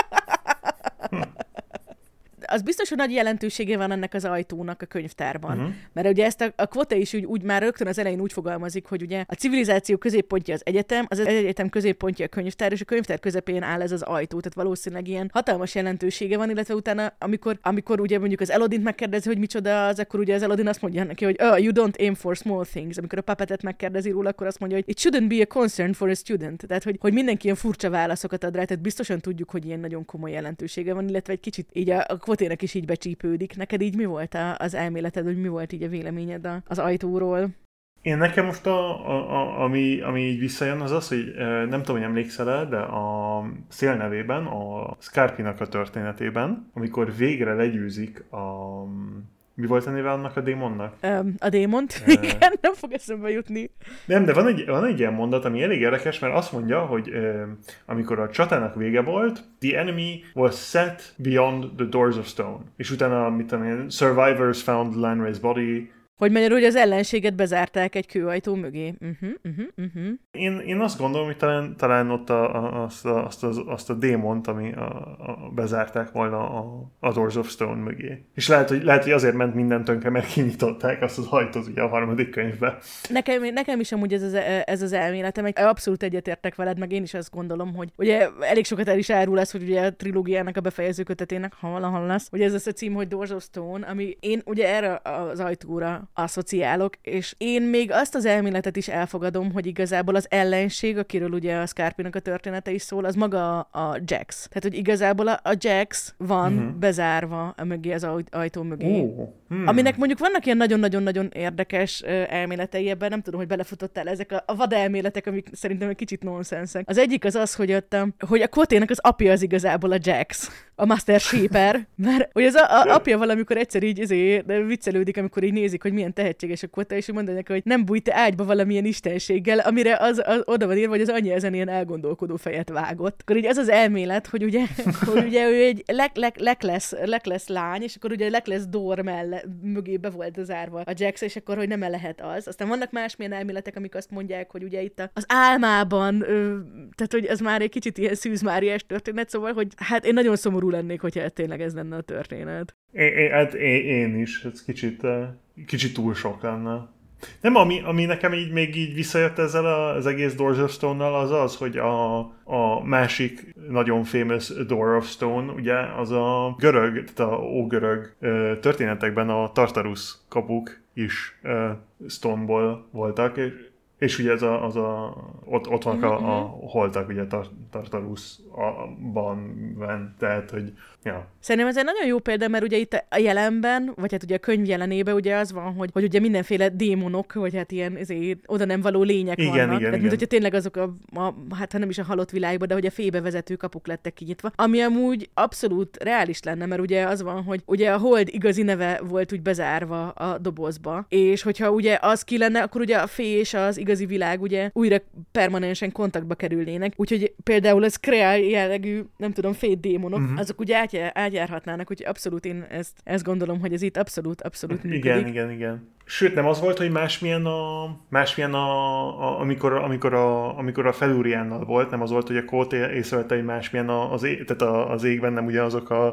A: Az biztos, hogy nagy jelentősége van ennek az ajtónak a könyvtárban. Uh-huh. Mert ugye ezt a, a Kvóta is úgy, úgy már rögtön az elején úgy fogalmazik, hogy ugye a civilizáció középpontja az egyetem, az egyetem középpontja a könyvtár, és a könyvtár közepén áll ez az ajtó, tehát valószínűleg ilyen hatalmas jelentősége van, illetve utána, amikor, amikor ugye mondjuk az Elodint megkérdezi, hogy micsoda az, akkor ugye az Elodin azt mondja neki, hogy oh, you don't aim for small things. Amikor a Puppetet megkérdezi róla, akkor azt mondja, hogy it shouldn't be a concern for a student. Tehát, hogy, hogy mindenki ilyen furcsa válaszokat ad rá, tehát biztosan tudjuk, hogy ilyen nagyon komoly jelentősége van, illetve egy kicsit így a, a Kvótének is így becsípődik. Neked így mi volt a, az elméleted, hogy mi volt így a véleményed a, az ajtóról?
B: Én nekem most, a, a, a, ami, ami így visszajön, az az, hogy nem tudom, hogy emlékszel-e, de a Szél nevében, a Scarpinak a történetében, amikor végre legyőzik a... Mi volt a neve annak a démonnak?
A: Um, a démont? Uh, Igen, nem fog eszembe jutni.
B: Nem, de van egy, van egy ilyen mondat, ami elég érdekes, mert azt mondja, hogy uh, amikor a csatának vége volt, the enemy was set beyond the doors of stone. És utána, mit tudom én, survivors found Lanray's body.
A: Hogy magyarul, hogy az ellenséget bezárták egy kőajtó mögé. Uh-huh, uh-huh, uh-huh.
B: Én, én azt gondolom, hogy talán, talán ott a, a, azt, a, azt, a, azt a démont, ami a, a, bezárták volna a, a Doors of Stone mögé. És lehet hogy, lehet, hogy azért ment minden tönkre, mert kinyitották azt az ajtót ugye a harmadik könyvbe.
A: Nekem, nekem is amúgy ez az, ez az elméletem, egy abszolút egyetértek veled, meg én is azt gondolom, hogy ugye elég sokat el is árul ez, hogy ugye a trilógiának a befejező kötetének, ha valaha lesz, hogy ez az a cím, hogy Doors of Stone, ami én ugye erre az ajtóra asszociálok, és én még azt az elméletet is elfogadom, hogy igazából az ellenség, akiről ugye a Scarpinak a története is szól, az maga a Jax. Tehát, hogy igazából a, a Jax van uh-huh. bezárva a mögé, az ajtó mögé. Oh. Hmm. Aminek mondjuk vannak ilyen nagyon-nagyon-nagyon érdekes uh, elméletei ebben, nem tudom, hogy belefutottál ezek a, a vad elméletek, amik szerintem egy kicsit nonsenszek. Az egyik az az, hogy, ott, hogy a Quotének az apja az igazából a Jax, a Master Shaper, mert hogy az a, a apja valamikor egyszer így ezért viccelődik, amikor így nézik, hogy milyen tehetséges a Quote, és mondja neki, hogy nem bújj te ágyba valamilyen istenséggel, amire az, az oda van írva, hogy az anyja ezen ilyen elgondolkodó fejet vágott. Akkor így az az elmélet, hogy ugye, hogy ugye ő egy Leckless Leckless lány, és akkor ugye Leckless door mellett mögébe volt zárva a Jax, és akkor, hogy nem lehet az. Aztán vannak másmilyen elméletek, amik azt mondják, hogy ugye itt az álmában, ö, tehát hogy ez már egy kicsit ilyen szűzmáriás történet, szóval, hogy hát én nagyon szomorú lennék, hogyha tényleg ez lenne a történet.
B: É, é, hát én, én is, ez kicsit, kicsit túl sok lenne. Nem, ami, ami nekem így még így visszajött ezzel az egész Doors of Stone-nal, az az, hogy a, a másik nagyon famous Door of Stone, ugye, az a görög, tehát a ógörög történetekben a Tartarus kapuk is Stone-ból voltak, és És ugye ez a, az a, ott, ott vannak uh-huh. a, a holtak, ugye tar, Tartarusban van, tehát, hogy ja.
A: Szerintem ez egy nagyon jó példa, mert ugye itt a jelenben, vagy hát ugye a könyv jelenében ugye az van, hogy, hogy ugye mindenféle démonok, vagy hát ilyen ezért oda nem való lények
B: igen,
A: vannak.
B: Igen,
A: tehát,
B: igen.
A: mint hogyha tényleg azok a, a, hát ha nem is a halott világban, de hogy a fébe vezető kapuk lettek kinyitva. Ami amúgy abszolút reális lenne, mert ugye az van, hogy ugye a hold igazi neve volt úgy bezárva a dobozba, és hogyha ugye az ki lenne, akkor ugye a fé és az igazi világ ugye újra permanensen kontaktba kerülnének. Úgyhogy például a Skreal jellegű, nem tudom, fét démonok, uh-huh. azok ugye átjár, átjárhatnának, úgyhogy abszolút én ezt, ezt gondolom, hogy ez itt abszolút, abszolút működik.
B: Igen, igen, igen. Sőt, nem az volt, hogy másmilyen a, másmilyen a, a amikor, amikor, a, amikor a Feluriánnal volt, nem az volt, hogy a Quote észrevette, hogy másmilyen a, az, ég, tehát a, az égben nem ugyanazok a,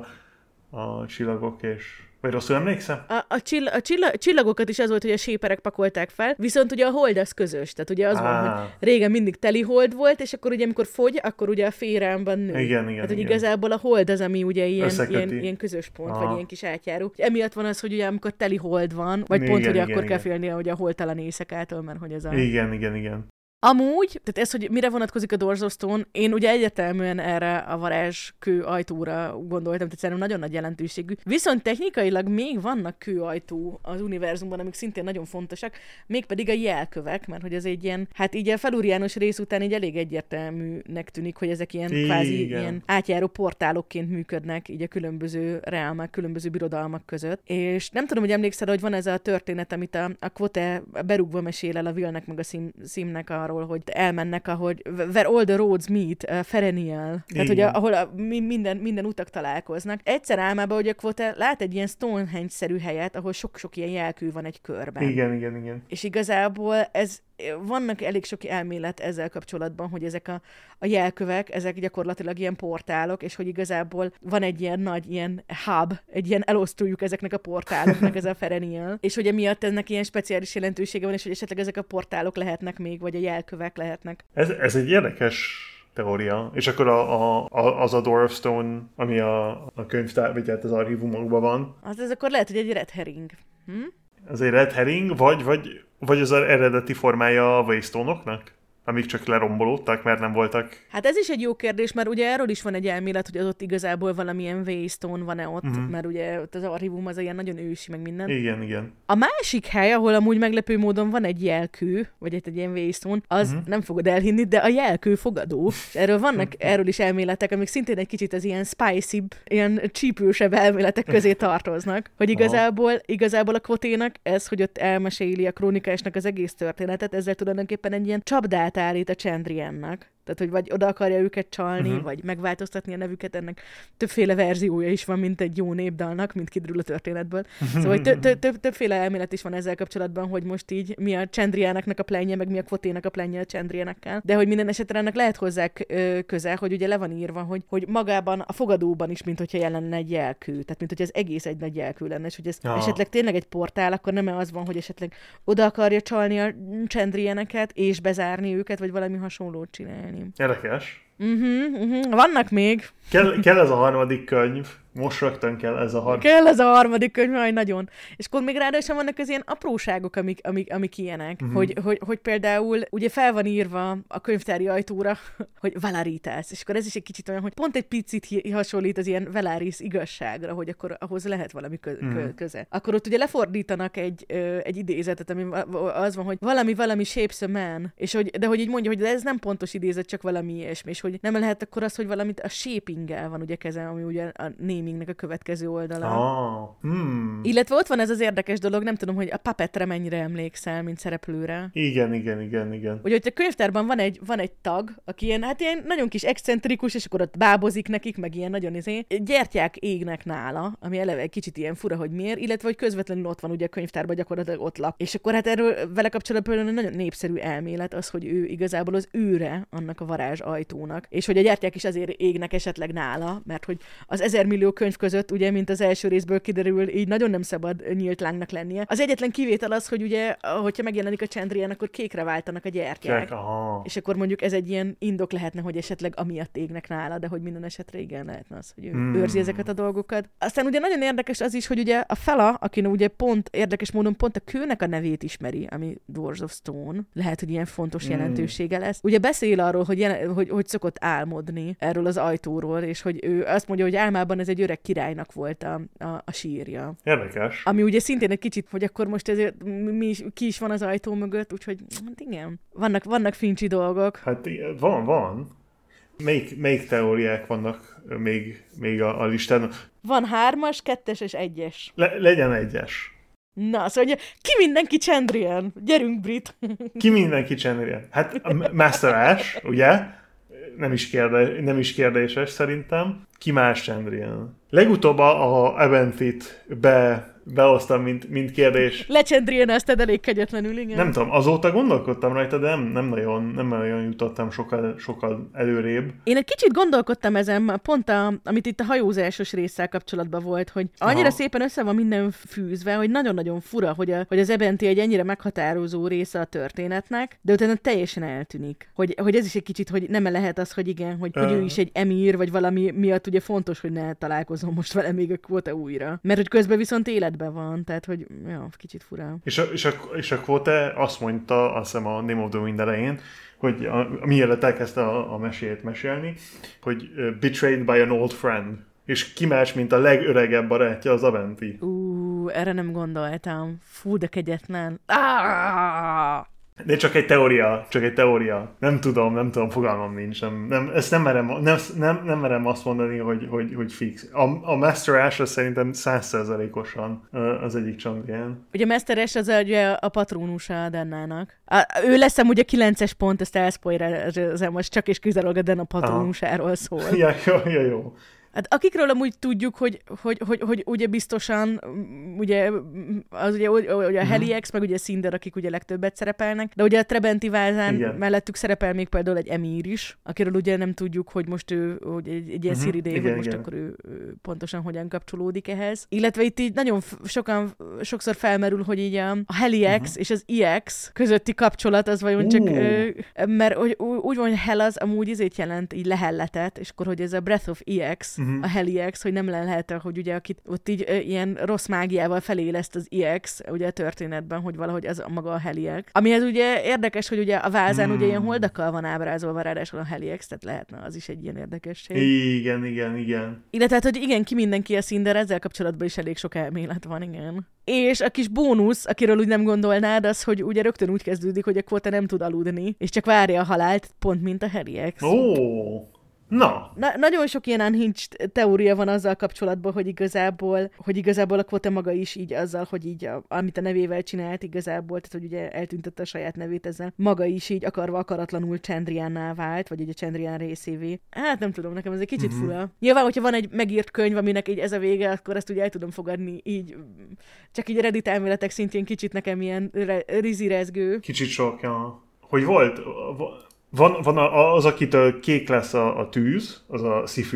B: a csillagok és... Vagy rosszul emlékszem?
A: A, a, csill, a csill, csillagokat is az volt, hogy a séperek pakolták fel, viszont ugye a hold az közös. Tehát ugye az ah. van, hogy régen mindig teli hold volt, és akkor ugye amikor fogy, akkor ugye a félrámban nő.
B: Igen, igen,
A: hát hogy
B: igen.
A: igazából a hold az, ami ugye ilyen, ilyen, ilyen közös pont, ah. vagy ilyen kis átjáró. Emiatt van az, hogy ugye amikor teli hold van, vagy igen, pont, hogy igen, akkor igen. kell félnie, hogy a holdtalan éjszakától, mert hogy ez a...
B: Igen, igen, igen.
A: Amúgy, tehát ez, hogy mire vonatkozik a Doors of Stone, én ugye egyértelműen erre a varázskő ajtóra gondoltam, tehát szerintem nagyon nagy jelentőségű. Viszont technikailag még vannak kőajtó az univerzumban, amik szintén nagyon fontosak, mégpedig a jelkövek, mert hogy ez egy ilyen, hát így a feluriános rész után így elég egyértelműnek tűnik, hogy ezek ilyen
B: igen.
A: kvázi ilyen átjáró portálokként működnek így a különböző realmak, különböző birodalmak között. És nem tudom, hogy emlékszel, hogy van ez a történet, amit a, a Quote berúgva mesél el a Willnek meg a Sim, Simnek arról, hogy elmennek, ahogy where all the roads meet, uh, Ferenial. Tehát, hogy a, ahol a, minden, minden utak találkoznak. Egyszer álmában, hogy a Quote lát egy ilyen Stonehenge-szerű helyet, ahol sok-sok ilyen jelkő van egy körben.
B: Igen, igen, igen.
A: És igazából ez vannak elég sok elmélet ezzel kapcsolatban, hogy ezek a, a jelkövek, ezek gyakorlatilag ilyen portálok, és hogy igazából van egy ilyen nagy ilyen hub, egy ilyen elosztójuk ezeknek a portáloknak, ez a Ferenial, és hogy emiatt ennek ilyen speciális jelentősége van, és hogy esetleg ezek a portálok lehetnek még, vagy a jelkövek lehetnek.
B: Ez, ez egy érdekes teória. És akkor a, a, az a Door of Stone, ami a, a könyvtár, vagy hát az archívumokban van.
A: Az ez akkor lehet, hogy egy red herring. Hm?
B: Az egy red herring, vagy, vagy, vagy az eredeti formája a Waystone-oknak? Amik csak lerombolódtak, mert nem voltak...
A: Hát ez is egy jó kérdés, mert ugye erről is van egy elmélet, hogy az ott igazából valamilyen Waystone van-e ott, uh-huh. mert ugye ott az archívum az ilyen nagyon ősi, meg minden.
B: Igen, igen.
A: A másik hely, ahol amúgy meglepő módon van egy jelkő, vagy egy ilyen Waystone, az uh-huh. nem fogod elhinni, de a jelkő fogadó. És erről vannak erről is elméletek, amik szintén egy kicsit az ilyen spicy-b, ilyen csípősebb elméletek közé tartoznak. Hogy igazából, igazából a Quote-nak ez, hogy ott elmeséli a krónikásnak az egész történetet, ezzel tulajdonképpen egy ilyen csapdát állít a Chandriannak. Tehát, hogy vagy oda akarja őket csalni, uh-huh. vagy megváltoztatni a nevüket, ennek többféle verziója is van, mint egy jó népdalnak, mint kiderül a történetből. Szóval többféle elmélet is van ezzel kapcsolatban, hogy most így mi a Chandrianaknak a plenje, meg mi a Quote-nak a plenje a Chandrianakkel. De hogy minden esetre ennek lehet hozzá köze, hogy ugye le van írva, hogy, hogy magában a fogadóban is, mint hogyha jelenne egy jelkő. Tehát, mint hogy az egész egy nagy jelkő lenne, és hogy ez ja. esetleg tényleg egy portál, akkor nem az van, hogy esetleg oda akarja csalni a Chandrianeket, és bezárni őket, vagy valami hasonlót csinálni.
B: Érdekes.
A: Uh-huh, uh-huh. Vannak még.
B: Kell, kell ez a harmadik könyv. Most rögtön kell ez a harmadik.
A: Kell ez a harmadik könyv, majd nagyon. És akkor még ráadásul vannak az ilyen apróságok, amik, amik, amik ilyenek. Uh-huh. Hogy, hogy, hogy például ugye fel van írva a könyvtári ajtóra, hogy Valaritas. És akkor ez is egy kicsit olyan, hogy pont egy picit hasonlít az ilyen Valaris igazságra, hogy akkor ahhoz lehet valami kö- uh-huh. köze. Akkor ott ugye lefordítanak egy, ö, egy idézetet, ami az van, hogy valami, valami shapes a man. És hogy, de hogy így mondja, hogy de ez nem pontos idézet, csak valami ilyesmi. És hogy nem lehet akkor az, hogy valamit a shaping-gel van ugye kezem, ami ugye a namingnek a következő oldala.
B: Oh. Hmm.
A: Illetve ott van ez az érdekes dolog, nem tudom, hogy a Puppetre mennyire emlékszel, mint szereplőre.
B: Igen, igen, igen, igen.
A: Ugye, hogy a könyvtárban van egy, van egy tag, aki ilyen, hát ilyen nagyon kis excentrikus, és akkor ott bábozik nekik, meg ilyen nagyon izé. Gyertyák égnek nála, ami eleve egy kicsit ilyen fura, hogy miért, illetve hogy közvetlenül ott van ugye a könyvtárban gyakorlatilag ott lap. És akkor hát erről vele kapcsolatban nagyon népszerű elmélet az, hogy ő igazából az őre annak a varázs ajtónak. És hogy a gyertyák is azért égnek esetleg nála, mert hogy az ezer millió könyv között, ugye, mint az első részből kiderül, így nagyon nem szabad nyílt lángnak lennie. Az egyetlen kivétel az, hogy ugye, hogyha megjelenik a Chandrian, akkor kékre váltanak a gyertyák. És akkor mondjuk ez egy ilyen indok lehetne, hogy esetleg amiatt égnek nála, de hogy minden esetre igen lehetne az, hogy ő hmm. őrzi ezeket a dolgokat. Aztán ugye nagyon érdekes az is, hogy ugye a Fela, aki ugye pont érdekes módon pont a kőnek a nevét ismeri, ami Doors of Stone, lehet, hogy ilyen fontos jelentősége lesz. Ugye beszél arról, hogy, jelen, hogy, hogy szokott álmodni erről az ajtóról, és hogy ő azt mondja, hogy álmában ez egy öreg királynak volt a, a, a sírja.
B: Érdekes.
A: Ami ugye szintén egy kicsit, hogy akkor most ezért mi is, ki is van az ajtó mögött, úgyhogy hát igen, vannak, vannak fincsi dolgok.
B: Hát van, van. Melyik, melyik teóriák vannak még, még a, a listán?
A: Van hármas, kettes és egyes.
B: Le, legyen egyes.
A: Na, szóval ugye, ki mindenki Chandrian? Gyerünk, Brit!
B: Ki mindenki Chandrian? Hát a Master Ash, ugye? Nem is, kérde, nem is kérdéses szerintem. Ki más Chandrian? Legutóbb a, a Eventhit be, behoztam, mint, mint kérdés.
A: Lecsendrienezted elég kegyetlenül, igen.
B: Nem tudom, azóta gondolkodtam rajta, de nem, nem, nagyon, nem nagyon jutottam sokkal, sokkal előrébb.
A: Én egy kicsit gondolkodtam ezen, pont a, amit itt a hajózásos résszel kapcsolatban volt, hogy annyira Aha. szépen össze van minden fűzve, hogy nagyon-nagyon fura, hogy, a, hogy az Ebenti egy ennyire meghatározó része a történetnek, de utána teljesen eltűnik. Hogy, hogy ez is egy kicsit, hogy nem lehet az, hogy igen, hogy, hogy ő is egy emír, vagy valami miatt ugye fontos, hogy ne találkozom most vele még a kvóta újra. Mert hogy közben viszont életben van, tehát hogy ja, kicsit fura.
B: És a, és a, és a kvóta azt mondta, azt hiszem a Name of the Wind elején, hogy a, a, mielőtt elkezdte a, a mesét mesélni, hogy uh, betrayed by an old friend. És ki más, mint a legöregebb barátja az Aventi.
A: Ú, erre nem gondoltam. Fú, de kegyetlen. Ah!
B: De csak egy teória, csak egy teória. Nem tudom, nem tudom, fogalmam nincs. Nem, nem, ezt nem merem, nem, nem, nem merem azt mondani, hogy, hogy, hogy fix. A, a Master Ash az szerintem száz százalékosan az egyik Chandrian.
A: Ugye a Master Ash az ugye a patrónusa a Dennának. A, ő lesz amúgy a kilences pont, ezt elszpoilerezem, most csak és kizárólag a Denna patrónusáról szól.
B: Ja, jó, jó, jó.
A: Hát akikről amúgy tudjuk, hogy, hogy, hogy, hogy ugye biztosan, ugye, az ugye, ugye a Heliex, meg ugye Cinder, akik ugye legtöbbet szerepelnek, de ugye a Trebenti vázán igen. mellettük szerepel még például egy emír is, akiről ugye nem tudjuk, hogy most ő, hogy egy, egy ilyen uh-huh. Ciri, hogy most igen. akkor ő, ő pontosan hogyan kapcsolódik ehhez. Illetve itt így nagyon sokan, sokszor felmerül, hogy így a, a Heliex uh-huh. és az i iksz közötti kapcsolat az vajon uh. csak, ö, mert hogy, úgy van, hogy Hel az amúgy izét jelent, így lehelletet, és akkor, hogy ez a Breath of i iksz, uh-huh. a Heliex, hogy nem lehet, hogy ugye akit ott így ö, ilyen rossz mágiával feléleszt az i iksz, ugye a történetben, hogy valahogy ez a maga a Heliex. Amihez ugye érdekes, hogy ugye a vázán hmm. ugye ilyen holdakkal van ábrázolva ráadásul a Heliex, tehát lehetne az is egy ilyen érdekesség.
B: Igen, igen, igen.
A: Illetve hát, hogy igen, ki mindenki a Cinder, ezzel kapcsolatban is elég sok elmélet van, igen. És a kis bónusz, akiről úgy nem gondolnád, az, hogy ugye rögtön úgy kezdődik, hogy a kvóta nem tud aludni, és csak várja a halált, pont mint a Heliex.
B: Ó! Oh. Na.
A: Na, nagyon sok ilyen unhinged teória van azzal kapcsolatban, hogy igazából, hogy igazából a kvóta maga is így azzal, hogy így a, amit a nevével csinált igazából, tehát hogy ugye eltüntette a saját nevét ezzel, maga is így akarva akaratlanul Chandriannál vált, vagy ugye a Chandrian részévé. Hát nem tudom, nekem ez egy kicsit mm-hmm. fura. Nyilván, hogyha van egy megírt könyv, aminek így ez a vége, akkor ezt ugye el tudom fogadni így, csak így a Reddit elméletek szintjén kicsit nekem ilyen re- rizirezgő.
B: Kicsit sok, ja. Hogy volt... Van, van az, akitől kék lesz a, a tűz, az a Siphus,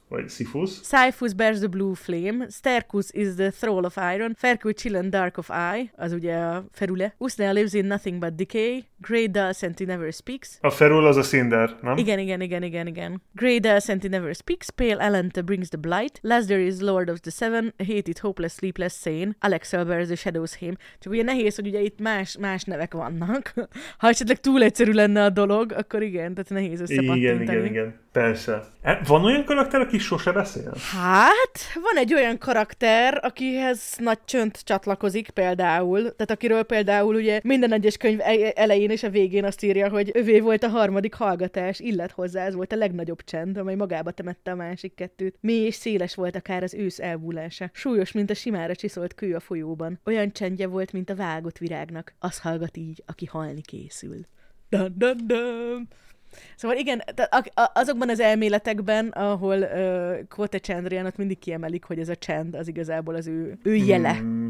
B: vagy Sifus.
A: Siphus bears the blue flame, Stercus is the thrall of iron, Fercu chillen dark of eye, az ugye a Ferule. Usnea lives in nothing but decay, Grey Dalsenti never speaks.
B: A Ferul az a Cinder, nem?
A: Igen, igen, igen, igen, igen. Grey Dalsenti never speaks, Pale Alenta brings the blight, Lasder is lord of the seven, Hated, hopeless, sleepless, sane, Alexel bears the shadow's hame. Csak ugye nehéz, hogy ugye itt más, más nevek vannak. Ha esetleg túl egyszerű lenne a dolog, akkor igen, tehát nehéz összepattintani.
B: Igen, igen, igen, persze. Van olyan karakter, aki sose beszél?
A: Hát, van egy olyan karakter, akihez nagy csönd csatlakozik például, tehát akiről például ugye minden egyes könyv elején és a végén azt írja, hogy övé volt a harmadik hallgatás, illet hozzá, ez volt a legnagyobb csend, amely magába temette a másik kettőt. Mély és széles volt akár az ősz elbúlása, súlyos, mint a simára csiszolt kő a folyóban. Olyan csendje volt, mint a vágott virágnak. Az hallgat így, aki halni készül. Dun, dun, dun. Szóval igen, azokban az elméletekben, ahol uh, Quote Chandrianot mindig kiemelik, hogy ez a csend az igazából az ő, ő jele. Mm.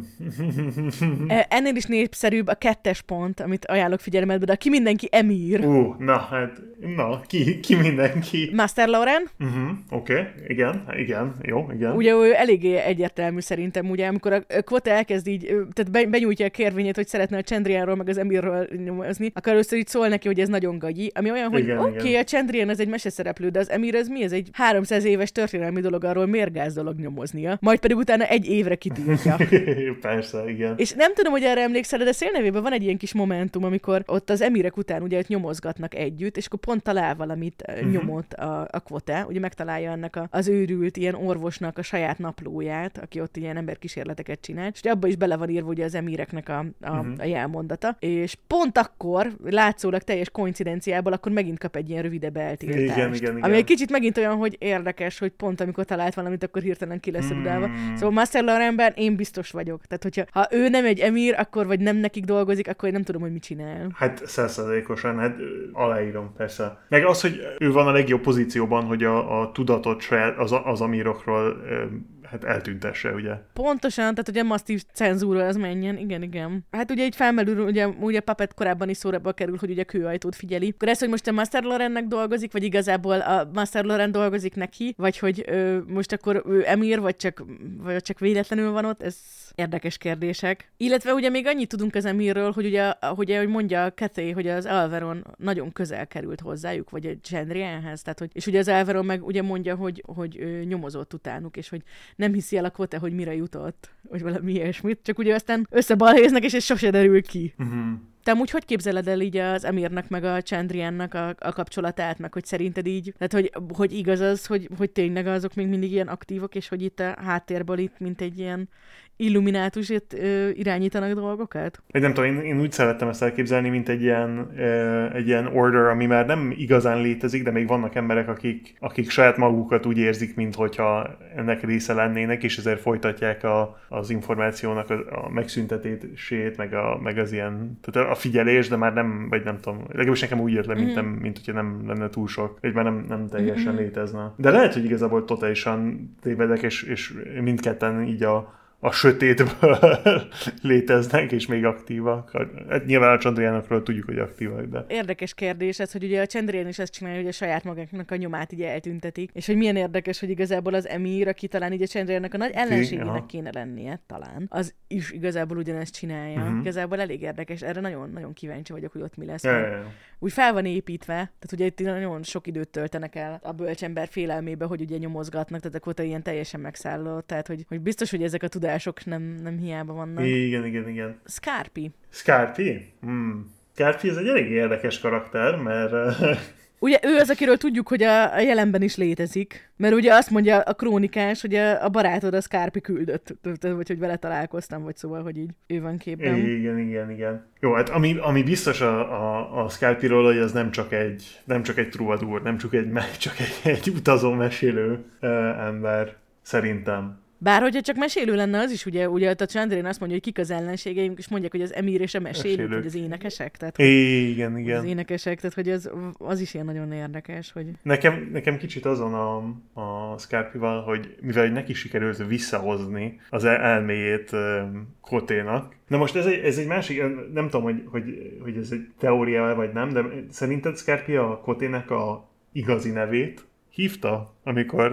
A: Ennél is népszerűbb a kettes pont, amit ajánlok figyelmetbe, de ki mindenki emír.
B: Ú, uh, na hát, na, ki, ki mindenki?
A: Master Lauren.
B: Uh-huh, Oké, okay. igen, igen, jó, igen.
A: Ugye ő eléggé egyértelmű szerintem, ugye, amikor a Quote elkezd így, tehát benyújtja a kérvényét, hogy szeretne a Chandrianról meg az emírről nyomozni, akkor először így szól neki, hogy ez nagyon gagyi, ami olyan, hogy oké, okay, a Chandrian az egy meseszereplő, de az emír az mi? Ez egy háromszáz éves történelmi dolog, arról miért gáz dolog nyomoznia. Majd pedig utána egy évre kitiltja.
B: Persze, igen.
A: És nem tudom, hogy erre emlékszel, de Szélnevében van egy ilyen kis momentum, amikor ott az emírek után ugye ott nyomozgatnak együtt, és akkor pont talál valamit uh-huh. nyomot a, a Quote, ugye megtalálja ennek a, az őrült ilyen orvosnak a saját naplóját, aki ott ilyen emberkísérleteket csinál, és abba is bele van írva ugye az emíreknek a, a, uh-huh. a jelmondata, és pont akkor, látszólag teljes koincidenciából, akkor megint kap egy ilyen rövidebb eltiltást.
B: Igen, igen, igen.
A: Ami egy kicsit megint olyan, hogy érdekes, hogy pont amikor talált valamit, akkor hirtelen ki lesz rudálva. Mm. Szóval Master Laurenben én biztos vagyok. Tehát, hogyha ha ő nem egy emír, akkor vagy nem nekik dolgozik, akkor én nem tudom, hogy mit csinál.
B: Hát százszerzalékosan, hát aláírom, persze. Meg az, hogy ő van a legjobb pozícióban, hogy a, a tudatot saját az, az amírokról hát eltüntesse, ugye? Pontosan,
A: tehát ugye masszív cenzúra az menjen, igen, igen. Hát ugye így felmerül, ugye, ugye Puppet korábban is szóra kerül, hogy ugye kőajtót figyeli. Akkor ez, hogy most a Master Laurennek dolgozik, vagy igazából a Master Lauren dolgozik neki, vagy hogy ö, most akkor ő emír, vagy csak, vagy csak véletlenül van ott, ez érdekes kérdések. Illetve ugye még annyit tudunk az emírről, hogy ugye, hogy, ahogy mondja a Cathay, hogy az Alveron nagyon közel került hozzájuk, vagy a Chandrianhez, tehát hogy, és ugye az Alveron meg ugye mondja, hogy, hogy ő nyomozott utánuk, és hogy nem hiszi el a Quote, hogy mire jutott, vagy valami ilyesmit, csak ugye aztán összebalhéznek, és ez sose derül ki. Uh-huh. Te amúgy hogy képzeled el így az emírnek, meg a Chandriannak a, a kapcsolatát, meg hogy szerinted így, tehát hogy, hogy igaz az, hogy, hogy tényleg azok még mindig ilyen aktívak, és hogy itt a háttérből itt, mint egy ilyen illuminátusért ö, irányítanak dolgokat?
B: Én nem tudom, én, én úgy szerettem ezt elképzelni, mint egy ilyen, ö, egy ilyen order, ami már nem igazán létezik, de még vannak emberek, akik, akik saját magukat úgy érzik, minthogyha ennek része lennének, és ezért folytatják a, az információnak a, a megszüntetését, meg, a, meg az ilyen, tehát a figyelés, de már nem, vagy nem tudom, legalábbis nekem úgy jött le, mint, mm. nem, mint hogyha nem lenne túl sok, vagy már nem, nem teljesen mm-hmm. létezne. De lehet, hogy igazából totálisan tévedek, és, és mindketten így a a sötétből léteznek, és még aktívak. Hát nyilván a Chandrianokról tudjuk, hogy aktívak, de...
A: Érdekes kérdés ez, hogy ugye a Chandrian is ezt csinálja, hogy a saját magának a nyomát így eltüntetik, és hogy milyen érdekes, hogy igazából az emír, aki talán így a Chandriannak a nagy ellenségének kéne lennie, talán, az is igazából ugyanezt csinálja. Uh-huh. Igazából elég érdekes, erre nagyon-nagyon kíváncsi vagyok, hogy ott mi lesz.
B: Ja, ja, ja.
A: Úgy fel van építve, tehát ugye itt nagyon sok időt töltenek el a bölcsember félelmébe, hogy ugye nyomozgatnak, tehát akkor ilyen teljesen megszálló, tehát hogy, hogy biztos, hogy ezek a tudások nem, nem hiába vannak.
B: Igen, igen, igen.
A: Scarpi.
B: Scarpi? Hmm. Scarpi ez egy elég érdekes karakter, mert...
A: Ugye ő az, akiről tudjuk, hogy a, a jelenben is létezik, mert ugye azt mondja a krónikás, hogy a, a barátod a Scarpi küldött, vagy hogy vele találkoztam, vagy szóval, hogy így ő van képben.
B: Igen, igen, igen. Jó, hát ami, ami biztos a, a, a Scarpiról, hogy az nem csak egy, nem csak egy troubadour, nem csak egy, csak egy, egy utazó mesélő uh, ember, szerintem.
A: Bár hogyha csak mesélő lenne, az is ugye, ugye a Chandrian azt mondja, hogy kik az ellenségeink, és mondják, hogy az emír és a mesélők, vagy az énekesek. Tehát,
B: igen, igen.
A: Az énekesek, tehát hogy az, az is ilyen nagyon érdekes. Hogy...
B: Nekem, nekem kicsit azon a, a Scarpival, hogy mivel neki sikerült visszahozni az elméjét Quote-nak. Na most ez egy, ez egy másik, nem tudom, hogy, hogy, hogy ez egy teória vagy nem, de szerinted Scarpi a Quote-nek a igazi nevét hívta, amikor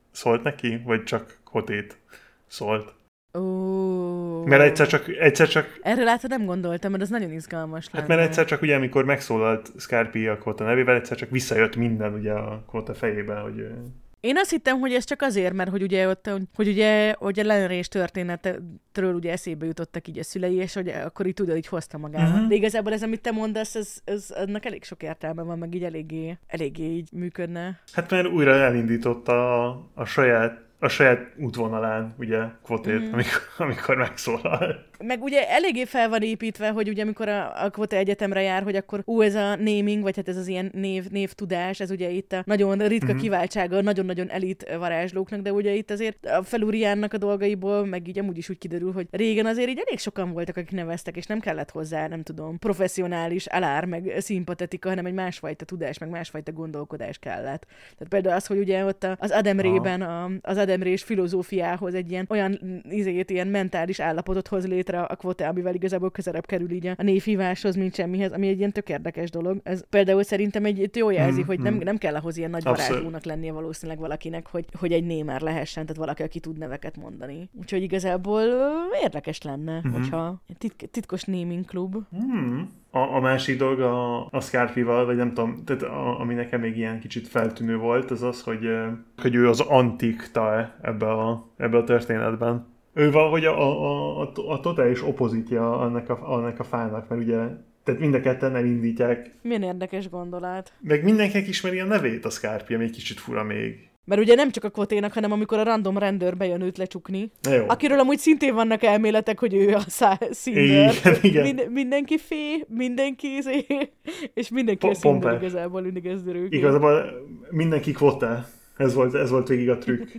B: szólt neki, vagy csak Kvotét szólt?
A: Ó.
B: Mert egyszer csak, egyszer csak...
A: Erről látod nem gondoltam, mert az nagyon izgalmas
B: Hát
A: lenne.
B: mert egyszer csak ugye, amikor megszólalt Scarpi a Kvóta nevével, egyszer csak visszajött minden ugye a Kvóta fejében, hogy...
A: Én azt hittem, hogy ez csak azért, mert hogy ugye ott, hogy ugye, hogy a Lenrés történetről ugye eszébe jutottak így a szülei, és hogy akkor így tudod, így hozta magával. Uh-huh. De igazából ez, amit te mondasz, ez, ez, ennek elég sok értelme van, meg így eléggé, eléggé így működne.
B: Hát mert újra elindította a, a saját a saját útvonalán, ugye, Kvotét, mm. amikor, amikor megszólal.
A: Meg ugye eléggé fel van építve, hogy ugye amikor a, a Kvóta egyetemre jár, hogy akkor ú, ez a naming, vagy hát ez az ilyen név, névtudás, ez ugye itt a nagyon ritka mm-hmm. kiváltsága, nagyon-nagyon elit varázslóknak, de ugye itt azért a Feluriánnak a dolgaiból, meg így amúgy is úgy kiderül, hogy régen azért így elég sokan voltak, akik neveztek, és nem kellett hozzá, nem tudom, professzionális alár, meg szimpatetika, hanem egy másfajta tudás, meg másfajta gondolkodás kellett. Tehát például az, hogy ugye ott az Ademrében, a, az Ademrés filozófiához egy ilyen olyan izét, ilyen mentális állapotot hoz létre a Kvóta, amivel igazából közelebb kerül így a névhíváshoz, mint semmihez, ami egy ilyen tök érdekes dolog. Ez például szerintem egy jó jelzi, mm, hogy mm. nem, nem kell ahhoz ilyen nagy varázslónak lennie valószínűleg valakinek, hogy, hogy egy némer lehessen, tehát valaki, aki tud neveket mondani. Úgyhogy igazából érdekes lenne, mm-hmm. hogyha tit- titkos naming klub.
B: Mm. A, a másik dolog a, a Scarpival, vagy nem tudom, tehát a, ami nekem még ilyen kicsit feltűnő volt, az az, hogy, hogy ő az antikta ebbe a, ebbe a történetben. Ő valahogy a, a, a, a totális opozitja annak a, annak a fának, mert ugye tehát mind a ketten elindítják.
A: Milyen érdekes gondolat.
B: Meg mindenkinek ismeri a nevét a Scarpi, ami egy kicsit fura még.
A: Mert ugye nem csak a Kvóténak, hanem amikor a random rendőr bejön őt lecsukni.
B: Jó.
A: Akiről amúgy szintén vannak elméletek, hogy ő a színdőr.
B: Igen, igen.
A: Mind, mindenki fé, mindenki izé, és mindenki
B: Po-
A: a színdőr igazából, mindig ez derül ki.
B: Igazából mindenki Kvóta. Ez volt, ez volt végig a trükk.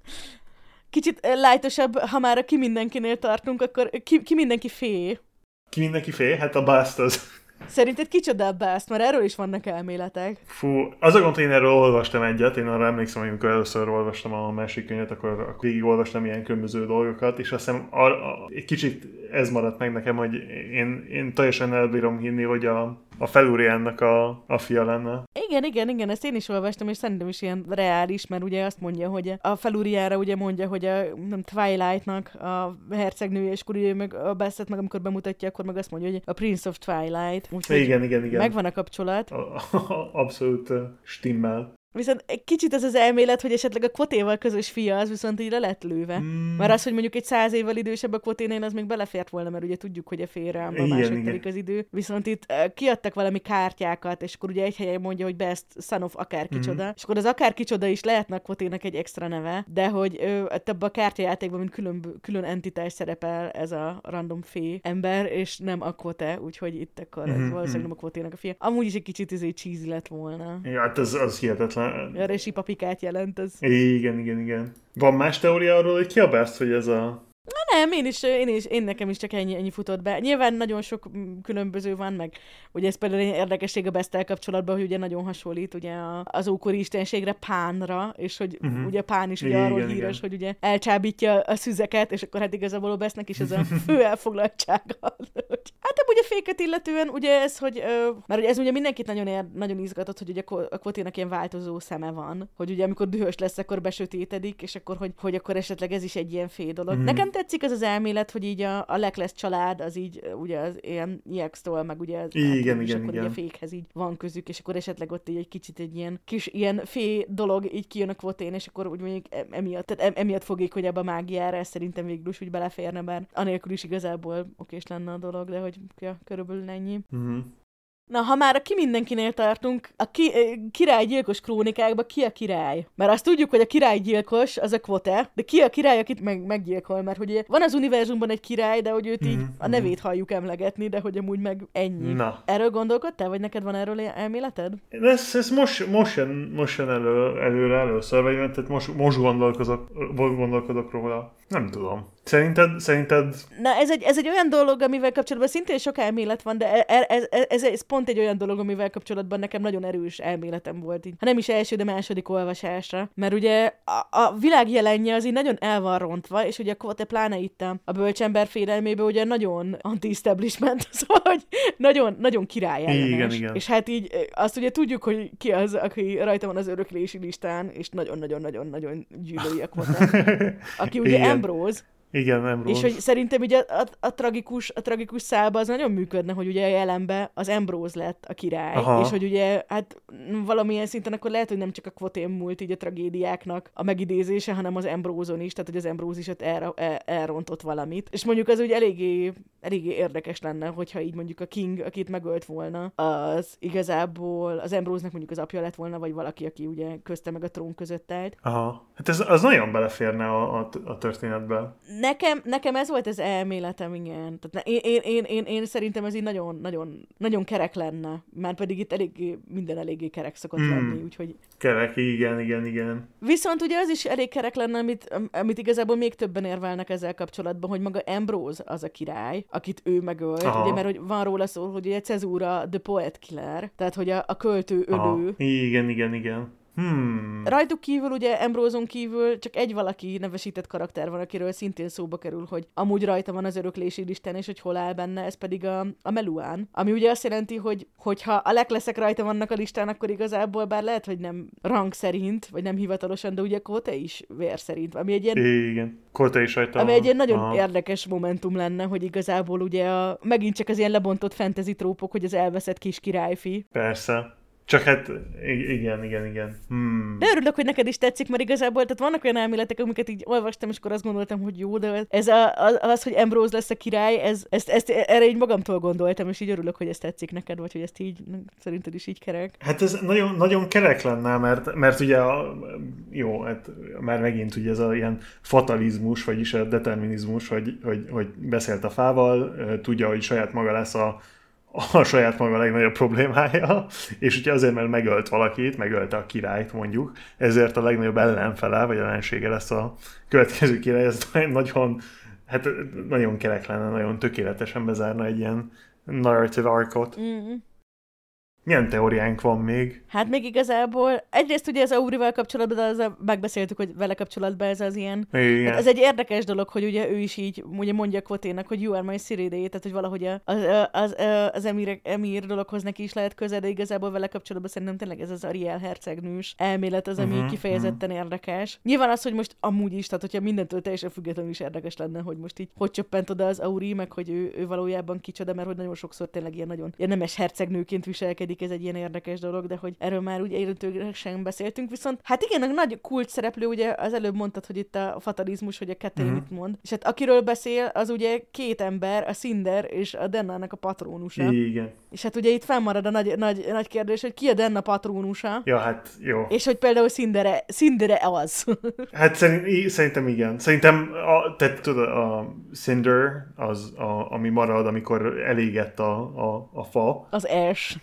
A: Kicsit lájtosabb, ha már a ki mindenkinél tartunk, akkor ki, ki mindenki fé?
B: Ki mindenki fé? Hát a Bast az.
A: Szerinted kicsoda a Bast? Mert erről is vannak elméletek.
B: Fú, az a gond, hogy én erről olvastam egyet, én arra emlékszem, hogy amikor először olvastam a másik könyvet, akkor, akkor végig olvastam ilyen különböző dolgokat, és azt hiszem a, a, egy kicsit ez maradt meg nekem, hogy én, én teljesen elbírom hinni, hogy a, a Feluriánnak a, a fia lenne.
A: Igen, igen, igen, ezt én is olvastam, és szerintem is ilyen reális, mert ugye azt mondja, hogy a Feluriára ugye mondja, hogy a nem, Twilightnak a hercegnője, és akkor ugye meg a Bastet meg amikor bemutatja, akkor meg azt mondja, hogy a Prince of Twilight. Úgyhogy
B: igen, igen, igen.
A: Megvan a kapcsolat.
B: A, a, abszolút stimmel.
A: Viszont egy kicsit az az elmélet, hogy esetleg a Kvotéval közös fia, az viszont így le lett lőve. Mm. Mert az, hogy mondjuk egy száz évvel idősebb a Kvoténél, az még belefért volna, mert ugye tudjuk, hogy a félreámban mások telik az idő. Viszont itt uh, kiadtak valami kártyákat, és akkor ugye egy helyen mondja, hogy best son of akárkicsoda. Mm. És akkor az akárkicsoda is lehetne a Kvotének egy extra neve, de hogy uh, ebben a kártyajátékban, mint külön, külön entitás szerepel ez a random fé ember, és nem a Kvote, úgyhogy itt akkor mm-hmm. ez valószínűleg nem a Kvotének a fia. Amúgy is egy kicsit izé cheesy lett volna.
B: Ja, hát az, az hihetetlen.
A: A resipapikát jelent ez.
B: Igen, igen, igen. Van más teória arról, hogy ki a Bast, hogy ez a...
A: Na nem, én is, én is, én nekem is csak ennyi, ennyi futott be. Nyilván nagyon sok különböző van, meg ugye ez például egy érdekesség a Basttel kapcsolatban, hogy ugye nagyon hasonlít ugye az ókori istenségre, Pánra, és hogy uh-huh. ugye Pán is ugye arról híres, igen. hogy ugye elcsábítja a szüzeket, és akkor hát igazából a Bastnek is ez a fő elfoglaltsága. Hát amúgy a féket illetően ugye ez, hogy, mert ugye ez ugye mindenkit nagyon, ér, nagyon izgatott, hogy ugye a Kvoténak ilyen változó szeme van, hogy ugye amikor dühös lesz, akkor besötétedik, és akkor, hogy, hogy akkor esetleg ez is egy ilyen fé dolog. Uh-huh. Nekem tetszik az az elmélet, hogy így a, a Leclerc család, az így ugye az ilyen X-tól, meg ugye az
B: igen, igen,
A: és
B: igen,
A: akkor
B: igen.
A: így a fékhez így van közük, és akkor esetleg ott így egy kicsit egy ilyen kis ilyen fé dolog így kijön a Kvotén, és akkor úgy mondjuk emiatt, tehát emiatt fogékonyabb a mágiára, ez szerintem végül is úgy beleférne, bár anélkül is igazából okés lenne a dolog, de hogy ja, körülbelül ennyi. Uh-huh. Na, ha már a ki mindenkinél tartunk, a ki, királygyilkos krónikákban ki a király? Mert azt tudjuk, hogy a királygyilkos az a Kvote, de ki a király, akit meg, meggyilkol? Mert hogy van az univerzumban egy király, de hogy őt így mm-hmm. a nevét halljuk emlegetni, de hogy amúgy meg ennyi. Na. Erről gondolkodtál, vagy neked van erről elméleted?
B: Ez, ez most, most jön, most jön elő, előre először, vagy tehát most, most gondolkozok, gondolkodok róla. Nem tudom. Szerinted? szerinted...
A: Na, ez egy, ez egy olyan dolog, amivel kapcsolatban szintén sok elmélet van, de ez, ez, ez, ez pont egy olyan dolog, amivel kapcsolatban nekem nagyon erős elméletem volt így. Ha nem is első, de második olvasásra. Mert ugye a, a világ jelenje az így nagyon el van rontva, és ugye a Kvothe pláne itt a, a bölcsember félelmében ugye nagyon anti-establishment, szóval, hogy nagyon, nagyon király ellenes.
B: Igen, igen.
A: És hát így azt ugye tudjuk, hogy ki az, aki rajta van az öröklési listán, és nagyon-nagyon-nagyon-nagyon gyűlöli a Kvothe. Aki ugye
B: Igen.
A: Ambrose.
B: Igen, Ambrose.
A: És hogy szerintem ugye a, a, a, tragikus, a tragikus szálba az nagyon működne, hogy ugye a jelenben az Ambrose lett a király, Aha. és hogy ugye hát valamilyen szinten akkor lehet, hogy nem csak a Kvothe múlt így a tragédiáknak a megidézése, hanem az Ambrose-on is, tehát hogy az Ambrose is ott el, el, elrontott valamit. És mondjuk az ugye eléggé, eléggé érdekes lenne, hogyha így mondjuk a King, akit megölt volna, az igazából az Ambrose-nak mondjuk az apja lett volna, vagy valaki, aki ugye közte meg a trón között állt.
B: Aha. Hát ez az nagyon beleférne a, a, a történetbe.
A: Nekem, nekem ez volt az elméletem, igen. Tehát én, én, én, én, én szerintem ez így nagyon, nagyon, nagyon kerek lenne. Már pedig itt eléggé, minden eléggé kerek szokott hmm. lenni, úgyhogy...
B: Kerek, igen, igen, igen.
A: Viszont ugye az is elég kerek lenne, amit, amit igazából még többen érvelnek ezzel kapcsolatban, hogy maga Ambrose az a király, akit ő megölt, Aha. ugye, mert hogy van róla szó, hogy ugye Cezura the poet killer, tehát hogy a, a költő ölő.
B: Aha. Igen, igen, igen. Hmm.
A: Rajtuk kívül, ugye Ambrose-on kívül csak egy valaki nevesített karakter van, akiről szintén szóba kerül, hogy amúgy rajta van az öröklési listán, és hogy hol áll benne, ez pedig a, a Meluán. Ami ugye azt jelenti, hogy hogyha a Lecleszek rajta vannak a listán, akkor igazából bár lehet, hogy nem rang szerint, vagy nem hivatalosan, de ugye Kvothe is vér szerint. Ami egy ilyen,
B: igen, Kvothe is rajta
A: ami
B: van.
A: egy ilyen nagyon
B: Aha.
A: érdekes momentum lenne, hogy igazából ugye a, megint csak az ilyen lebontott fantasy trópok, hogy az elveszett kis királyfi.
B: Persze. Csak hát, igen, igen, igen. Hmm.
A: De örülök, hogy neked is tetszik, mert igazából, tehát vannak olyan elméletek, amiket így olvastam, és akkor azt gondoltam, hogy jó, de ez a, az, az, hogy Ambrose lesz a király, ez, ezt, ezt, erre így magamtól gondoltam, és így örülök, hogy ez tetszik neked, vagy hogy ezt így, szerinted is így kerek.
B: Hát ez nagyon, nagyon kerek lenne, mert, mert ugye a, jó, hát már megint ugye ez a ilyen fatalizmus, vagyis a determinizmus, hogy, hogy, hogy beszélt a fával, tudja, hogy saját maga lesz a a saját maga legnagyobb problémája, és ugye azért, mert megölt valakit, megölte a királyt mondjuk, ezért a legnagyobb ellenfele, vagy ellensége lesz a következő király, ez nagyon, hát nagyon kerek lenne, nagyon tökéletesen bezárna egy ilyen narrative arcot. Mm-hmm. Milyen teóriánk van még?
A: Hát még igazából, egyrészt ugye az Aurival kapcsolatban, de az megbeszéltük, hogy vele kapcsolatban ez az ilyen. Hát ez egy érdekes dolog, hogy ugye ő is így ugye mondja Kvothénak, hogy you are my Cyride, tehát hogy valahogy az, az, az, az emír, emír dologhoz neki is lehet köze, de igazából vele kapcsolatban szerintem tényleg ez az Ariel hercegnős elmélet az, ami uh-huh, kifejezetten uh-huh. érdekes. Nyilván az, hogy most amúgy is, tehát hogyha mindentől teljesen függetlenül is érdekes lenne, hogy most így hogy csöppent oda az Auri, meg hogy ő, ő valójában kicsoda, mert hogy nagyon sokszor tényleg ilyen nagyon ilyen nemes hercegnőként viselkedik. Ez egy ilyen érdekes dolog, de hogy erről már ugye érintőlegesen beszéltünk, viszont hát igen, a nagy kult szereplő, ugye az előbb mondtad, hogy itt a fatalizmus, hogy a kettő mit uh-huh. mond, és hát akiről beszél, az ugye két ember, a Cinder és a Dennának a patrónusa.
B: Igen.
A: És hát ugye itt fennmarad a nagy, nagy, nagy kérdés, hogy ki a Denna patrónusa.
B: Ja, hát jó.
A: És hogy például Cindere, Cindere az.
B: Hát szerint, szerintem igen. Szerintem a, te tudod, a Cinder az, a, ami marad, amikor elégett a, a, a fa.
A: Az ash.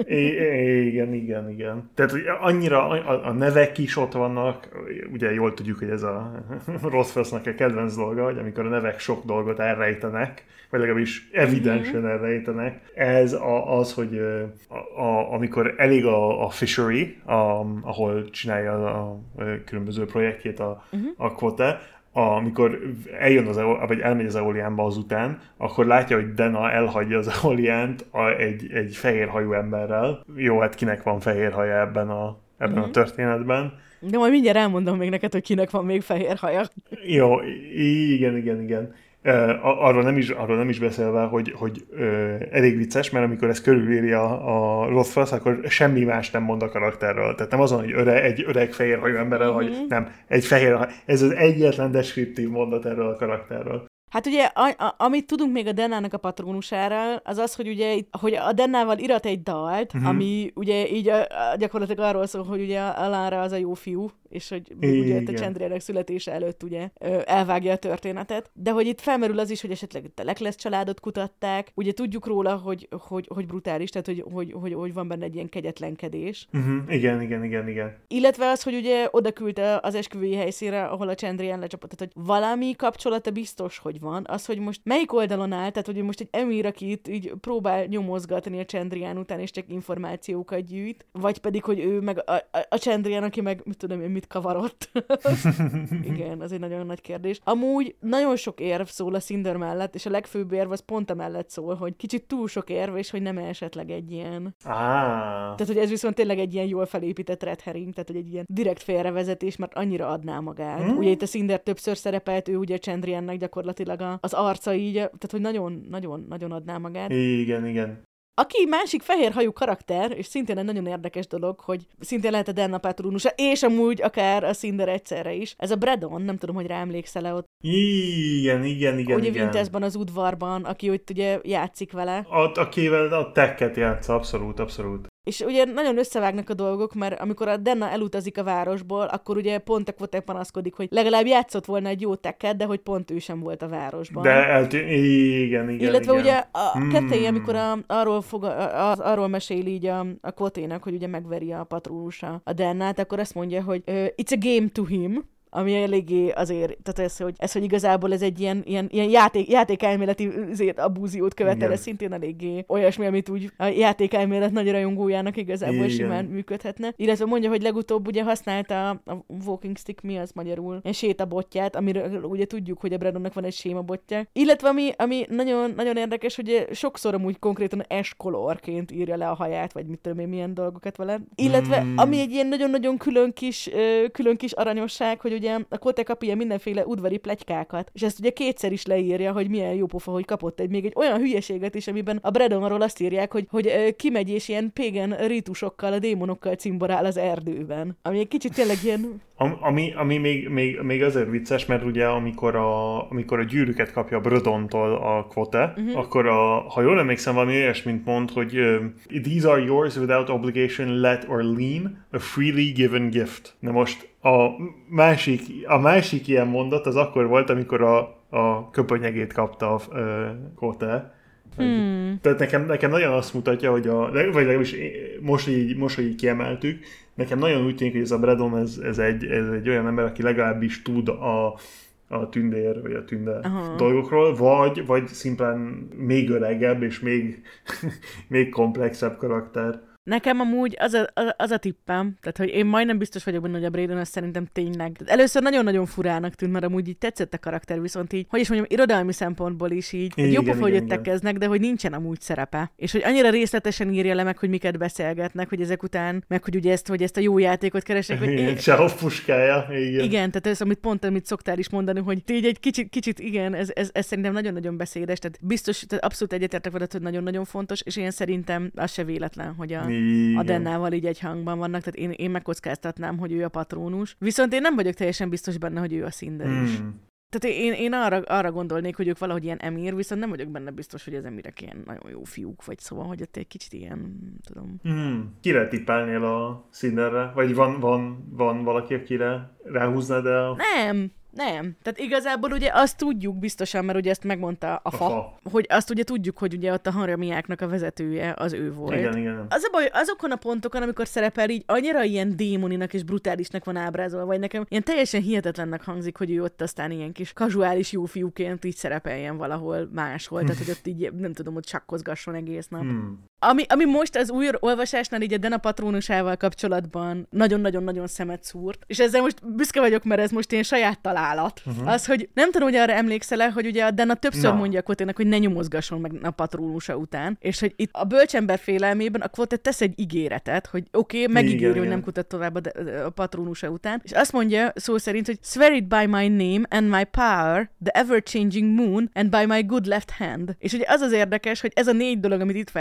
B: I- igen, igen, igen. Tehát annyira a, a nevek is ott vannak, ugye jól tudjuk, hogy ez a Rothfussnak a kedvenc dolga, hogy amikor a nevek sok dolgot elrejtenek, vagy legalábbis evidensen mm-hmm. elrejtenek. Ez a, az, hogy a, a, amikor elég a, a fishery, a, ahol csinálja a, a különböző projektjét a, mm-hmm. a Kvothe, amikor eljön az, vagy elmegy az Eoliánba azután, akkor látja, hogy Denna elhagyja az Eoliánt egy, egy fehér hajú emberrel. Jó, hát kinek van fehér haja ebben a, ebben mm-hmm. a történetben.
A: De majd mindjárt elmondom még neked, hogy kinek van még fehér haja.
B: Jó, igen, igen, igen. Uh, arról, nem is, arról nem is beszélve, hogy, hogy uh, elég vicces, mert amikor ez körülvéri a, a Rothfuss, akkor semmi más nem mond a karakterről. Tehát nem azon, hogy öre, egy öreg fehérhajú emberrel, mm-hmm. hogy nem, egy fehér, ez az egyetlen deskriptív mondat erről a karakterről.
A: Hát ugye, a, a, amit tudunk még a Dennának a patrónusáról, az az, hogy ugye, hogy a Dennával irat egy dalt, uh-huh. ami ugye így a, a, gyakorlatilag arról szól, hogy ugye a Alanra az a jó fiú, és hogy ugye a Chandriernek születése előtt ugye elvágja a történetet. De hogy itt felmerül az is, hogy esetleg a Lekles családot kutatták, ugye tudjuk róla, hogy, hogy, hogy brutális, tehát hogy, hogy, hogy, hogy van benne egy ilyen kegyetlenkedés.
B: Uh-huh. Igen, igen, igen, igen.
A: Illetve az, hogy ugye oda küldte az esküvői helyszínre, ahol a Chandrian lecsapott, tehát hogy valami kapcsolata biztos, hogy van. Az, hogy most melyik oldalon áll, tehát hogy most egy emír, aki itt így próbál nyomozgatni a Chandrian után, és csak információkat gyűjt, vagy pedig, hogy ő meg a, a, a Chandrian, aki meg mit tudom én, mit kavarott. Igen, az egy nagyon nagy kérdés. Amúgy nagyon sok érv szól a Cinder mellett, és a legfőbb érv az pont amellett szól, hogy kicsit túl sok érv, és hogy nem esetleg egy ilyen.
B: Ah.
A: Tehát, hogy ez viszont tényleg egy ilyen jól felépített red herring, tehát, hogy egy ilyen direkt félrevezetés, mert annyira adná magát. Hmm. Ugye itt a Cinder többször szerepelt, ő ugye Chandriannek gyakorlatilag a, az arca így, tehát, hogy nagyon, nagyon, nagyon adná magát.
B: Igen, igen.
A: Aki másik fehérhajú karakter, és szintén egy nagyon érdekes dolog, hogy szintén lehet a Denna patronusa, és amúgy akár a Cinder egyszerre is. Ez a Bredon, nem tudom, hogy rá emlékszel-e ott.
B: Igen, igen, igen,
A: ugye
B: igen.
A: Wintersban az udvarban, aki ott ugye játszik vele.
B: Ott, akivel a tekket játsz, abszolút, abszolút.
A: És ugye nagyon összevágnak a dolgok, mert amikor a Denna elutazik a városból, akkor ugye pont a Quotek panaszkodik, hogy legalább játszott volna egy jó tekket, de hogy pont ő sem volt a városban.
B: De eltű... igen, igen,
A: Illetve
B: igen.
A: ugye a
B: hmm.
A: kettei, amikor a, arról, fog, a, a, arról mesél így a, a Quotének, hogy ugye megveri a patronusa a Dennát, akkor azt mondja, hogy uh, it's a game to him, ami eléggé azért, tehát ez, hogy, ez, hogy igazából ez egy ilyen, ilyen, ilyen játék, játékelméleti abúziót követel, ez szintén eléggé olyasmi, amit úgy a játékelmélet nagy rajongójának igazából igen. simán működhetne. Illetve mondja, hogy legutóbb ugye használta a, a walking stick, mi az magyarul, egy sétabotját, amiről ugye tudjuk, hogy a Bredonnak van egy sémabotja. Illetve ami, ami nagyon, nagyon érdekes, hogy sokszor amúgy konkrétan ash-colorként írja le a haját, vagy mit tudom én, milyen dolgokat vele. Illetve mm. ami egy ilyen nagyon-nagyon külön kis, külön kis aranyosság, hogy ugye a Quotek kap ilyen mindenféle udvari pletykákat, és ezt ugye kétszer is leírja, hogy milyen jó pofa, hogy kapott egy még egy olyan hülyeséget is, amiben a Bredonról azt írják, hogy, hogy kimegy és ilyen pagan rítusokkal, a démonokkal cimborál az erdőben. Ami egy kicsit tényleg ilyen...
B: Ami, ami még, még, még azért vicces, mert ugye amikor a, amikor a gyűrűket kapja a Bredontól a Quote, uh-huh. akkor a, ha jól emlékszem, valami olyasmint mond, hogy uh, these are yours without obligation, let or lien, a freely given gift. Na most a másik, a másik ilyen mondat az akkor volt, amikor a, a köpönyegét kapta a uh, Quote. Hmm. Tehát nekem, nekem nagyon azt mutatja, hogy a, vagy legalábbis most így, most, hogy így kiemeltük, nekem nagyon úgy tűnik, hogy ez a Bredon, ez, ez, egy, ez egy olyan ember, aki legalábbis tud a, a tündér, vagy a tünde Aha. dolgokról, vagy, vagy szimplán még öregebb, és még, még komplexebb karakter.
A: Nekem amúgy az a, az, az a tippem, tehát hogy én majdnem biztos vagyok benne, hogy a Bredon az szerintem tényleg. Tehát először nagyon-nagyon furának tűnt, mert amúgy így tetszett a karakter, viszont így, hogy is mondjam, irodalmi szempontból is így, igen, jó pofa, hogy jöttekeznek, de hogy nincsen amúgy szerepe. És hogy annyira részletesen írja le meg, hogy miket beszélgetnek, hogy ezek után, meg hogy ugye ezt, hogy ezt a jó játékot keresnek. Hogy
B: igen, Csehov puskája, igen.
A: Igen, tehát ez, amit pont, amit szoktál is mondani, hogy így egy kicsit, kicsit igen, ez, ez, ez szerintem nagyon-nagyon beszédes, tehát biztos, tehát abszolút egyetértek veled, hogy nagyon-nagyon fontos, és én szerintem az se véletlen, hogy a Igen. a Dennával így egy hangban vannak, tehát én, én megkockáztatnám, hogy ő a patrónus. Viszont én nem vagyok teljesen biztos benne, hogy ő a Cinder is. Hmm. Tehát én, én arra, arra gondolnék, hogy ők valahogy ilyen emír, viszont nem vagyok benne biztos, hogy az emírek ilyen nagyon jó fiúk, vagy szóval, hogy ott egy kicsit ilyen, tudom.
B: Hmm. Kire tippelnél a Cinderre? Vagy van, van, van valaki, akire ráhúznád el?
A: Nem. Nem. Tehát igazából ugye azt tudjuk biztosan, mert ugye ezt megmondta a fa,
B: Aha.
A: hogy azt ugye tudjuk, hogy ugye ott a Hanramiáknak a vezetője az ő volt.
B: Igen, igen.
A: Az a baj, azokon a pontokon, amikor szerepel így annyira ilyen démoninak és brutálisnak van ábrázolva, vagy nekem ilyen teljesen hihetetlennek hangzik, hogy ő ott aztán ilyen kis kazuális jó fiúként így szerepeljen valahol máshol, tehát hogy ott így nem tudom, hogy csakkozgasson egész nap. Hmm. Ami, ami most az új olvasásnál így a Denna patrónusával kapcsolatban nagyon-nagyon-nagyon szemet szúrt, és ezzel most büszke vagyok, mert ez most ilyen saját találat. Uh-huh. Az, hogy nem tudom, hogy arra emlékszel-e, hogy ugye a Denna többször no. mondja a Quotének, hogy ne nyomozgasson meg a patrónusa után, és hogy itt a bölcsember félelmében a Quote tesz egy ígéretet, hogy oké, okay, megígéri, hogy nem kutat tovább a, a patrónusa után, és azt mondja szó szerint, hogy swear it by my name and my power, the ever-changing moon, and by my good left hand. És ugye az az érdekes, hogy ez a négy dolog, amit itt felsorol,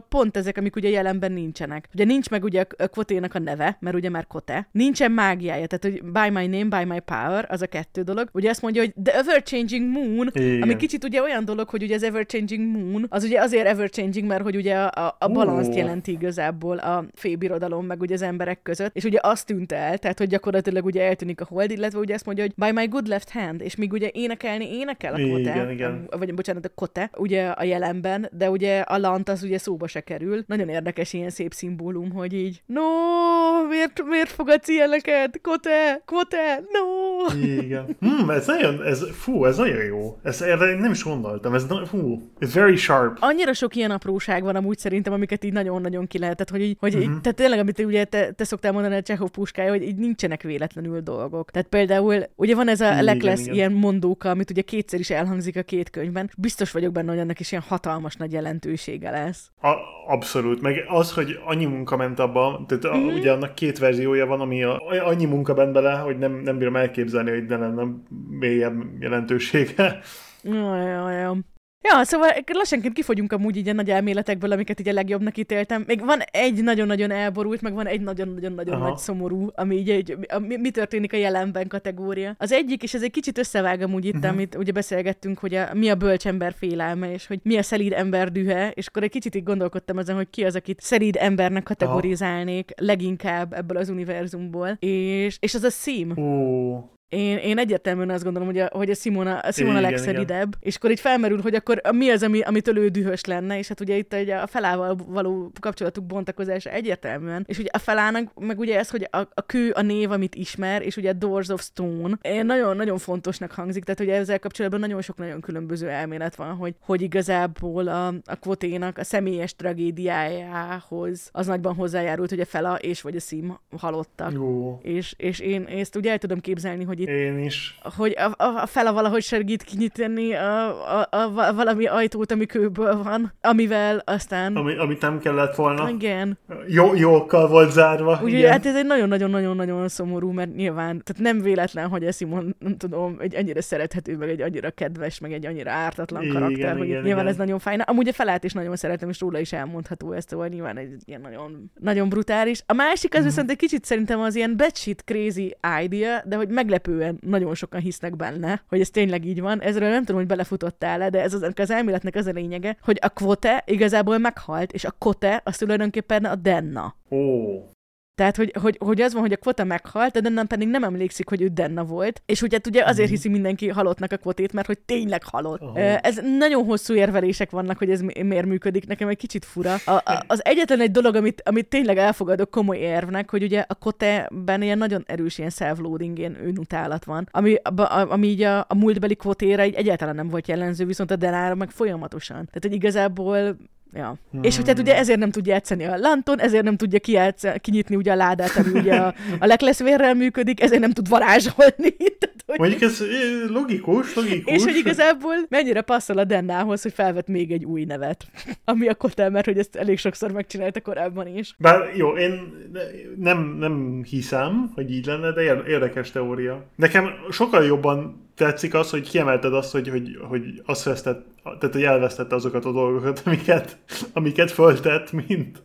A: dolog, pont ezek, amik ugye jelenben nincsenek. Ugye nincs meg ugye a Kvoténak a neve, mert ugye már Kote. Nincsen mágiája, tehát hogy by my name, by my power, az a kettő dolog. Ugye azt mondja, hogy the ever-changing moon, igen. Ami kicsit ugye olyan dolog, hogy ugye az ever-changing moon, az ugye azért ever-changing, mert hogy ugye a, a balanszt jelenti igazából a félbirodalom, meg ugye az emberek között, és ugye azt tűnt el, tehát hogy gyakorlatilag ugye eltűnik a hold, illetve ugye azt mondja, hogy by my good left hand, és még ugye énekelni énekel a Kvote, vagy bocsánat, a Kote, ugye a jelenben, de ugye a lant az ugye szóba se kerül. Nagyon érdekes ilyen szép szimbólum, hogy így no, miért, miért fogadsz ilyeneket? Kote, Kvote, no!
B: Igen. Hmm, ez nagyon, ez, fú, ez nagyon jó. Ez erre nem is gondoltam, ez, fú, it's very sharp.
A: Annyira sok ilyen apróság van amúgy szerintem, amiket így nagyon-nagyon ki lehetett, hogy így, hogy uh-huh. így, tehát tényleg, amit ugye te, te szoktál mondani a Csehov puskája, hogy így nincsenek véletlenül dolgok. Tehát például, ugye van ez a Leklesz ilyen mondóka, amit ugye kétszer is elhangzik a két könyvben. Biztos vagyok benne, hogy annak is ilyen hatalmas nagy jelentősége lesz.
B: A, abszolút. Meg az, hogy annyi munka ment abba, tehát a, mm-hmm. ugye annak két verziója van, ami a, annyi munka ment bele, hogy nem, nem bírom elképzelni, hogy ne lenne mélyebb jelentősége.
A: Jaj, jaj, jaj. Ja, szóval lassanként kifogyunk amúgy így a nagy elméletekből, amiket így a legjobbnak ítéltem. Még van egy nagyon-nagyon elborult, meg van egy nagyon-nagyon-nagyon nagy szomorú, ami így egy, a, mi, mi történik a jelenben kategória. Az egyik, és ez egy kicsit összevág amúgy itt, uh-huh. amit ugye beszélgettünk, hogy a, mi a bölcsember félelme, és hogy mi a szelíd ember dühe, és akkor egy kicsit így gondolkodtam ezen, hogy ki az, akit szelíd embernek kategorizálnék uh-huh. leginkább ebből az univerzumból, és, és az a Sim.
B: Uh.
A: Én, én egyértelműen azt gondolom, hogy a, hogy a Simona, a Simona legszelidebb, és akkor így felmerül, hogy akkor mi az, ami, amitől ő dühös lenne, és hát ugye itt ugye a felával való kapcsolatuk bontakozása egyértelműen, és ugye a felának meg ugye ez, hogy a, a kő a név, amit ismer, és ugye a Doors of Stone, nagyon-nagyon fontosnak hangzik, tehát ugye ezzel kapcsolatban nagyon sok nagyon különböző elmélet van, hogy, hogy igazából a, a Kvoténak a személyes tragédiájához az nagyban hozzájárult, hogy a Fela és vagy a Sim halottak.
B: Jó.
A: És, és én ezt ugye el tudom képzelni, hogy itt,
B: én is.
A: Hogy a, a, a Fela valahogy segít kinyitni a, a, a, a valami ajtót, ami kőből van, amivel aztán...
B: Ami, amit nem kellett volna.
A: Igen.
B: Jó, jókkal volt zárva.
A: Ugye, hát ez egy nagyon-nagyon-nagyon-nagyon szomorú, mert nyilván, tehát nem véletlen, hogy a Simon, nem tudom, egy annyira szerethető, meg egy annyira kedves, meg egy annyira ártatlan
B: igen,
A: karakter, hogy
B: igen,
A: nyilván
B: igen.
A: ez nagyon fájna. Amúgy a Felát is nagyon szeretem, és róla is elmondható ezt, hogy nyilván egy ilyen nagyon, nagyon brutális. A másik az mm. viszont egy kicsit szerintem az ilyen batshit crazy idea, de hogy meglepően nagyon sokan hisznek benne, hogy ez tényleg így van. Ezről nem tudom, hogy belefutottál-e, de ez az, az elméletnek az a lényege, hogy a Kvote igazából meghalt, és a Kote az tulajdonképpen a Denna.
B: Ó. Oh.
A: Tehát, hogy, hogy, hogy az van, hogy a Kvota meghalt, de Denna pedig nem emlékszik, hogy ő Denna volt. És ugye, ugye azért hiszi mindenki halottnak a Kvotét, mert hogy tényleg halott. Uh-huh. Ez nagyon hosszú érvelések vannak, hogy ez miért működik. Nekem egy kicsit fura. A, a, az egyetlen egy dolog, amit, amit tényleg elfogadok komoly érvnek, hogy ugye a Kvotében ilyen nagyon erős ilyen self-loading, ilyen önutálat van, ami, a, ami így a, a múltbeli Kvotéra így egyáltalán nem volt jellemző, viszont a Denára meg folyamatosan. Tehát, hogy igazából ja. Hmm. És hogy hát ugye ezért nem tudja játszani a Lanton, ezért nem tudja kijátszani, kinyitni ugye a ládát, ami ugye a, a lekleszvérrel működik, ezért nem tud varázsolni. Tehát, hogy...
B: Mondjuk ez logikus, logikus.
A: És hogy igazából mennyire passzol a Dennához, hogy felvett még egy új nevet, ami a Kotel, mert hogy ezt elég sokszor megcsinálta korábban is.
B: Bár jó, én nem, nem hiszem, hogy így lenne, de érdekes teória. Nekem sokkal jobban tetszik az, hogy kiemelted azt, hogy, hogy, hogy azt vesztett, tehát hogy elvesztette azokat a dolgokat, amiket, amiket föltett, mint,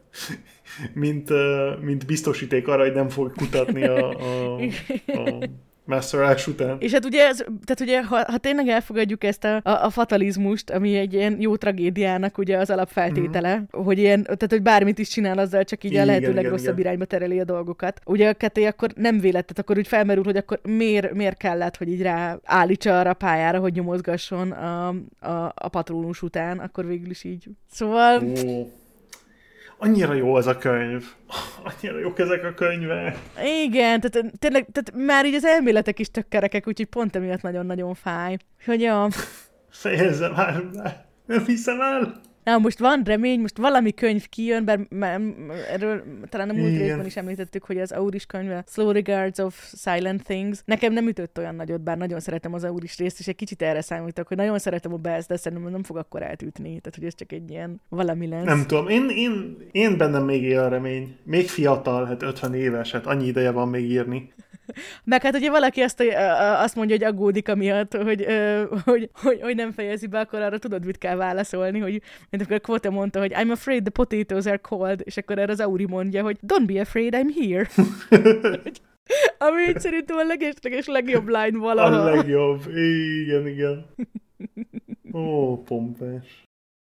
B: mint, mint biztosíték arra, hogy nem fog kutatni a, a, a Master Ash után.
A: És hát ugye, ez, tehát ugye ha, ha tényleg elfogadjuk ezt a, a, a fatalizmust, ami egy ilyen jó tragédiának ugye az alapfeltétele, mm. hogy ilyen, tehát hogy bármit is csinál azzal, csak így igen, a lehető legrosszabb irányba tereli a dolgokat. Ugye a Keté akkor nem vélet, tehát akkor úgy felmerül, hogy akkor miért, miért kellett, hogy így rá állítsa arra a pályára, hogy nyomozgasson a, a, a patronus után, akkor végül is így. Szóval...
B: Oh. Annyira jó ez a könyv. Annyira jók ezek a könyvek.
A: Igen, tehát tényleg, tehát már így az elméletek is tök kerekek, úgyhogy pont emiatt nagyon-nagyon fáj. Hogy a...
B: Fejezzem már, nem hiszem el.
A: Na, most van remény, most valami könyv kijön, bár erről talán a múlt
B: igen.
A: részben is említettük, hogy az Auris könyve Slow Regards of Silent Things. Nekem nem ütött olyan nagyot, bár nagyon szeretem az Auris részt, és egy kicsit erre számítok, hogy nagyon szeretem a Bells, de szerintem nem fog akkor eltűtni. Tehát, hogy ez csak egy ilyen valami lesz.
B: Nem tudom, én, én, én bennem még él a remény. Még fiatal, hát ötven éves, hát annyi ideje van még írni.
A: Meg hát ugye valaki azt, azt mondja, hogy aggódik amiatt, hogy, hogy, hogy, hogy nem fejezi be, akkor arra tudod, mit kell válaszolni, hogy mint akkor a Quote mondta, hogy I'm afraid the potatoes are cold, és akkor erre az Auri mondja, hogy don't be afraid, I'm here. Ami így szerintem a legesleges legjobb line valaha.
B: A legjobb, igen, igen. Ó, pompás.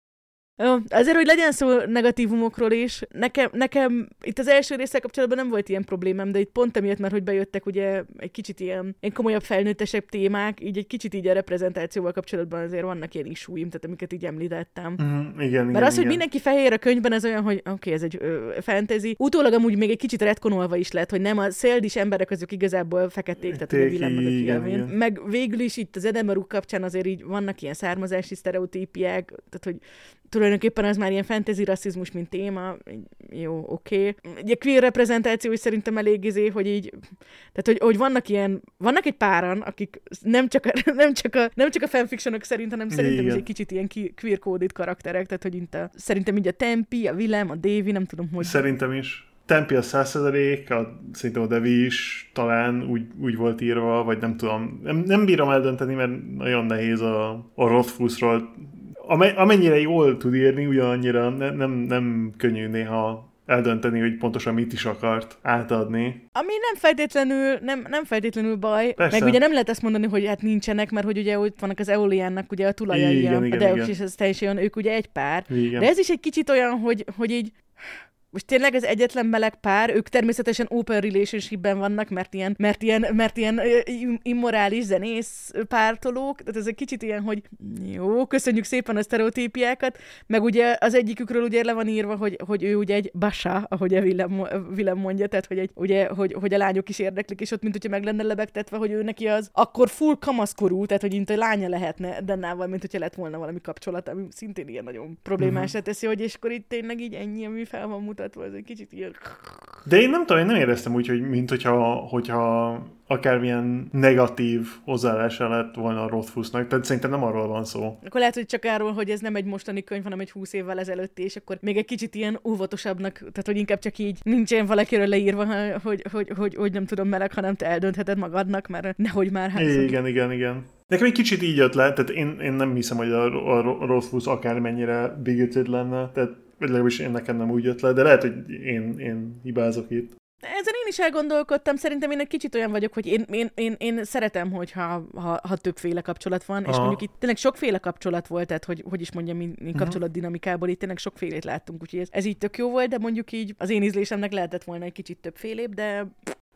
A: Jó, azért, hogy legyen szó negatívumokról is, nekem, nekem itt az első résszel kapcsolatban nem volt ilyen problémám, de itt pont emiatt, mert hogy bejöttek ugye egy kicsit ilyen, ilyen komolyabb, felnőttesebb témák, így egy kicsit így a reprezentációval kapcsolatban azért vannak ilyen issúim, tehát amiket így említettem.
B: Mm, igen,
A: mert
B: igen,
A: az, hogy
B: igen.
A: mindenki fehér a könyvben, ez olyan, hogy oké, okay, ez egy ö, fantasy. Utólag amúgy még egy kicsit retkonolva is lett, hogy nem a széldis emberek azok igazából feketék, tehát ugye Willem meg a Kilvin. Meg végül is itt az Edenmaruk kapcsán azért így vannak ilyen származási sztereotípiák, tehát hogy tulajdonképpen az már ilyen fantasy rasszizmus, mint téma. Jó, oké. Okay. Ugye queer reprezentáció is szerintem elég izé, hogy így, tehát hogy, hogy vannak ilyen, vannak egy páran, akik nem csak a, nem csak a, nem csak a fanfictionok szerint, hanem szerintem is egy kicsit ilyen queer coded karakterek, tehát hogy itt a, szerintem így a Tempi, a Willem, a Davy, nem tudom, hogy...
B: Szerintem is. Tempi a száz százalék, a, szerintem a Devi is talán úgy, úgy volt írva, vagy nem tudom. Nem, nem bírom eldönteni, mert nagyon nehéz a, a Rothfussról. Amennyire jól tud írni, ugyanannyira ne, nem, nem könnyű néha eldönteni, hogy pontosan mit is akart átadni.
A: Ami nem feltétlenül, nem, nem feltétlenül baj.
B: Persze.
A: Meg ugye nem lehet azt mondani, hogy hát nincsenek, mert hogy ugye ott vannak az Eoliannak ugye a tulajai,
B: igen,
A: a
B: igen,
A: Deux
B: igen.
A: és az teljesen ők ugye egy pár.
B: Igen.
A: De ez is egy kicsit olyan, hogy, hogy így most tényleg az egyetlen meleg pár, ők természetesen open relationshipben vannak, mert ilyen, mert ilyen, mert ilyen immorális zenész pártolók, tehát ez egy kicsit ilyen, hogy jó, köszönjük szépen a sztereotípiákat, meg ugye az egyikükről ugye le van írva, hogy, hogy ő ugye egy basa, ahogy a Willem, Willem mondja, tehát hogy, egy, ugye, hogy, hogy a lányok is érdeklik, és ott mint hogyha meg lenne lebegtetve, hogy ő neki az akkor full kamaszkorú, tehát hogy mint a lánya lehetne Dannával, mint hogyha lett volna valami kapcsolat, ami szintén ilyen nagyon problémásra teszi, hogy és akkor itt tényleg így ennyi, ami fel van mutatva. Ez egy kicsit ilyen...
B: De én nem tudom, én nem éreztem úgy, hogy mint hogyha, hogyha akármilyen negatív hozzáállása lett volna a Rothfussnak, tehát szerintem nem arról van szó.
A: Akkor lehet, hogy csak arról, hogy ez nem egy mostani könyv, hanem egy húsz évvel ezelőtti, és akkor még egy kicsit ilyen óvatosabbnak, tehát hogy inkább csak így nincsen valakiről leírva, hogy, hogy, hogy, hogy, hogy nem tudom meleg, hanem te eldöntheted magadnak, mert nehogy már hát.
B: Igen, igen, igen. Nekem egy kicsit így jött le, tehát én, én nem hiszem, hogy a, a Rothfuss akármennyire bigoted lenne, tehát vagy legalábbis én nekem nem úgy jött le, de lehet, hogy én, én hibázok itt.
A: Ezen én is elgondolkodtam, szerintem én egy kicsit olyan vagyok, hogy én, én, én, én szeretem, hogyha ha, ha többféle kapcsolat van, Aha. és mondjuk itt tényleg sokféle kapcsolat volt, tehát hogy, hogy is mondjam, mi, mi kapcsolatdinamikából itt tényleg sokfélét láttunk, úgyhogy ez, ez így tök jó volt, de mondjuk így az én ízlésemnek lehetett volna egy kicsit többfélébb, de...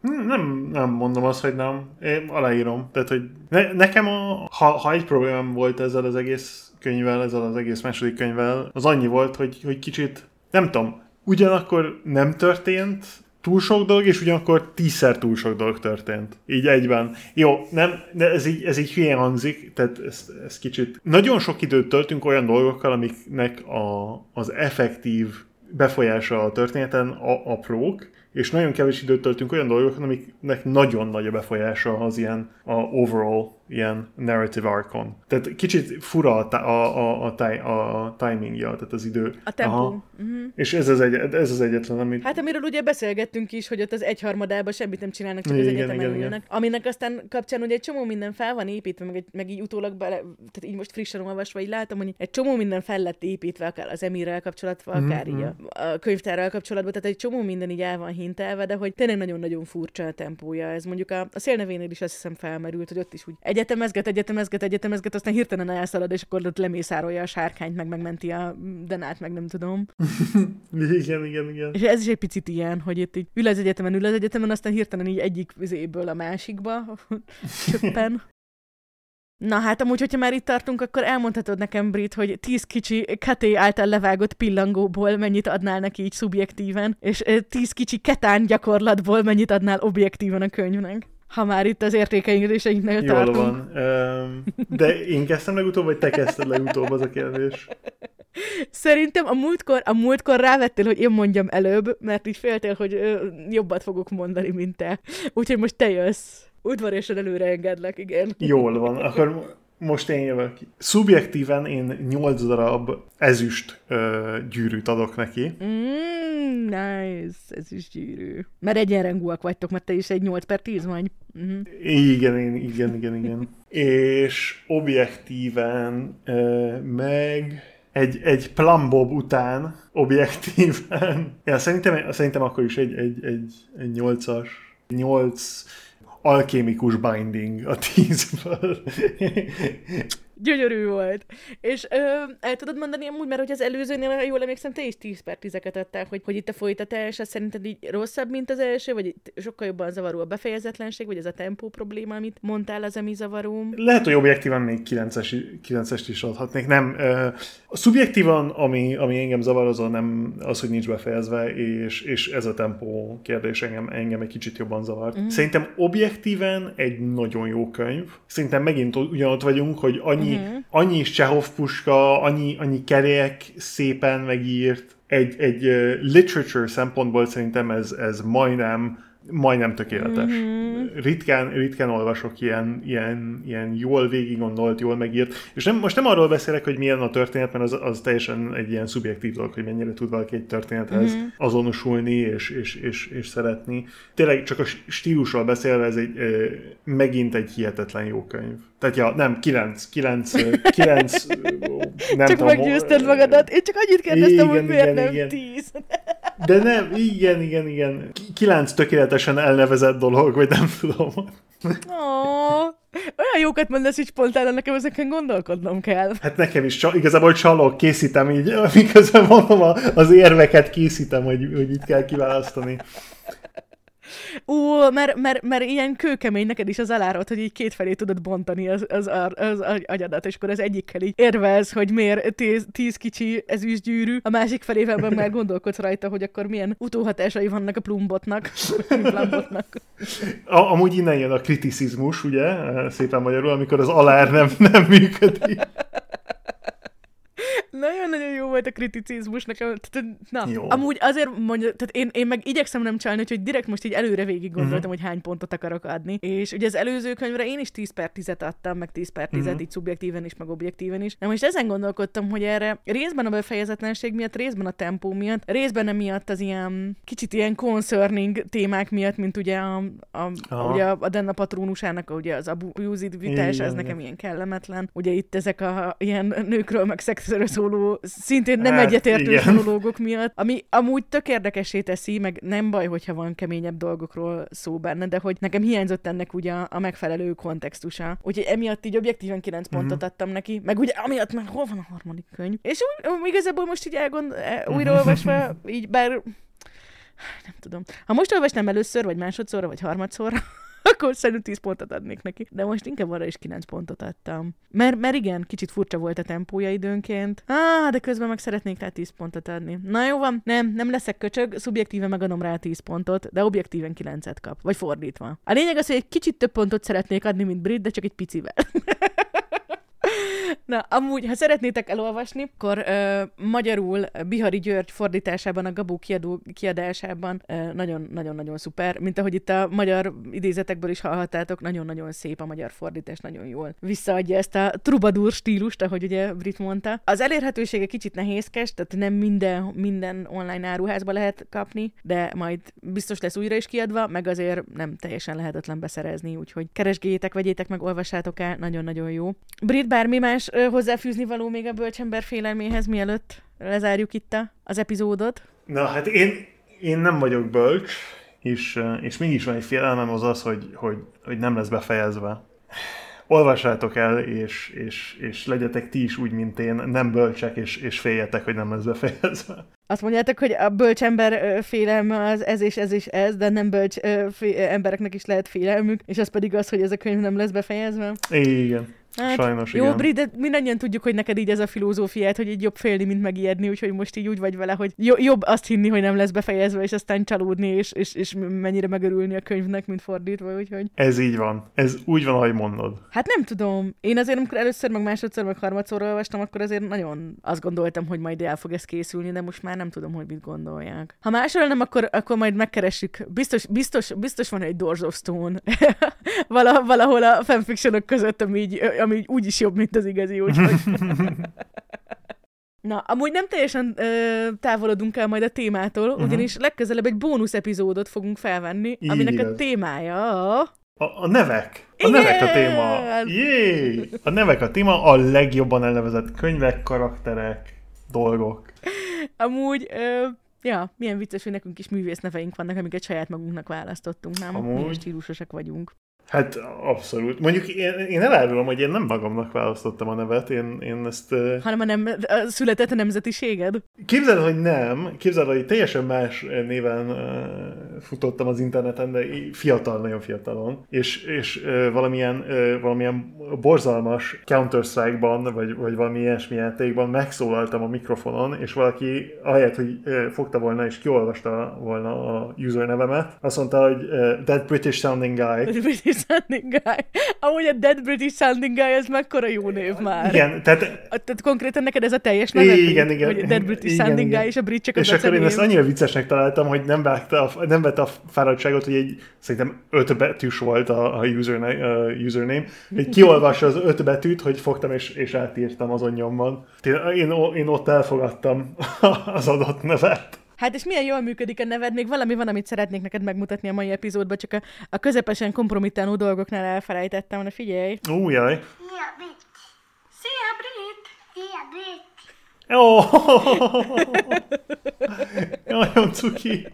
B: Nem, nem mondom azt, hogy nem. Én aláírom. Tehát, hogy ne, nekem, a, ha, ha egy problémám volt ezzel az egész könyvvel, ezzel az egész második könyvvel, az annyi volt, hogy, hogy kicsit, nem tudom, ugyanakkor nem történt túl sok dolog, és ugyanakkor tízszer túl sok dolog történt. Így egyben. Jó, nem, de ez így, ez így hülyén hangzik, tehát ez, ez kicsit... Nagyon sok időt töltünk olyan dolgokkal, amiknek a, az effektív befolyása a történeten a, aprók, és nagyon kevés időt töltünk olyan dolgokon, amiknek nagyon nagy a befolyása az ilyen a overall ilyen narrative arcon. Tehát kicsit fura a, a, a, a, a timingja, tehát az idő.
A: A tempó. Uh-huh.
B: És ez az, egy, ez az egyetlen, amit...
A: Hát amiről ugye beszélgettünk is, hogy ott az egyharmadában semmit nem csinálnak, csak
B: igen,
A: az egyetemen
B: igen,
A: ülnek.
B: igen.
A: Aminek aztán kapcsán ugye egy csomó minden fel van építve, meg, egy, meg így utólag bele, tehát így most frissen olvasva, így látom, hogy egy csomó minden fel lett építve, akár az Emirrel kapcsolatban, akár mm-hmm. így a, a könyvtárral kapcsolatban, tehát egy csomó minden így el van hintelve, de hogy tényleg nagyon-nagyon furcsa a tempója. Ez mondjuk a, a Szélnevénél is azt hiszem felmerült, hogy ott is úgy egyetemezget, egyetemezget, egyetemezget, aztán hirtelen elszalad, és akkor ott lemészárolja a sárkányt, meg megmenti a Danát, meg nem tudom.
B: igen, igen, igen.
A: És ez is egy picit ilyen, hogy itt így ül az egyetemen, ül az egyetemen, aztán hirtelen így egyik vizéből a másikba csöppen. Na hát amúgy, hogyha már itt tartunk, akkor elmondhatod nekem, Brit, hogy tíz kicsi Katé által levágott pillangóból mennyit adnál neki így szubjektíven, és tíz kicsi Ketán gyakorlatból mennyit adnál objektíven a könyvnek. Ha már itt az értékeingéseinknél tartunk.
B: Jól van. De én kezdtem legutóbb, vagy te kezdted legutóbb, az a kérdés?
A: Szerintem a múltkor, a múltkor rávettél, hogy én mondjam előbb, mert így féltél, hogy ö, jobbat fogok mondani, mint te. Úgyhogy most te jössz. Udvariasan előre engedlek, igen.
B: Jól van. Akkor most én jövök. Szubjektíven én nyolc darab ezüst ö, gyűrűt adok neki.
A: Mm, nice, ezüst gyűrű. Mert egyenrangúak vagytok, mert te is egy nyolc per tíz vagy. Mm-hmm.
B: Igen, én, igen, igen, igen. És objektíven ö, meg egy, egy Plumbob után objektíven, ja, szerintem, szerintem akkor is egy, egy, egy, egy nyolcas, nyolc alkémikus binding a tízből.
A: Gyönyörű volt. És ö, el tudod mondani amúgy, mert hogy az előzőnél, ha jól emlékszem, te is tíz per tízeket adtál, hogy, hogy itt a folytatás, az szerinted így rosszabb, mint az első, vagy itt sokkal jobban zavaró a befejezetlenség, vagy ez a tempó probléma, amit mondtál, az, ami zavaró?
B: Lehet, hogy objektívan még kilencest is adhatnék. Nem, ö, szubjektívan, ami, ami engem zavar, az nem az, hogy nincs befejezve, és, és ez a tempó kérdés engem, engem egy kicsit jobban zavart. Mm. Szerintem objektíven egy nagyon jó könyv. Szerintem megint ugyanott vagyunk, hogy annyi Annyi, uh-huh. annyi Csehov puska, annyi, annyi kerék szépen megírt. Egy, egy uh, literature szempontból szerintem ez, ez majdnem, majdnem tökéletes. Uh-huh. Ritkán, ritkán olvasok ilyen, ilyen, ilyen jól végiggondolt, jól megírt. És nem, most nem arról beszélek, hogy milyen a történet, mert az, az teljesen egy ilyen szubjektív dolog, hogy mennyire tud valaki egy történethez uh-huh. azonosulni és, és, és, és szeretni. Tényleg csak a stílusról beszélve ez egy, megint egy hihetetlen jó könyv. Tehát ja, nem, kilenc, kilenc, kilenc, nem
A: csak
B: tudom. Csak
A: meggyőzted magadat. Én csak annyit kérdeztem, hogy miért
B: igen,
A: nem
B: igen.
A: tíz.
B: De nem, igen, igen, igen. Kilenc tökéletesen elnevezett dolog, vagy nem tudom.
A: Oh, olyan jókat mondasz, hogy spontán nekem ezeken gondolkodnom kell.
B: Hát nekem is, igazából csalok, készítem így, miközben mondom az érveket, készítem, hogy, hogy itt kell kiválasztani.
A: Ú, mert, mert, mert ilyen kőkemény neked is az alárat, hogy így kétfelé tudod bontani az, az, az, az agyadat, és akkor az egyikkel így érvelsz, hogy miért tíz, tíz kicsi ezüstgyűrű, a másik felével meg már gondolkodsz rajta, hogy akkor milyen utóhatásai vannak a plumbotnak. plumbotnak.
B: A, amúgy innen jön a kriticizmus, ugye, szépen magyarul, amikor az alár nem, nem működik.
A: Nagyon-nagyon jó volt a kriticizmus nekem. Na,
B: jó.
A: Amúgy azért mondja, tehát én, én meg igyekszem nem csalni, hogy direkt most így előre végig gondoltam, uh-huh. hogy hány pontot akarok adni. És ugye az előző könyvre én is tíz per tízet adtam, meg tíz per tízet, uh-huh. így szubjektíven is, meg objektíven is. De most ezen gondolkodtam, hogy erre részben a befejezetlenség miatt, részben a tempó miatt, részben emiatt az ilyen kicsit ilyen concerning témák miatt, mint ugye a, a, a, ugye a Denna patrónusának, ugye az abusivitás, ez nekem ilyen kellemetlen. Ugye itt ezek a ilyen nőkről, meg szexről szóló, szintén nem hát, egyetértő monológok miatt, ami amúgy tök érdekessé teszi, meg nem baj, hogyha van keményebb dolgokról szó benne, de hogy nekem hiányzott ennek ugye a, a megfelelő kontextusa. Úgyhogy emiatt így objektíven kilenc pontot uh-huh. adtam neki, meg ugye amiatt már hol van a harmadik könyv. És úgy, igazából most így elgond, újraolvasva, így bár nem tudom. Ha most olvasnám először, vagy másodszorra, vagy harmadszorra, akkor szerintem tíz pontot adnék neki. De most inkább arra is kilenc pontot adtam. Mert, mert igen, kicsit furcsa volt a tempója időnként. Ah, de közben meg szeretnék rá tíz pontot adni. Na jó van, nem, nem leszek köcsög, szubjektíven megadom rá tíz pontot, de objektíven kilencet kap. Vagy fordítva. A lényeg az, hogy egy kicsit több pontot szeretnék adni, mint Brit, de csak egy picivel. Na, amúgy, ha szeretnétek elolvasni, akkor ö, magyarul Bihari György fordításában, a Gabó kiadó kiadásában nagyon-nagyon-nagyon szuper, mint ahogy itt a magyar idézetekből is hallhattátok, nagyon-nagyon szép a magyar fordítás, nagyon jól visszaadja ezt a troubadour stílust, ahogy ugye Brit mondta. Az elérhetősége kicsit nehézkes, tehát nem minden, minden online áruházba lehet kapni, de majd biztos lesz újra is kiadva, meg azért nem teljesen lehetetlen beszerezni, úgyhogy keresgéljétek, vegyétek meg, olvassátok el, nagyon-nagyon jó. Brit, bármi más ö, hozzáfűzni való még a bölcsember félelméhez, mielőtt lezárjuk itt a, az epizódot?
B: Na, hát én, én nem vagyok bölcs, és, és mégis van egy félelmem, az az, hogy, hogy, hogy nem lesz befejezve. Olvassátok el, és, és, és legyetek ti is úgy, mint én, nem bölcsek, és, és féljetek, hogy nem lesz befejezve.
A: Azt mondjátok, hogy a bölcsember félelme az ez és ez és ez, de nem bölcs fé- embereknek is lehet félelmük, és az pedig az, hogy ez a könyv nem lesz befejezve.
B: Igen. Hát, sajnos,
A: jó,
B: igen.
A: Bri, de mindannyian tudjuk, hogy neked így ez a filozófiát, hogy így jobb félni, mint megijedni, úgyhogy most így úgy vagy vele, hogy jobb azt hinni, hogy nem lesz befejezve, és aztán csalódni, és, és, és mennyire megörülni a könyvnek, mint fordítva, úgyhogy...
B: Ez így van. Ez úgy van, ahogy mondod.
A: Hát nem tudom. Én azért, amikor először, meg másodszor, meg harmadszor olvastam, akkor azért nagyon azt gondoltam, hogy majd el fog ez készülni, de most már nem tudom, hogy mit gondolják. Ha másról nem, akkor, akkor majd megkeressük. Biztos, biztos, biztos van egy Doors of Stone valahol a fanfictionok között, ami így, ami úgyis jobb, mint az igazi, úgyhogy... Na, amúgy nem teljesen ö, távolodunk el majd a témától, uh-huh. ugyanis legközelebb egy bónusz epizódot fogunk felvenni,
B: Így
A: aminek
B: igaz.
A: a témája a...
B: A, a nevek. A
A: Igen!
B: nevek a téma. Jé! A nevek a téma, a legjobban elnevezett könyvek, karakterek, dolgok.
A: Amúgy, ö, ja, milyen vicces, hogy nekünk is művészneveink vannak, amiket saját magunknak választottunk, nem?
B: Amúgy.
A: Mi stílusosak vagyunk.
B: Hát abszolút. Mondjuk én, én elárulom, hogy én nem magamnak választottam a nevet, én, én ezt... Uh...
A: Hanem a, nem, a született a nemzetiséged?
B: Képzeld, hogy nem. Képzeld, hogy teljesen más néven uh, futottam az interneten, de fiatal, nagyon fiatalon. És, és uh, valamilyen, uh, valamilyen borzalmas Counter-Strike-ban, vagy, vagy valami ilyesmi játékban megszólaltam a mikrofonon, és valaki ahelyett, hogy uh, fogta volna és kiolvasta volna a user nevemet, azt mondta, hogy uh, that British sounding guy.
A: Sounding Guy. Amúgy a Dead British Sounding Guy, ez mekkora jó név már.
B: Igen, tehát...
A: A, tehát konkrétan neked ez a teljes neved?
B: Igen, igen.
A: Hogy Dead British
B: igen,
A: Sounding
B: igen.
A: Guy, és a brit csak a
B: És akkor én
A: név.
B: ezt annyira viccesnek találtam, hogy nem, vágta a, nem vette a fáradtságot, hogy egy, szerintem öt betűs volt a, a username, a username, hogy kiolvassa az öt betűt, hogy fogtam és, és átírtam azon nyomban. Én, én ott elfogadtam az adott nevet.
A: Hát és milyen jól működik a neved, még valami van, amit szeretnék neked megmutatni a mai epizódban, csak a, a közepesen kompromittáló dolgoknál elfelejtettem, na figyelj.
B: Ó, jaj.
C: Szia, Brit! Szia, Brit! Szia, Brit!
B: Ó, nagyon cuki.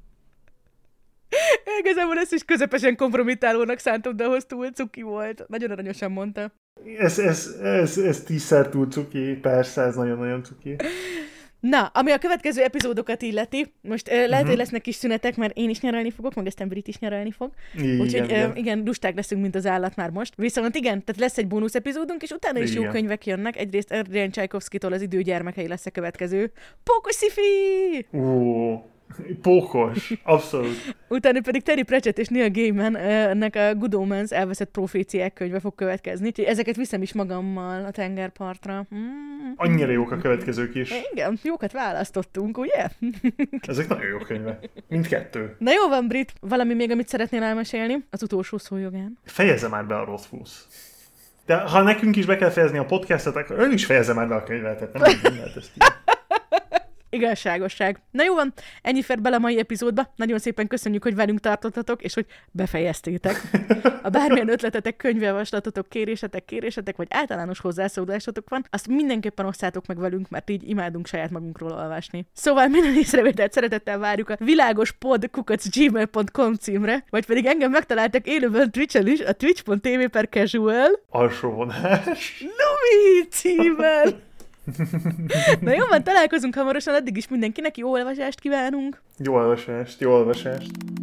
A: Igazából ezt is közepesen kompromittálónak szántam, de ahhoz túl cuki volt. Nagyon aranyosan mondta.
B: Ez, ez, ez, ez tízszer túl cuki, persze, ez nagyon-nagyon cuki.
A: Na, ami a következő epizódokat illeti, most uh, lehet, uh-huh. hogy lesznek kis szünetek, mert én is nyaralni fogok, meg aztán Brit is nyaralni fog.
B: Igen,
A: Úgyhogy
B: igen.
A: Uh, igen, lusták leszünk, mint az állat már most. Viszont igen, tehát lesz egy bónusz epizódunk, és utána is
B: igen.
A: jó könyvek jönnek. Egyrészt Adrian Tchaikovskytól Az idő gyermekei lesz a következő. Pókos sci-fi!
B: Ó, pókos, abszolút.
A: Utána pedig Terry Pratchett és Neil Gaiman-nek a Good Omens elveszett proféciák könyve fog következni. Úgyhogy ezeket viszem is magammal a tengerpartra. Mm.
B: Annyira jók a következők is.
A: Igen, jókat választottunk, ugye?
B: Ezek nagyon jó könyvek. Mindkettő.
A: Na jó van, Brit, valami még, amit szeretnél elmesélni az utolsó szó jogán?
B: Fejezze már be a Rothfuss. De ha nekünk is be kell fejezni a podcastot, akkor ő is fejezze már be a könyvet, tehát nem mindent ezt így.
A: Igazságosság. Na jó van, ennyi fér bele a mai epizódba. Nagyon szépen köszönjük, hogy velünk tartottatok, és hogy befejeztétek. A bármilyen ötletetek, könyvjavaslatotok, kérésetek, kérésetek, vagy általános hozzászólásotok van, azt mindenképpen osszátok meg velünk, mert így imádunk saját magunkról olvasni. Szóval minden észrevételt szeretettel várjuk a világospod kukac gmail pont com címre, vagy pedig engem megtaláltak élőben Twitch-en is, a twitch pont tv per casual
B: Alsó vonás.
A: Lumi címen. Na jó van, találkozunk hamarosan, addig is mindenkinek jó olvasást kívánunk!
B: Jó olvasást, jó olvasást.